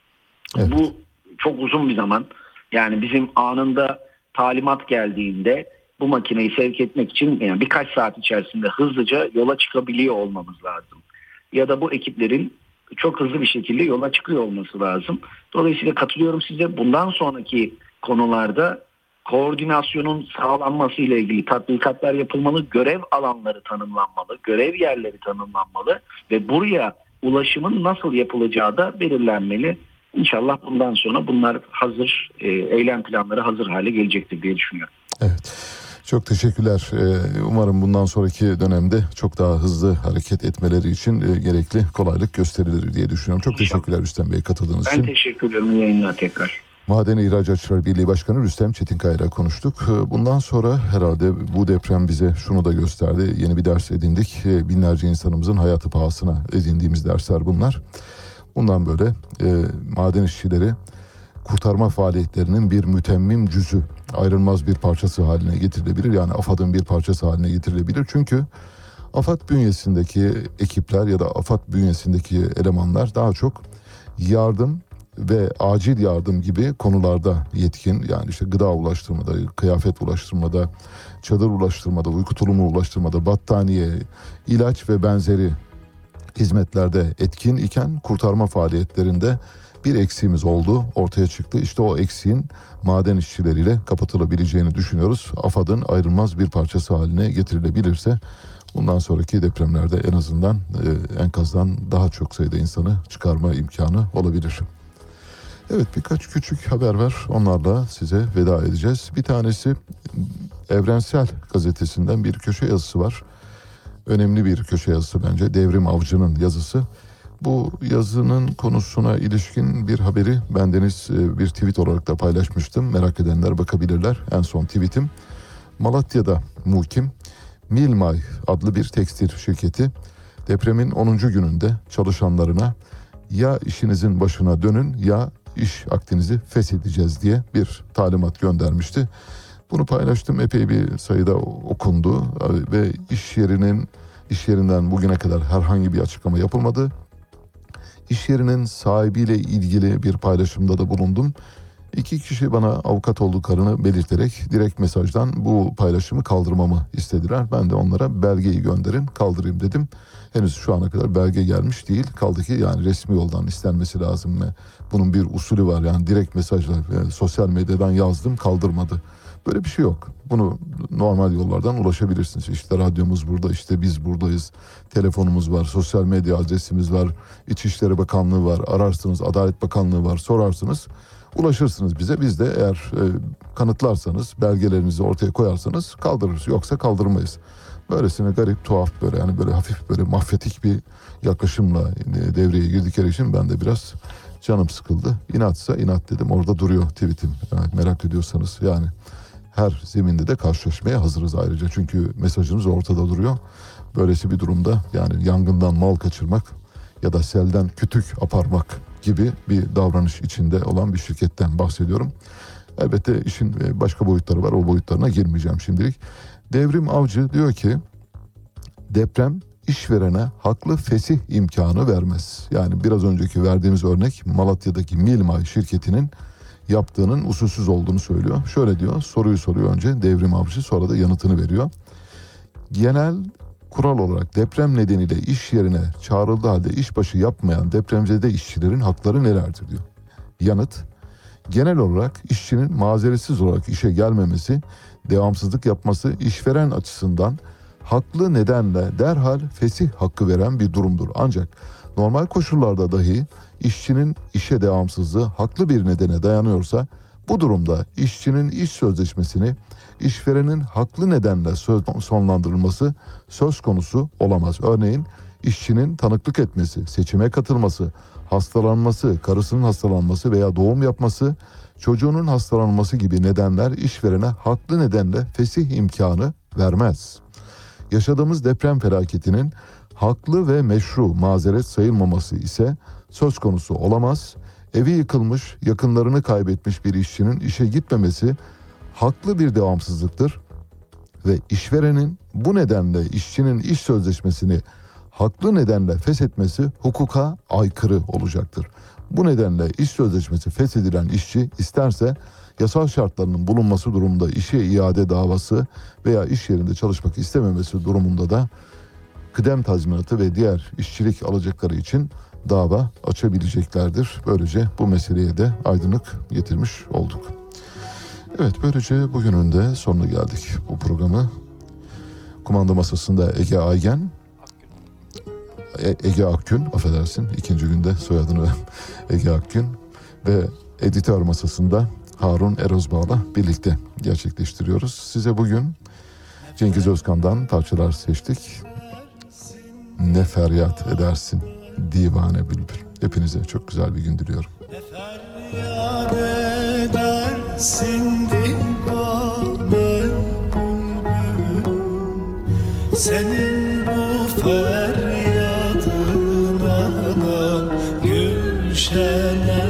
Evet. Bu çok uzun bir zaman. Yani bizim anında talimat geldiğinde bu makineyi sevk etmek için yani birkaç saat içerisinde hızlıca yola çıkabiliyor olmamız lazım. Ya da bu ekiplerin çok hızlı bir şekilde yola çıkıyor olması lazım. Dolayısıyla katılıyorum size. Bundan sonraki konularda koordinasyonun sağlanması ile ilgili tatbikatlar yapılmalı, görev alanları tanımlanmalı, görev yerleri tanımlanmalı ve buraya ulaşımın nasıl yapılacağı da belirlenmeli. İnşallah bundan sonra bunlar hazır, eylem planları hazır hale gelecektir diye düşünüyorum. Evet. Çok teşekkürler. Umarım bundan sonraki dönemde çok daha hızlı hareket etmeleri için gerekli kolaylık gösterilir diye düşünüyorum. Çok teşekkürler Rüstem Bey katıldığınız için. Ben teşekkür ediyorum. İyi yayınlar tekrar. Maden İhracatçılar Birliği Başkanı Rüstem Çetinkaya ile konuştuk. Bundan sonra herhalde bu deprem bize şunu da gösterdi. Yeni bir ders edindik. Binlerce insanımızın hayatı pahasına edindiğimiz dersler bunlar. Bundan böyle maden işçileri kurtarma faaliyetlerinin bir mütemmim cüzü, ayrılmaz bir parçası haline getirilebilir. Yani AFAD'ın bir parçası haline getirilebilir. Çünkü AFAD bünyesindeki ekipler ya da AFAD bünyesindeki elemanlar daha çok yardım ve acil yardım gibi konularda yetkin. Yani işte gıda ulaştırmada, kıyafet ulaştırmada, çadır ulaştırmada, uyku tulumu ulaştırmada, battaniye, ilaç ve benzeri hizmetlerde etkin iken kurtarma faaliyetlerinde bir eksiğimiz oldu, ortaya çıktı. İşte o eksiğin maden işçileriyle kapatılabileceğini düşünüyoruz. AFAD'ın ayrılmaz bir parçası haline getirilebilirse bundan sonraki depremlerde en azından enkazdan daha çok sayıda insanı çıkarma imkanı olabilir. Evet, birkaç küçük haber var. Onlarla size veda edeceğiz. Bir tanesi Evrensel Gazetesi'nden bir köşe yazısı var. Önemli bir köşe yazısı bence. Devrim Avcı'nın yazısı. Bu yazının konusuna ilişkin bir haberi bendeniz bir tweet olarak da paylaşmıştım. Merak edenler bakabilirler. En son tweetim. Malatya'da mukim Milmay adlı bir tekstil şirketi depremin 10. gününde çalışanlarına ya işinizin başına dönün ya iş akdinizi feshedeceğiz diye bir talimat göndermişti. Bunu paylaştım, epey bir sayıda okundu ve iş yerinden bugüne kadar herhangi bir açıklama yapılmadı. İş yerinin sahibiyle ilgili bir paylaşımda da bulundum. 2 kişi bana avukat olduklarını belirterek direkt mesajdan bu paylaşımı kaldırmamı istediler. Ben de onlara belgeyi gönderin, kaldırayım dedim. Henüz şu ana kadar belge gelmiş değil. Kaldı ki yani resmi yoldan istenmesi lazım. Bunun bir usulü var, yani direkt mesajla sosyal medyadan yazdım, kaldırmadı. Böyle bir şey yok. Bunu normal yollardan ulaşabilirsiniz. İşte radyomuz burada, işte biz buradayız. Telefonumuz var, sosyal medya adresimiz var. İçişleri Bakanlığı var. Ararsınız, Adalet Bakanlığı var. Sorarsınız, ulaşırsınız bize. Biz de eğer kanıtlarsanız, belgelerinizi ortaya koyarsanız kaldırırız. Yoksa kaldırmayız. Böylesine garip, tuhaf, böyle yani böyle hafif böyle mafyatik bir yaklaşımla devreye girdikleri için ben de biraz canım sıkıldı. İnatsa inat dedim. Orada duruyor tweetim. Yani merak ediyorsanız yani. Her zeminde de karşılaşmaya hazırız ayrıca. Çünkü mesajınız ortada duruyor. Böylesi bir durumda yani yangından mal kaçırmak ya da selden kütük aparmak gibi bir davranış içinde olan bir şirketten bahsediyorum. Elbette işin başka boyutları var. O boyutlarına girmeyeceğim şimdilik. Devrim Avcı diyor ki deprem işverene haklı fesih imkanı vermez. Yani biraz önceki verdiğimiz örnek Malatya'daki Milmay şirketinin yaptığının usulsüz olduğunu söylüyor. Şöyle diyor, soruyu soruyor önce Devrim Avcı, sonra da yanıtını veriyor. Genel kural olarak deprem nedeniyle iş yerine çağrıldığı halde işbaşı yapmayan depremzede işçilerin hakları nelerdir diyor. Yanıt, genel olarak işçinin mazeretsiz olarak işe gelmemesi, devamsızlık yapması işveren açısından haklı nedenle derhal fesih hakkı veren bir durumdur. Ancak normal koşullarda dahi işçinin işe devamsızlığı haklı bir nedene dayanıyorsa bu durumda işçinin iş sözleşmesini işverenin haklı nedenle sonlandırılması söz konusu olamaz. Örneğin işçinin tanıklık etmesi, seçime katılması, hastalanması, karısının hastalanması veya doğum yapması, çocuğunun hastalanması gibi nedenler işverene haklı nedenle fesih imkanı vermez. Yaşadığımız deprem felaketinin haklı ve meşru mazeret sayılmaması ise söz konusu olamaz. Evi yıkılmış, yakınlarını kaybetmiş bir işçinin işe gitmemesi haklı bir devamsızlıktır ve işverenin bu nedenle işçinin iş sözleşmesini haklı nedenle feshetmesi hukuka aykırı olacaktır. Bu nedenle iş sözleşmesi feshedilen işçi isterse yasal şartlarının bulunması durumunda işe iade davası veya iş yerinde çalışmak istememesi durumunda da kıdem tazminatı ve diğer işçilik alacakları için dava açabileceklerdir. Böylece bu meseleye de aydınlık getirmiş olduk. Evet, böylece bugünün de sonuna geldik. Bu programı kumanda masasında Ege Aygen, Ege Akgün, affedersin ikinci günde soyadını Ege Akgün ve editör masasında Harun Erozbağ'la birlikte gerçekleştiriyoruz. Size bugün Cengiz Özkan'dan parçalar seçtik. Ne feryat edersin divane bülbül. Hepinize çok güzel bir gün diliyorum. Ne feryat edersin divane bülbül, senin bu feryadına da gülşenler